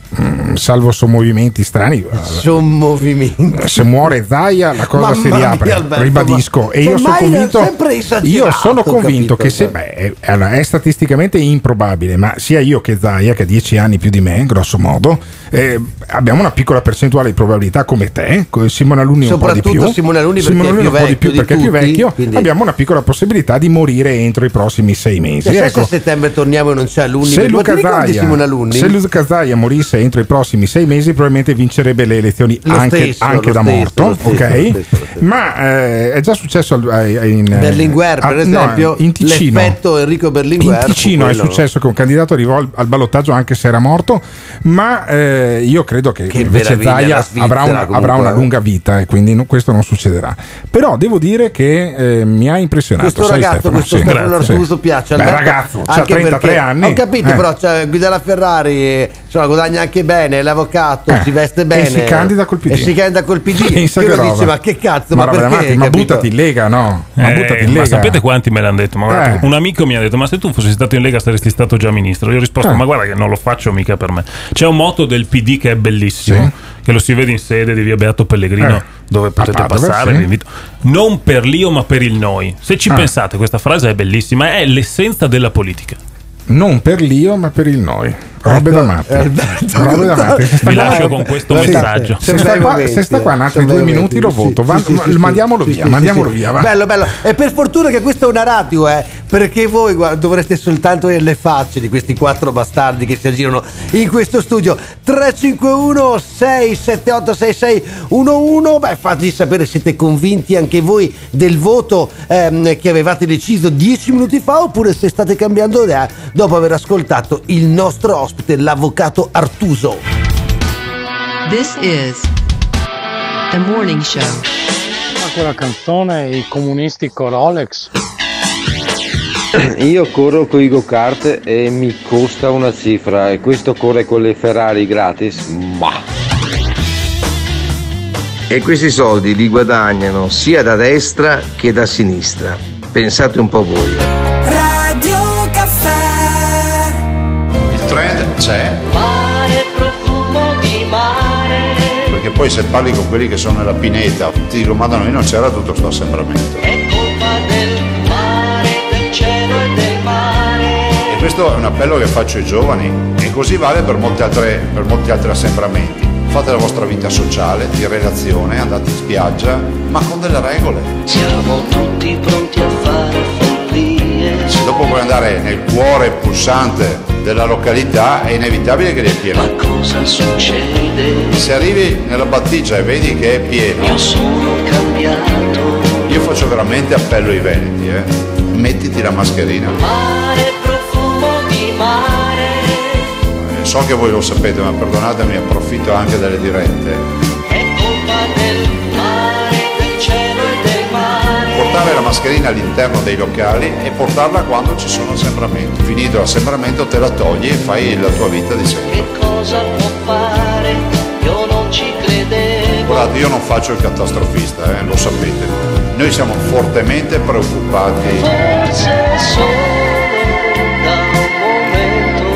S2: salvo sommovimenti strani. Se muore Zaia la cosa si riapre,
S3: Alberto,
S2: ribadisco. E io sono convinto che è statisticamente improbabile, ma sia io che Zaia, che ha 10 anni più di me, grosso modo, abbiamo una piccola percentuale di probabilità come te, Simone Alunni un po' di più,
S3: Simone Alunni perché
S2: è più vecchio, quindi abbiamo una piccola possibilità di morire entro i prossimi 6 mesi.
S3: Se a settembre torniamo e non c'è Alunni,
S2: se Luca Zaia morisse entro i prossimi 6 mesi, probabilmente vincerebbe le elezioni anche da morto, ok? Ma è già successo in
S3: Berlinguer, per esempio,
S2: in Ticino,
S3: l'effetto Enrico Berlinguer.
S2: In Ticino è successo che un candidato arrivò al ballottaggio anche se era morto, ma io credo che invece Zaia avrà una lunga vita e quindi questo non succederà. Però devo dire che mi ha impressionato
S3: questo ragazzo, Stefano Artuso piace.
S2: Ragazzo, ha 33 anni.
S3: Ho capito, però guida la Ferrari, guadagna anche bene, è l'avvocato, si veste bene
S2: e si candida col PD.
S3: Ma che cazzo, ma perché?
S2: Ma buttati in Lega, no?
S10: Ma sapete quanti me l'hanno detto? Ma guarda, un amico mi ha detto: ma se tu fossi stato in Lega saresti stato già ministro. Io ho risposto: ma guarda che non lo faccio mica per me. C'è un motto del PD che è bellissimo, che lo si vede in sede di via Beato Pellegrino, dove potete passare, vi invito. Non per l'io ma per il noi. Se ci pensate, questa frase è bellissima, è l'essenza della politica.
S2: Non per l'io ma per il noi. Robe da matti.
S10: Vi lascio con questo messaggio.
S2: Se sta qua un altri 2 minuti lo voto. Mandiamolo via. Va.
S3: Bello. E per fortuna che questa è una radio, perché voi dovreste soltanto vedere le facce di questi 4 bastardi che si aggirano in questo studio. 351 678 6611. Fateci sapere, siete convinti anche voi del voto che avevate deciso 10 minuti fa, oppure se state cambiando idea dopo aver ascoltato il nostro ospite, l'avvocato Artuso.
S9: This is The Morning Show.
S16: Ma quella canzone, i comunisti con Rolex.
S5: Io corro con i go-kart e mi costa una cifra, e questo corre con le Ferrari gratis.
S18: E questi soldi li guadagnano sia da destra che da sinistra. Pensate un po' voi.
S20: Radio Caffè.
S15: Il trend c'è.
S19: Mare, profumo di mare.
S15: Perché poi se parli con quelli che sono nella pineta ti dicono: ma da noi non c'era tutto sto assembramento.
S19: È colpa del mare, del cielo e del mare.
S15: E questo è un appello che faccio ai giovani, e così vale per molti altri assembramenti. Fate la vostra vita sociale, di relazione, andate in spiaggia, ma con delle regole.
S19: Siamo tutti pronti a fare follie.
S15: Se dopo vuoi andare nel cuore pulsante della località, è inevitabile che è pieno.
S19: Ma cosa succede?
S15: Se arrivi nella battigia e vedi che è pieno,
S19: io sono cambiato.
S15: Io faccio veramente appello ai veneti, mettiti la mascherina.
S19: Mare, profumo di mare.
S15: So che voi lo sapete, ma perdonatemi, approfitto anche delle dirette.
S19: È colpa del mare, del cielo e del mare.
S15: Portare la mascherina all'interno dei locali e portarla quando ci sono assembramenti. Finito l'assembramento te la togli e fai la tua vita di sempre.
S19: Che cosa può fare? Io non ci credevo.
S15: Guardate, io non faccio il catastrofista, lo sapete. Noi siamo fortemente preoccupati.
S19: Forse solo da un momento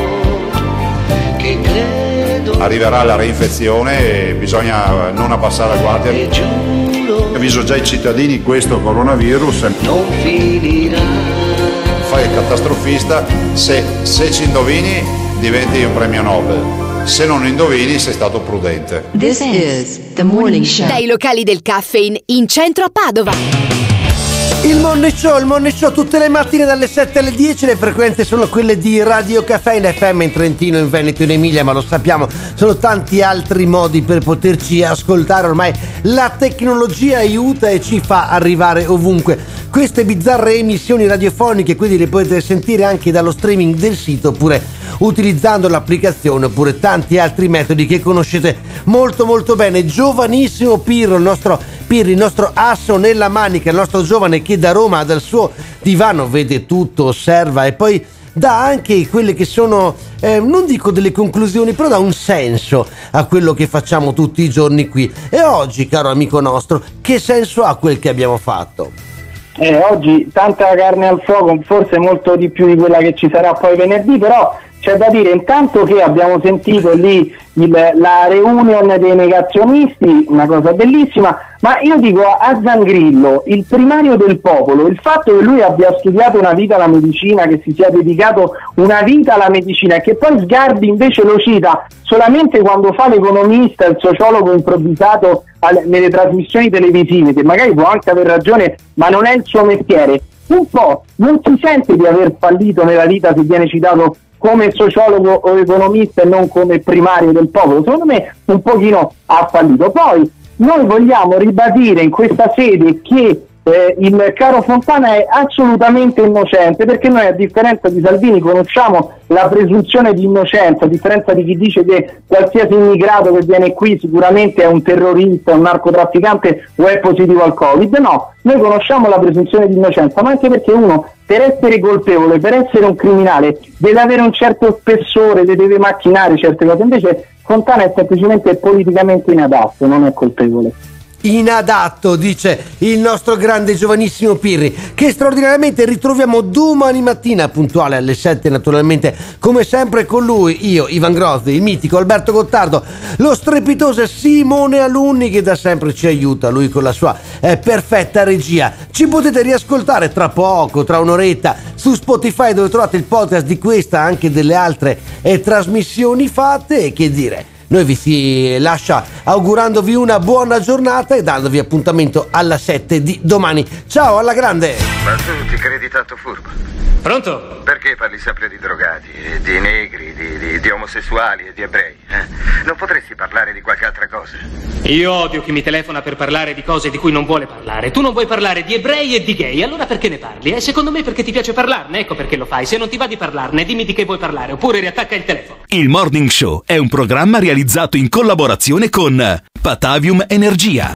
S19: che credo.
S15: Arriverà la reinfezione e bisogna non abbassare la guardia.
S19: E giuro,
S15: avviso già i cittadini, questo coronavirus
S19: non finirà.
S15: Fai il catastrofista, se ci indovini diventi un premio Nobel, se non indovini sei stato prudente.
S9: This is The Morning Show.
S13: Dai locali del Caffeine in centro a Padova.
S3: Il Morning Show tutte le mattine dalle 7 alle 10, le frequenze sono quelle di Radio Caffè in FM in Trentino, in Veneto, in Emilia, ma lo sappiamo, sono tanti altri modi per poterci ascoltare, ormai la tecnologia aiuta e ci fa arrivare ovunque. Queste bizzarre emissioni radiofoniche quindi le potete sentire anche dallo streaming del sito, oppure utilizzando l'applicazione, oppure tanti altri metodi che conoscete molto molto bene. Giovanissimo Pirro, il nostro asso nella manica, il nostro giovane che da Roma dal suo divano vede tutto, osserva e poi dà anche quelle che sono, non dico delle conclusioni, però dà un senso a quello che facciamo tutti i giorni qui. E oggi, caro amico nostro, che senso ha quel che abbiamo fatto?
S6: Oggi tanta carne al fuoco, forse molto di più di quella che ci sarà poi venerdì, però c'è da dire intanto che abbiamo sentito lì la reunion dei negazionisti, una cosa bellissima, ma io dico a Zangrillo, il primario del popolo, il fatto che lui abbia studiato una vita alla medicina, che si sia dedicato una vita alla medicina e che poi Sgarbi invece lo cita solamente quando fa l'economista, il sociologo improvvisato nelle trasmissioni televisive, che magari può anche aver ragione, ma non è il suo mestiere, un po' non si sente di aver fallito nella vita se viene citato come sociologo o economista e non come primario del popolo. Secondo me un pochino ha fallito. Poi noi vogliamo ribadire in questa sede che il caro Fontana è assolutamente innocente, perché noi, a differenza di Salvini, conosciamo la presunzione di innocenza, a differenza di chi dice che qualsiasi immigrato che viene qui sicuramente è un terrorista, un narcotrafficante o è positivo al Covid. No, noi conosciamo la presunzione di innocenza, ma anche perché uno, per essere colpevole, per essere un criminale, deve avere un certo spessore, deve macchinare certe cose. Invece Fontana è semplicemente politicamente inadatto, non è colpevole.
S3: Inadatto, dice il nostro grande giovanissimo Pirri, che straordinariamente ritroviamo domani mattina puntuale alle 7, naturalmente come sempre con lui, io, Ivan Grozzi, il mitico Alberto Gottardo, lo strepitoso Simone Alunni, che da sempre ci aiuta, lui con la sua perfetta regia. Ci potete riascoltare tra poco, tra un'oretta, su Spotify, dove trovate il podcast di questa, anche delle altre trasmissioni fatte. E che dire, noi vi si lascia augurandovi una buona giornata e dandovi appuntamento alla 7 di domani. Ciao, alla grande!
S1: Ma tu ti credi tanto furbo?
S24: Pronto?
S1: Perché parli sempre di drogati, di negri, di omosessuali e di ebrei? Non potresti parlare di qualche altra cosa?
S24: Io odio chi mi telefona per parlare di cose di cui non vuole parlare. Tu non vuoi parlare di ebrei e di gay, allora perché ne parli? Secondo me perché ti piace parlarne, ecco perché lo fai. Se non ti va di parlarne, dimmi di che vuoi parlare, oppure riattacca il telefono.
S17: Il Morning Show è un programma realizzato in collaborazione con Patavium Energia.